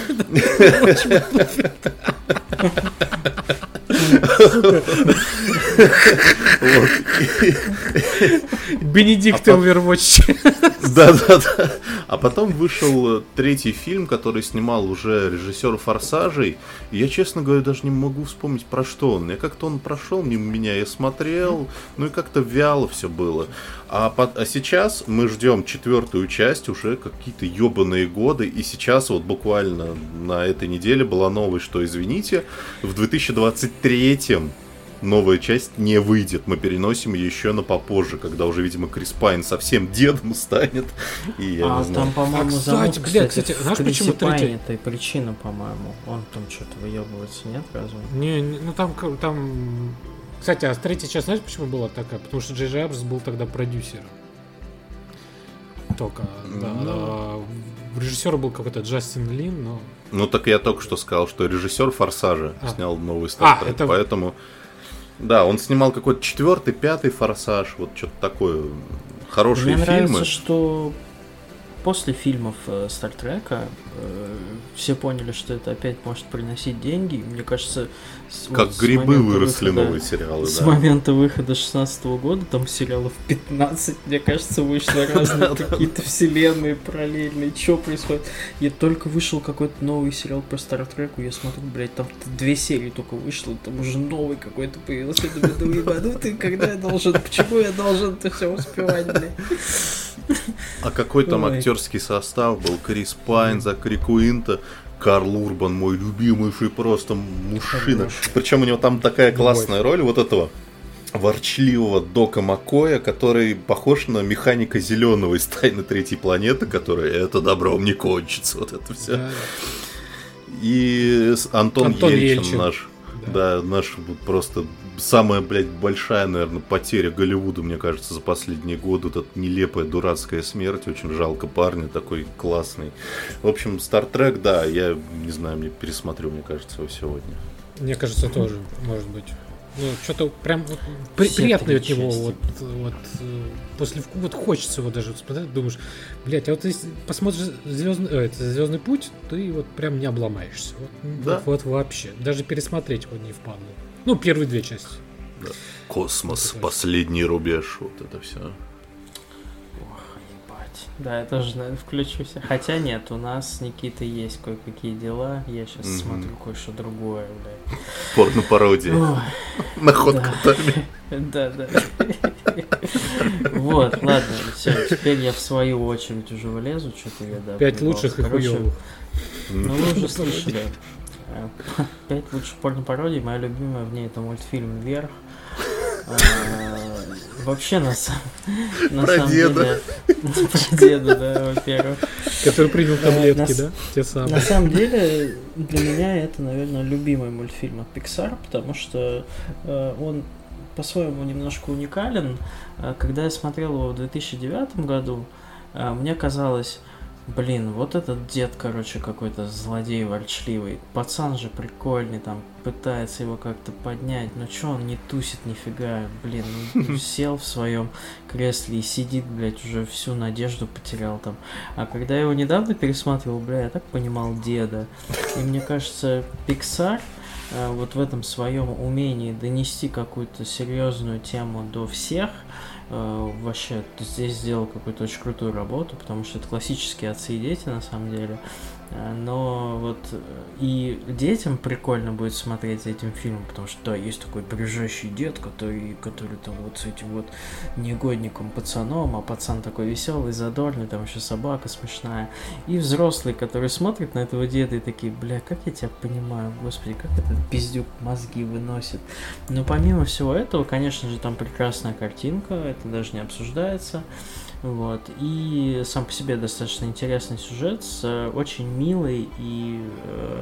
Бенедикт Overwatch. Да, да, да. А потом вышел третий фильм, который снимал уже режиссер «Форсажей». И я, честно говоря, даже не могу вспомнить, про что он. Я как-то он прошел мимо меня, я смотрел, ну и как-то вяло все было. А, по- а сейчас мы ждем четвертую часть, уже какие-то ебаные годы. И сейчас вот буквально на этой неделе была новость, что, извините, в две тысячи двадцать третьем новая часть не выйдет. Мы переносим ее еще на попозже, когда уже, видимо, Крис Пайн совсем дедом станет. И я а не знаю. там, по-моему, а, замут, кстати, блядь, кстати, кстати, знаешь, в почему Крисе Пайне третий? это и причина, по-моему. Он там что-то выебывается, нет, разве? Не, не, ну там, там... Кстати, а третья часть, знаешь, почему была такая? Потому что Джей Джей Абрамс был тогда продюсером. Только, да, Ну. да. Режиссер был какой-то Джастин Лин, но... Ну так я только что сказал, что режиссер «Форсажа» А. снял новый А, «Стартрек», это- поэтому... Да, он снимал какой-то четвертый, пятый «Форсаж», вот что-то такое. Хорошие Мне фильмы. нравится, что после фильмов э, Стартрека э, все поняли, что это опять может приносить деньги. Мне кажется, с, Как вот с грибы момента выросли выхода- новые сериалы, С да. момента выхода шестнадцатого года там сериалов пятнадцать, мне кажется, вышло разные какие-то вселенные параллельные. Что происходит? Я только вышел какой-то новый сериал про Стартреку, я смотрю, блядь, там две серии только вышло, там уже новый какой-то появился. Я думаю, ну ебанутый, когда я должен, почему я должен это все успевать, блядь? А какой там Ой. актерский состав был? Крис Пайн, Закари Куинто, Карл Урбан, мой любимейший просто мужчина. Хорош. Причем у него там такая классная роль вот этого ворчливого Дока Маккоя, который похож на механика Зеленого из «Тайны третьей планеты», который «это добром не кончится», вот это все. Да, И с- Антон, Антон Ельчин, Ельчин. наш, да. да, наш вот просто самая, блядь, большая, наверное, потеря Голливуда, мне кажется, за последние годы. Вот эта нелепая, дурацкая смерть. Очень жалко парня, такой классный. В общем, Стартрек, да, я не знаю, мне пересмотрю, мне кажется, его сегодня. Мне кажется, тоже, может быть. Ну, что-то прям вот, при- Все приятно три от него. части. Вот, вот, э, после вку- вот хочется его даже вот смотреть, думаешь, блядь, а вот если посмотришь звездный, э, это, Звездный путь, ты вот прям не обломаешься. Вот, м, Да. вот, вот вообще. Даже пересмотреть его не впадло. Ну, первые две части. Космос, Это последний рубеж, вот это все. Ох, ебать. Да, я тоже, наверное, включусь. Хотя нет, у нас с Никитой есть кое-какие дела. Я сейчас Мгм. смотрю кое-что другое, блядь. Порно-пародия. Ой, Находка да. Тами. Да, да. Вот, ладно, все, теперь я в свою очередь уже влезу, что-то я, да. Пять плевался. лучших и Короче, хуёвых. Ну, вы уже слышали. Э, Пять лучших порно-пародий. Моя любимая в ней это мультфильм «Вверх». А, Вообще, на самом на Про самом деда. деле... Про деда, да, во-первых. Который принял таблетки, нас- да? Те На самые. самом деле, для меня это, наверное, любимый мультфильм от Pixar, потому что э, он по-своему немножко уникален. Э, Когда я смотрел его в две тысячи девятом году, э, мне казалось, блин, вот этот дед, короче, какой-то злодей ворчливый. Пацан же прикольный, там, пытается его как-то поднять. Но чё он не тусит нифига, блин, ну, сел в своем кресле и сидит, блядь, уже всю надежду потерял там. А когда я его недавно пересматривал, бля, я так понимал деда. И мне кажется, Pixar э, вот в этом своем умении донести какую-то серьезную тему до всех, э, вообще здесь сделал какую-то очень крутую работу, потому что это классические отцы и дети на самом деле. Э, Но вот э, и детям прикольно будет смотреть за этим фильмом, потому что да, есть такой брюзжащий дед, который, который там вот с этим вот негодником пацаном, а пацан такой веселый, задорный, там еще собака смешная. И взрослые, которые смотрят на этого деда и такие, бля, как я тебя понимаю, господи, как этот пиздюк мозги выносит. Но помимо всего этого, конечно же, там прекрасная картинка, это даже не обсуждается. Вот. И сам по себе достаточно интересный сюжет с э, очень милой и э,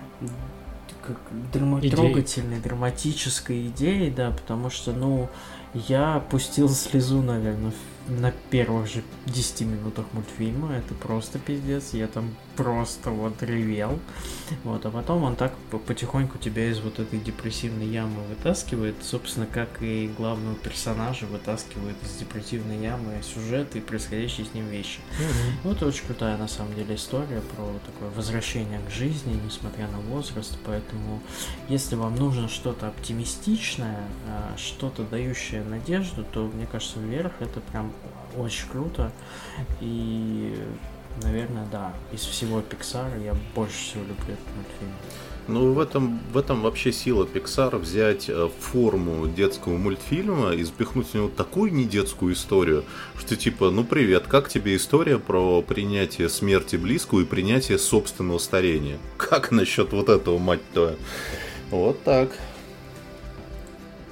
как драма- Идеей. трогательной, драматической идеей, да, потому что, ну, я пустил слезу, наверное, на первых же десяти минутах мультфильма. Это просто пиздец. Я там просто вот ревел. Вот, а потом он так по- потихоньку тебя из вот этой депрессивной ямы вытаскивает, собственно, как и главного персонажа вытаскивает из депрессивной ямы сюжет и происходящие с ним вещи. Мгм. Вот очень крутая на самом деле история про такое возвращение к жизни, несмотря на возраст. Поэтому, если вам нужно что-то оптимистичное, а, что-то дающее надежду, то, мне кажется, «Вверх» это прям очень круто. И, наверное, да, из всего Pixar я больше всего люблю этот мультфильм. Ну, в этом, в этом вообще сила Pixar взять э, форму детского мультфильма и запихнуть в него такую недетскую историю, что типа, ну привет, как тебе история про принятие смерти близкого и принятие собственного старения? Как насчет вот этого, мать твою? Вот так.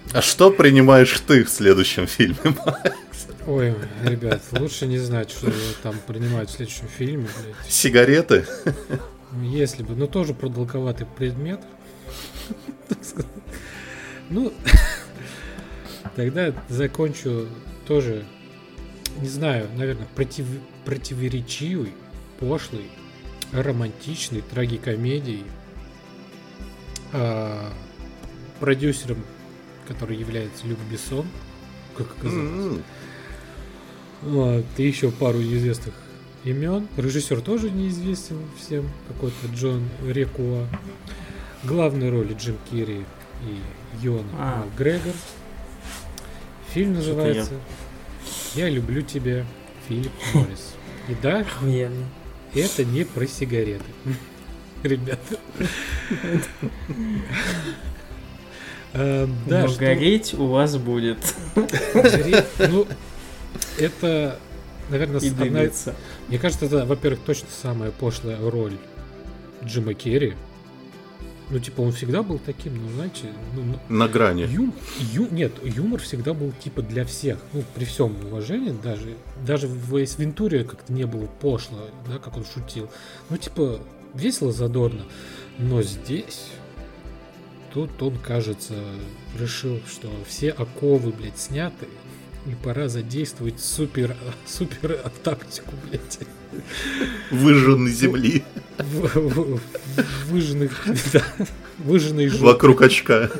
А что принимаешь ты в следующем фильме, Макс? Ой, ребят, лучше не знать, что там принимают в следующем фильме, блядь. Сигареты? Если бы, но тоже продолговатый предмет. Ну, тогда закончу тоже, не знаю, наверное, против, противоречивый, пошлый, романтичный, трагикомедией. А, продюсером, который является Люк Бессон, как оказалось. Mm-hmm. Вот, и еще пару известных имен. Режиссер тоже неизвестен всем, какой-то Джон Рекуа. Главные роли Джим Керри и Юэн а. Макгрегор. Фильм называется «Я... «Я люблю тебя», Филипп Моррис. И да, Охуенно. Это не про сигареты. Ребята. Но гореть у вас будет. Ну, это, наверное, одна... Мне кажется, это, во-первых, точно самая пошлая роль Джима Керри. Ну, типа, он всегда был таким, ну, знаете... Ну, на грани. Ю... Ю... Нет, юмор всегда был, типа, для всех. Ну, при всем уважении, даже, даже в Эйс Вентуре как-то не было пошло, да, как он шутил. Ну, типа, весело, задорно. Но здесь... Тут он, кажется, решил, что все оковы, блядь, сняты, и пора задействовать супер, супер тактику, блядь. Выжженной земли. Выжженных, да, выжженной жопы. Вокруг очка.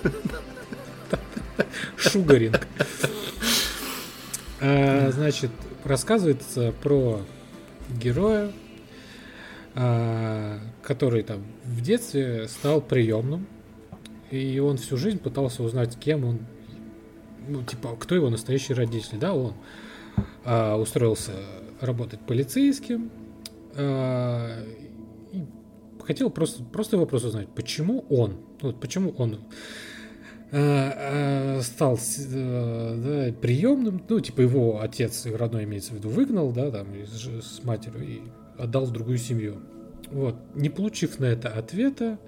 Шугаринг. А, значит, рассказывается про героя, а, который там в детстве стал приемным. И он всю жизнь пытался узнать, кем он, ну, типа, кто его настоящий родитель. Да, он а, устроился работать полицейским. А, и хотел просто, просто вопрос узнать, почему он, вот почему он а, а, стал а, да, приемным. Ну, типа, его отец родной, имеется в виду, выгнал, да, там, с матерью и отдал в другую семью. Вот. Не получив на это ответа,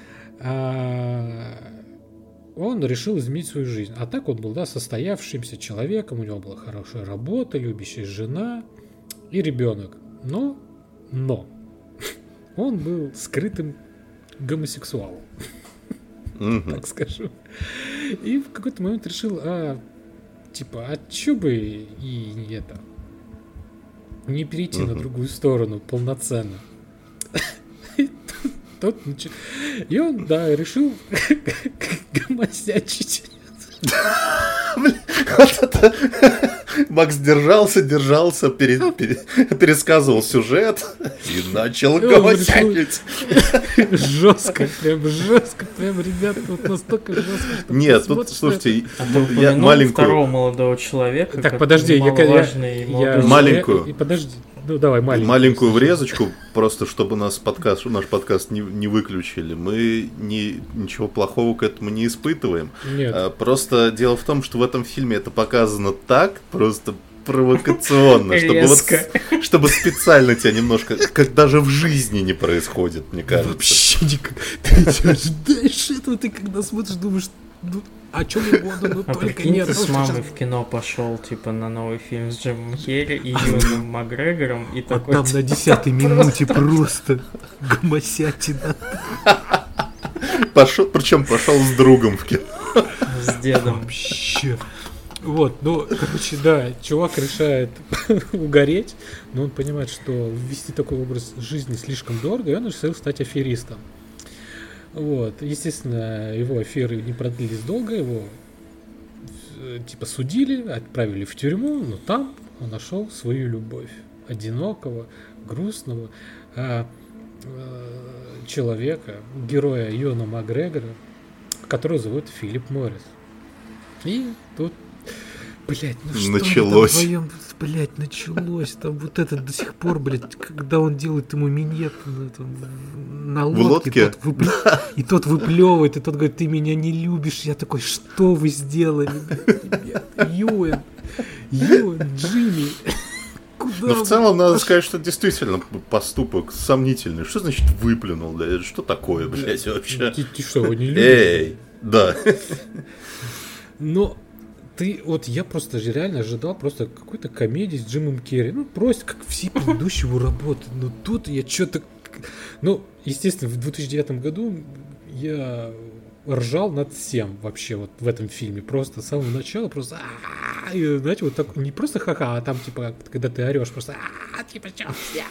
А, он решил изменить свою жизнь. А так он был, да, состоявшимся человеком, у него была хорошая работа, любящая жена и ребенок. Но, но он был скрытым гомосексуалом, mm-hmm. так скажу. И в какой-то момент решил, а типа, а чё бы и не это, не перейти mm-hmm. на другую сторону полноценно. И он, да, решил гомосячить. Макс держался, держался, пере, пере, пересказывал сюжет и начал гомосячить. Жестко, прям жестко, прям, ребята, вот настолько жестко, что... Нет, тут, слушайте, а я маленькую... второго молодого человека. Так, подожди, я... я маленькую. Я, подожди. Ну, давай, маленькую. Маленькую врезочку, просто чтобы нас подкаст, наш подкаст не, не выключили. Мы не, ничего плохого к этому не испытываем. Нет. А, просто дело в том, что в этом фильме это показано так, просто провокационно, чтобы, вот, чтобы специально тебя немножко, как даже в жизни не происходит, мне кажется. Вообще никак. Ты ожидаешь этого, ты когда смотришь, думаешь... О чем угодно, но а только нет. Ты с мамой сейчас... в кино пошел, типа, на новый фильм с Джимом Керри и Юэном Макгрегором, и а такой... там на десятой минуте просто гомосятина. Пошел, причем пошел с другом в кино. С дедом. Вообще. Вот, ну, короче, да, чувак решает угореть, но он понимает, что ввести такой образ жизни слишком дорого, и он решил стать аферистом. Вот, естественно, его аферы не продлились долго, его типа судили, отправили в тюрьму, но там он нашел свою любовь, одинокого, грустного а, а, человека, героя Юэна Макгрегора, которого зовут Филипп Моррис. И тут, блять, ну что началось. Там вдвоем, блять, началось. Там вот это до сих пор, блять, когда он делает ему минет на, там, на лодке, тот выпле... и тот выплевывает, и тот говорит, ты меня не любишь. Я такой, что вы сделали, ребят? Юэн, Юэн, Джимми. Куда Но в целом надо сказать, что действительно поступок сомнительный. Что значит выплюнул, блядь? Что такое, блядь, вообще? Ты, ты что, его не любишь? Эй, да. Но ты, вот я просто же реально ожидал просто какой-то комедии с Джимом Керри. Ну, просто как все предыдущие его работы. Но тут я что-то... Ну, естественно, в две тысячи девятом году я ржал над всем вообще вот в этом фильме. Просто с самого начала просто... И, знаете, вот так, не просто ха-ха, а там, типа, когда ты орешь, просто типа, что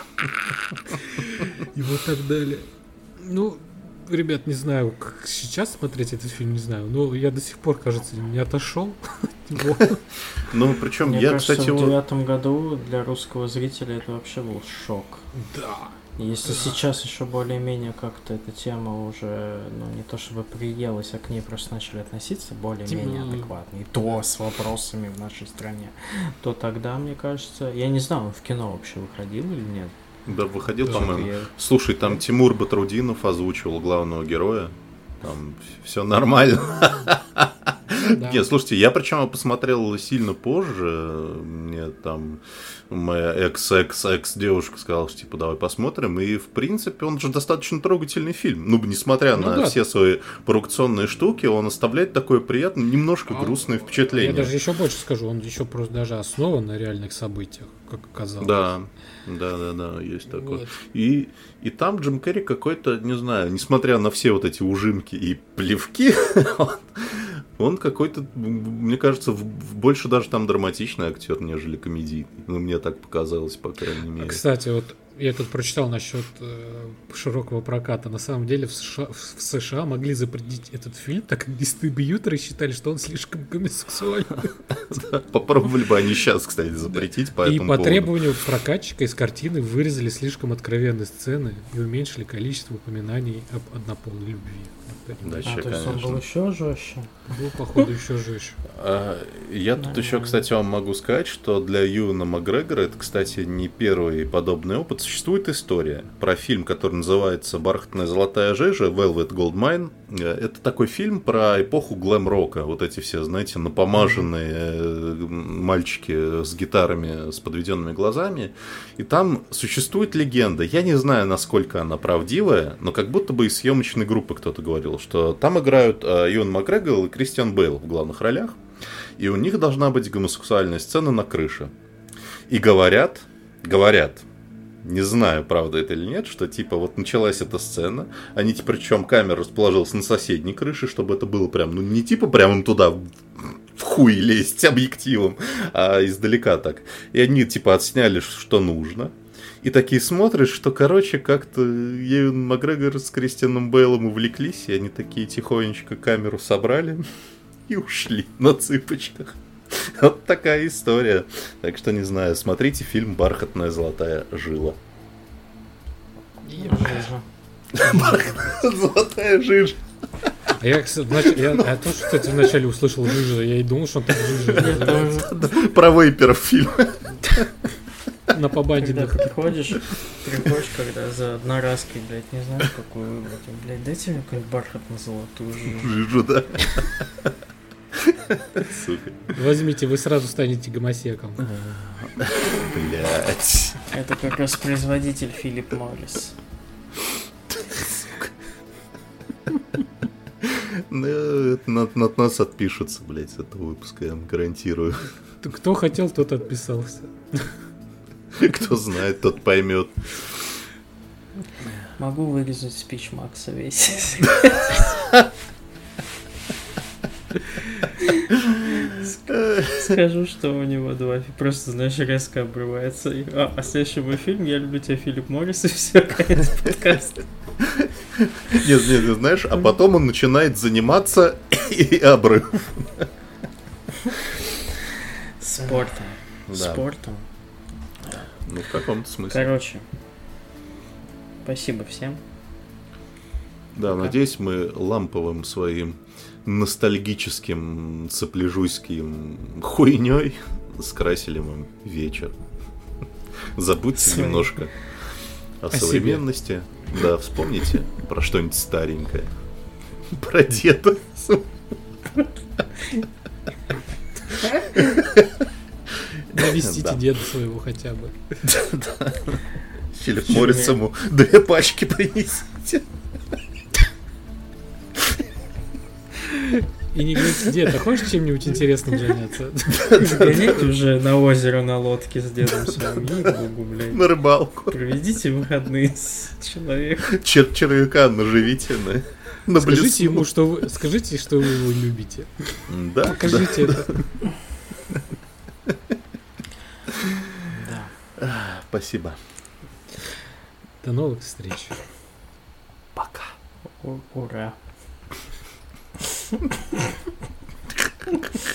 и вот так далее. Ну, ребят, не знаю, как сейчас смотреть этот фильм, не знаю, но я до сих пор, кажется, не отошел от него. Ну, причем Мне я, кажется, кстати, в вот... девятом году для русского зрителя это вообще был шок. Да. Если да. сейчас еще более-менее как-то эта тема уже, ну, не то чтобы приелась, а к ней просто начали относиться более-менее Типа... адекватно, и то с вопросами в нашей стране, то тогда, мне кажется, я не знаю, он в кино вообще выходил или нет. Да, выходил, Даже по-моему. я... Слушай, там Тимур Батрудинов озвучивал главного героя. Там все нормально. Да. Нет, слушайте, я причем посмотрел сильно позже. Мне там моя экс-экс-экс-девушка сказала, что типа давай посмотрим. И в принципе он же достаточно трогательный фильм. Ну, несмотря ну, на да. все свои провокационные штуки, он оставляет такое приятное, немножко а, грустное впечатление. Я даже еще больше скажу, он еще просто даже основан на реальных событиях, как оказалось. Да. Да, да, да, есть такое. Вот. И, и там Джим Керри какой-то, не знаю, несмотря на все вот эти ужимки и плевки, он, он какой-то, мне кажется, в, в больше даже там драматичный актер, нежели комедийный. Ну, мне так показалось, по крайней мере. Кстати, вот я тут прочитал насчет э, широкого проката. На самом деле в США, в США могли запретить этот фильм, так как дистрибьюторы считали, что он слишком гомосексуальный. Попробовали бы они сейчас, кстати, запретить по этому поводу. И по требованию прокатчика из картины вырезали слишком откровенные сцены и уменьшили количество упоминаний об однополой любви. Да, а, то есть он был еще жестче? Был, походу, еще жестче. Я тут еще, кстати, вам могу сказать, что для Юэна Макгрегора это, кстати, не первый подобный опыт. Существует история про фильм, который называется «Бархатная золотая жижа», Velvet Goldmine. Это такой фильм про эпоху глэм-рока. Вот эти все, знаете, напомаженные мальчики с гитарами, с подведенными глазами. И там существует легенда. Я не знаю, насколько она правдивая, но как будто бы из съемочной группы кто-то говорил, что там играют Юэн Макгрегор и Кристиан Бейл в главных ролях. И у них должна быть гомосексуальная сцена на крыше. И говорят, говорят, не знаю, правда это или нет, что типа вот началась эта сцена, они типа, причем камера расположилась на соседней крыше, чтобы это было прям, ну не типа прям туда в хуй лезть объективом, а издалека так. И они типа отсняли, что нужно. И такие смотришь, что, короче, как-то Юэн Макгрегор с Кристианом Бейлом увлеклись, и они такие тихонечко камеру собрали и ушли на цыпочках. Вот такая история. Так что, не знаю, смотрите фильм «Бархатная золотая жила». Бархатная золотая жижа. А я, значит, я, я тоже, кстати, вначале услышал жижа, я и думал, что он так жижа. Про вейперов фильм. На побандиных. Когда приходишь, приходишь, когда за одноразкой, блядь, не знаешь, какую выбрать. Блядь, дайте мне какую-нибудь бархатно-золотую жижу. Жижу, да. Сука. Возьмите, вы сразу станете гомосеком. Блять. Это как раз производитель Филипп Моррис. Ну, это над, над нас отпишутся, блять, с этого выпуска, я вам гарантирую. Кто хотел, тот отписался. Кто знает, тот поймет. Могу вырезать спич Макса весь. Скажу, что у него два. Просто, знаешь, резко обрывается. А, а следующий мой фильм «Я люблю тебя, Филипп Моррис», и все, конец подкаста. Нет, нет, знаешь, а потом он начинает заниматься и обрыв. Спортом. Да. Спортом. Ну, в каком-то смысле. Короче, спасибо всем. Да, Пока. Надеюсь, мы ламповым своим ностальгическим цепляжуйским хуйней скрасили вам вечер. Забудьте Свои. немножко о, о современности. Себе. Да, вспомните про что-нибудь старенькое. Про деда. Навестите да. деда своего хотя бы. Да. Филипп Моррис ему две пачки принесите. и не говорить, дед, а хочешь чем-нибудь интересным заняться? Сгоните уже на озеро на лодке с дедом своим, ей-богу, блядь. На рыбалку. Проведите выходные с человеком. Чер червяка наживите на, на Скажите блесну. ему, что вы, скажите, что вы его любите. Да, Покажите да. это. Да. Спасибо. До новых встреч. Пока. У- Ура.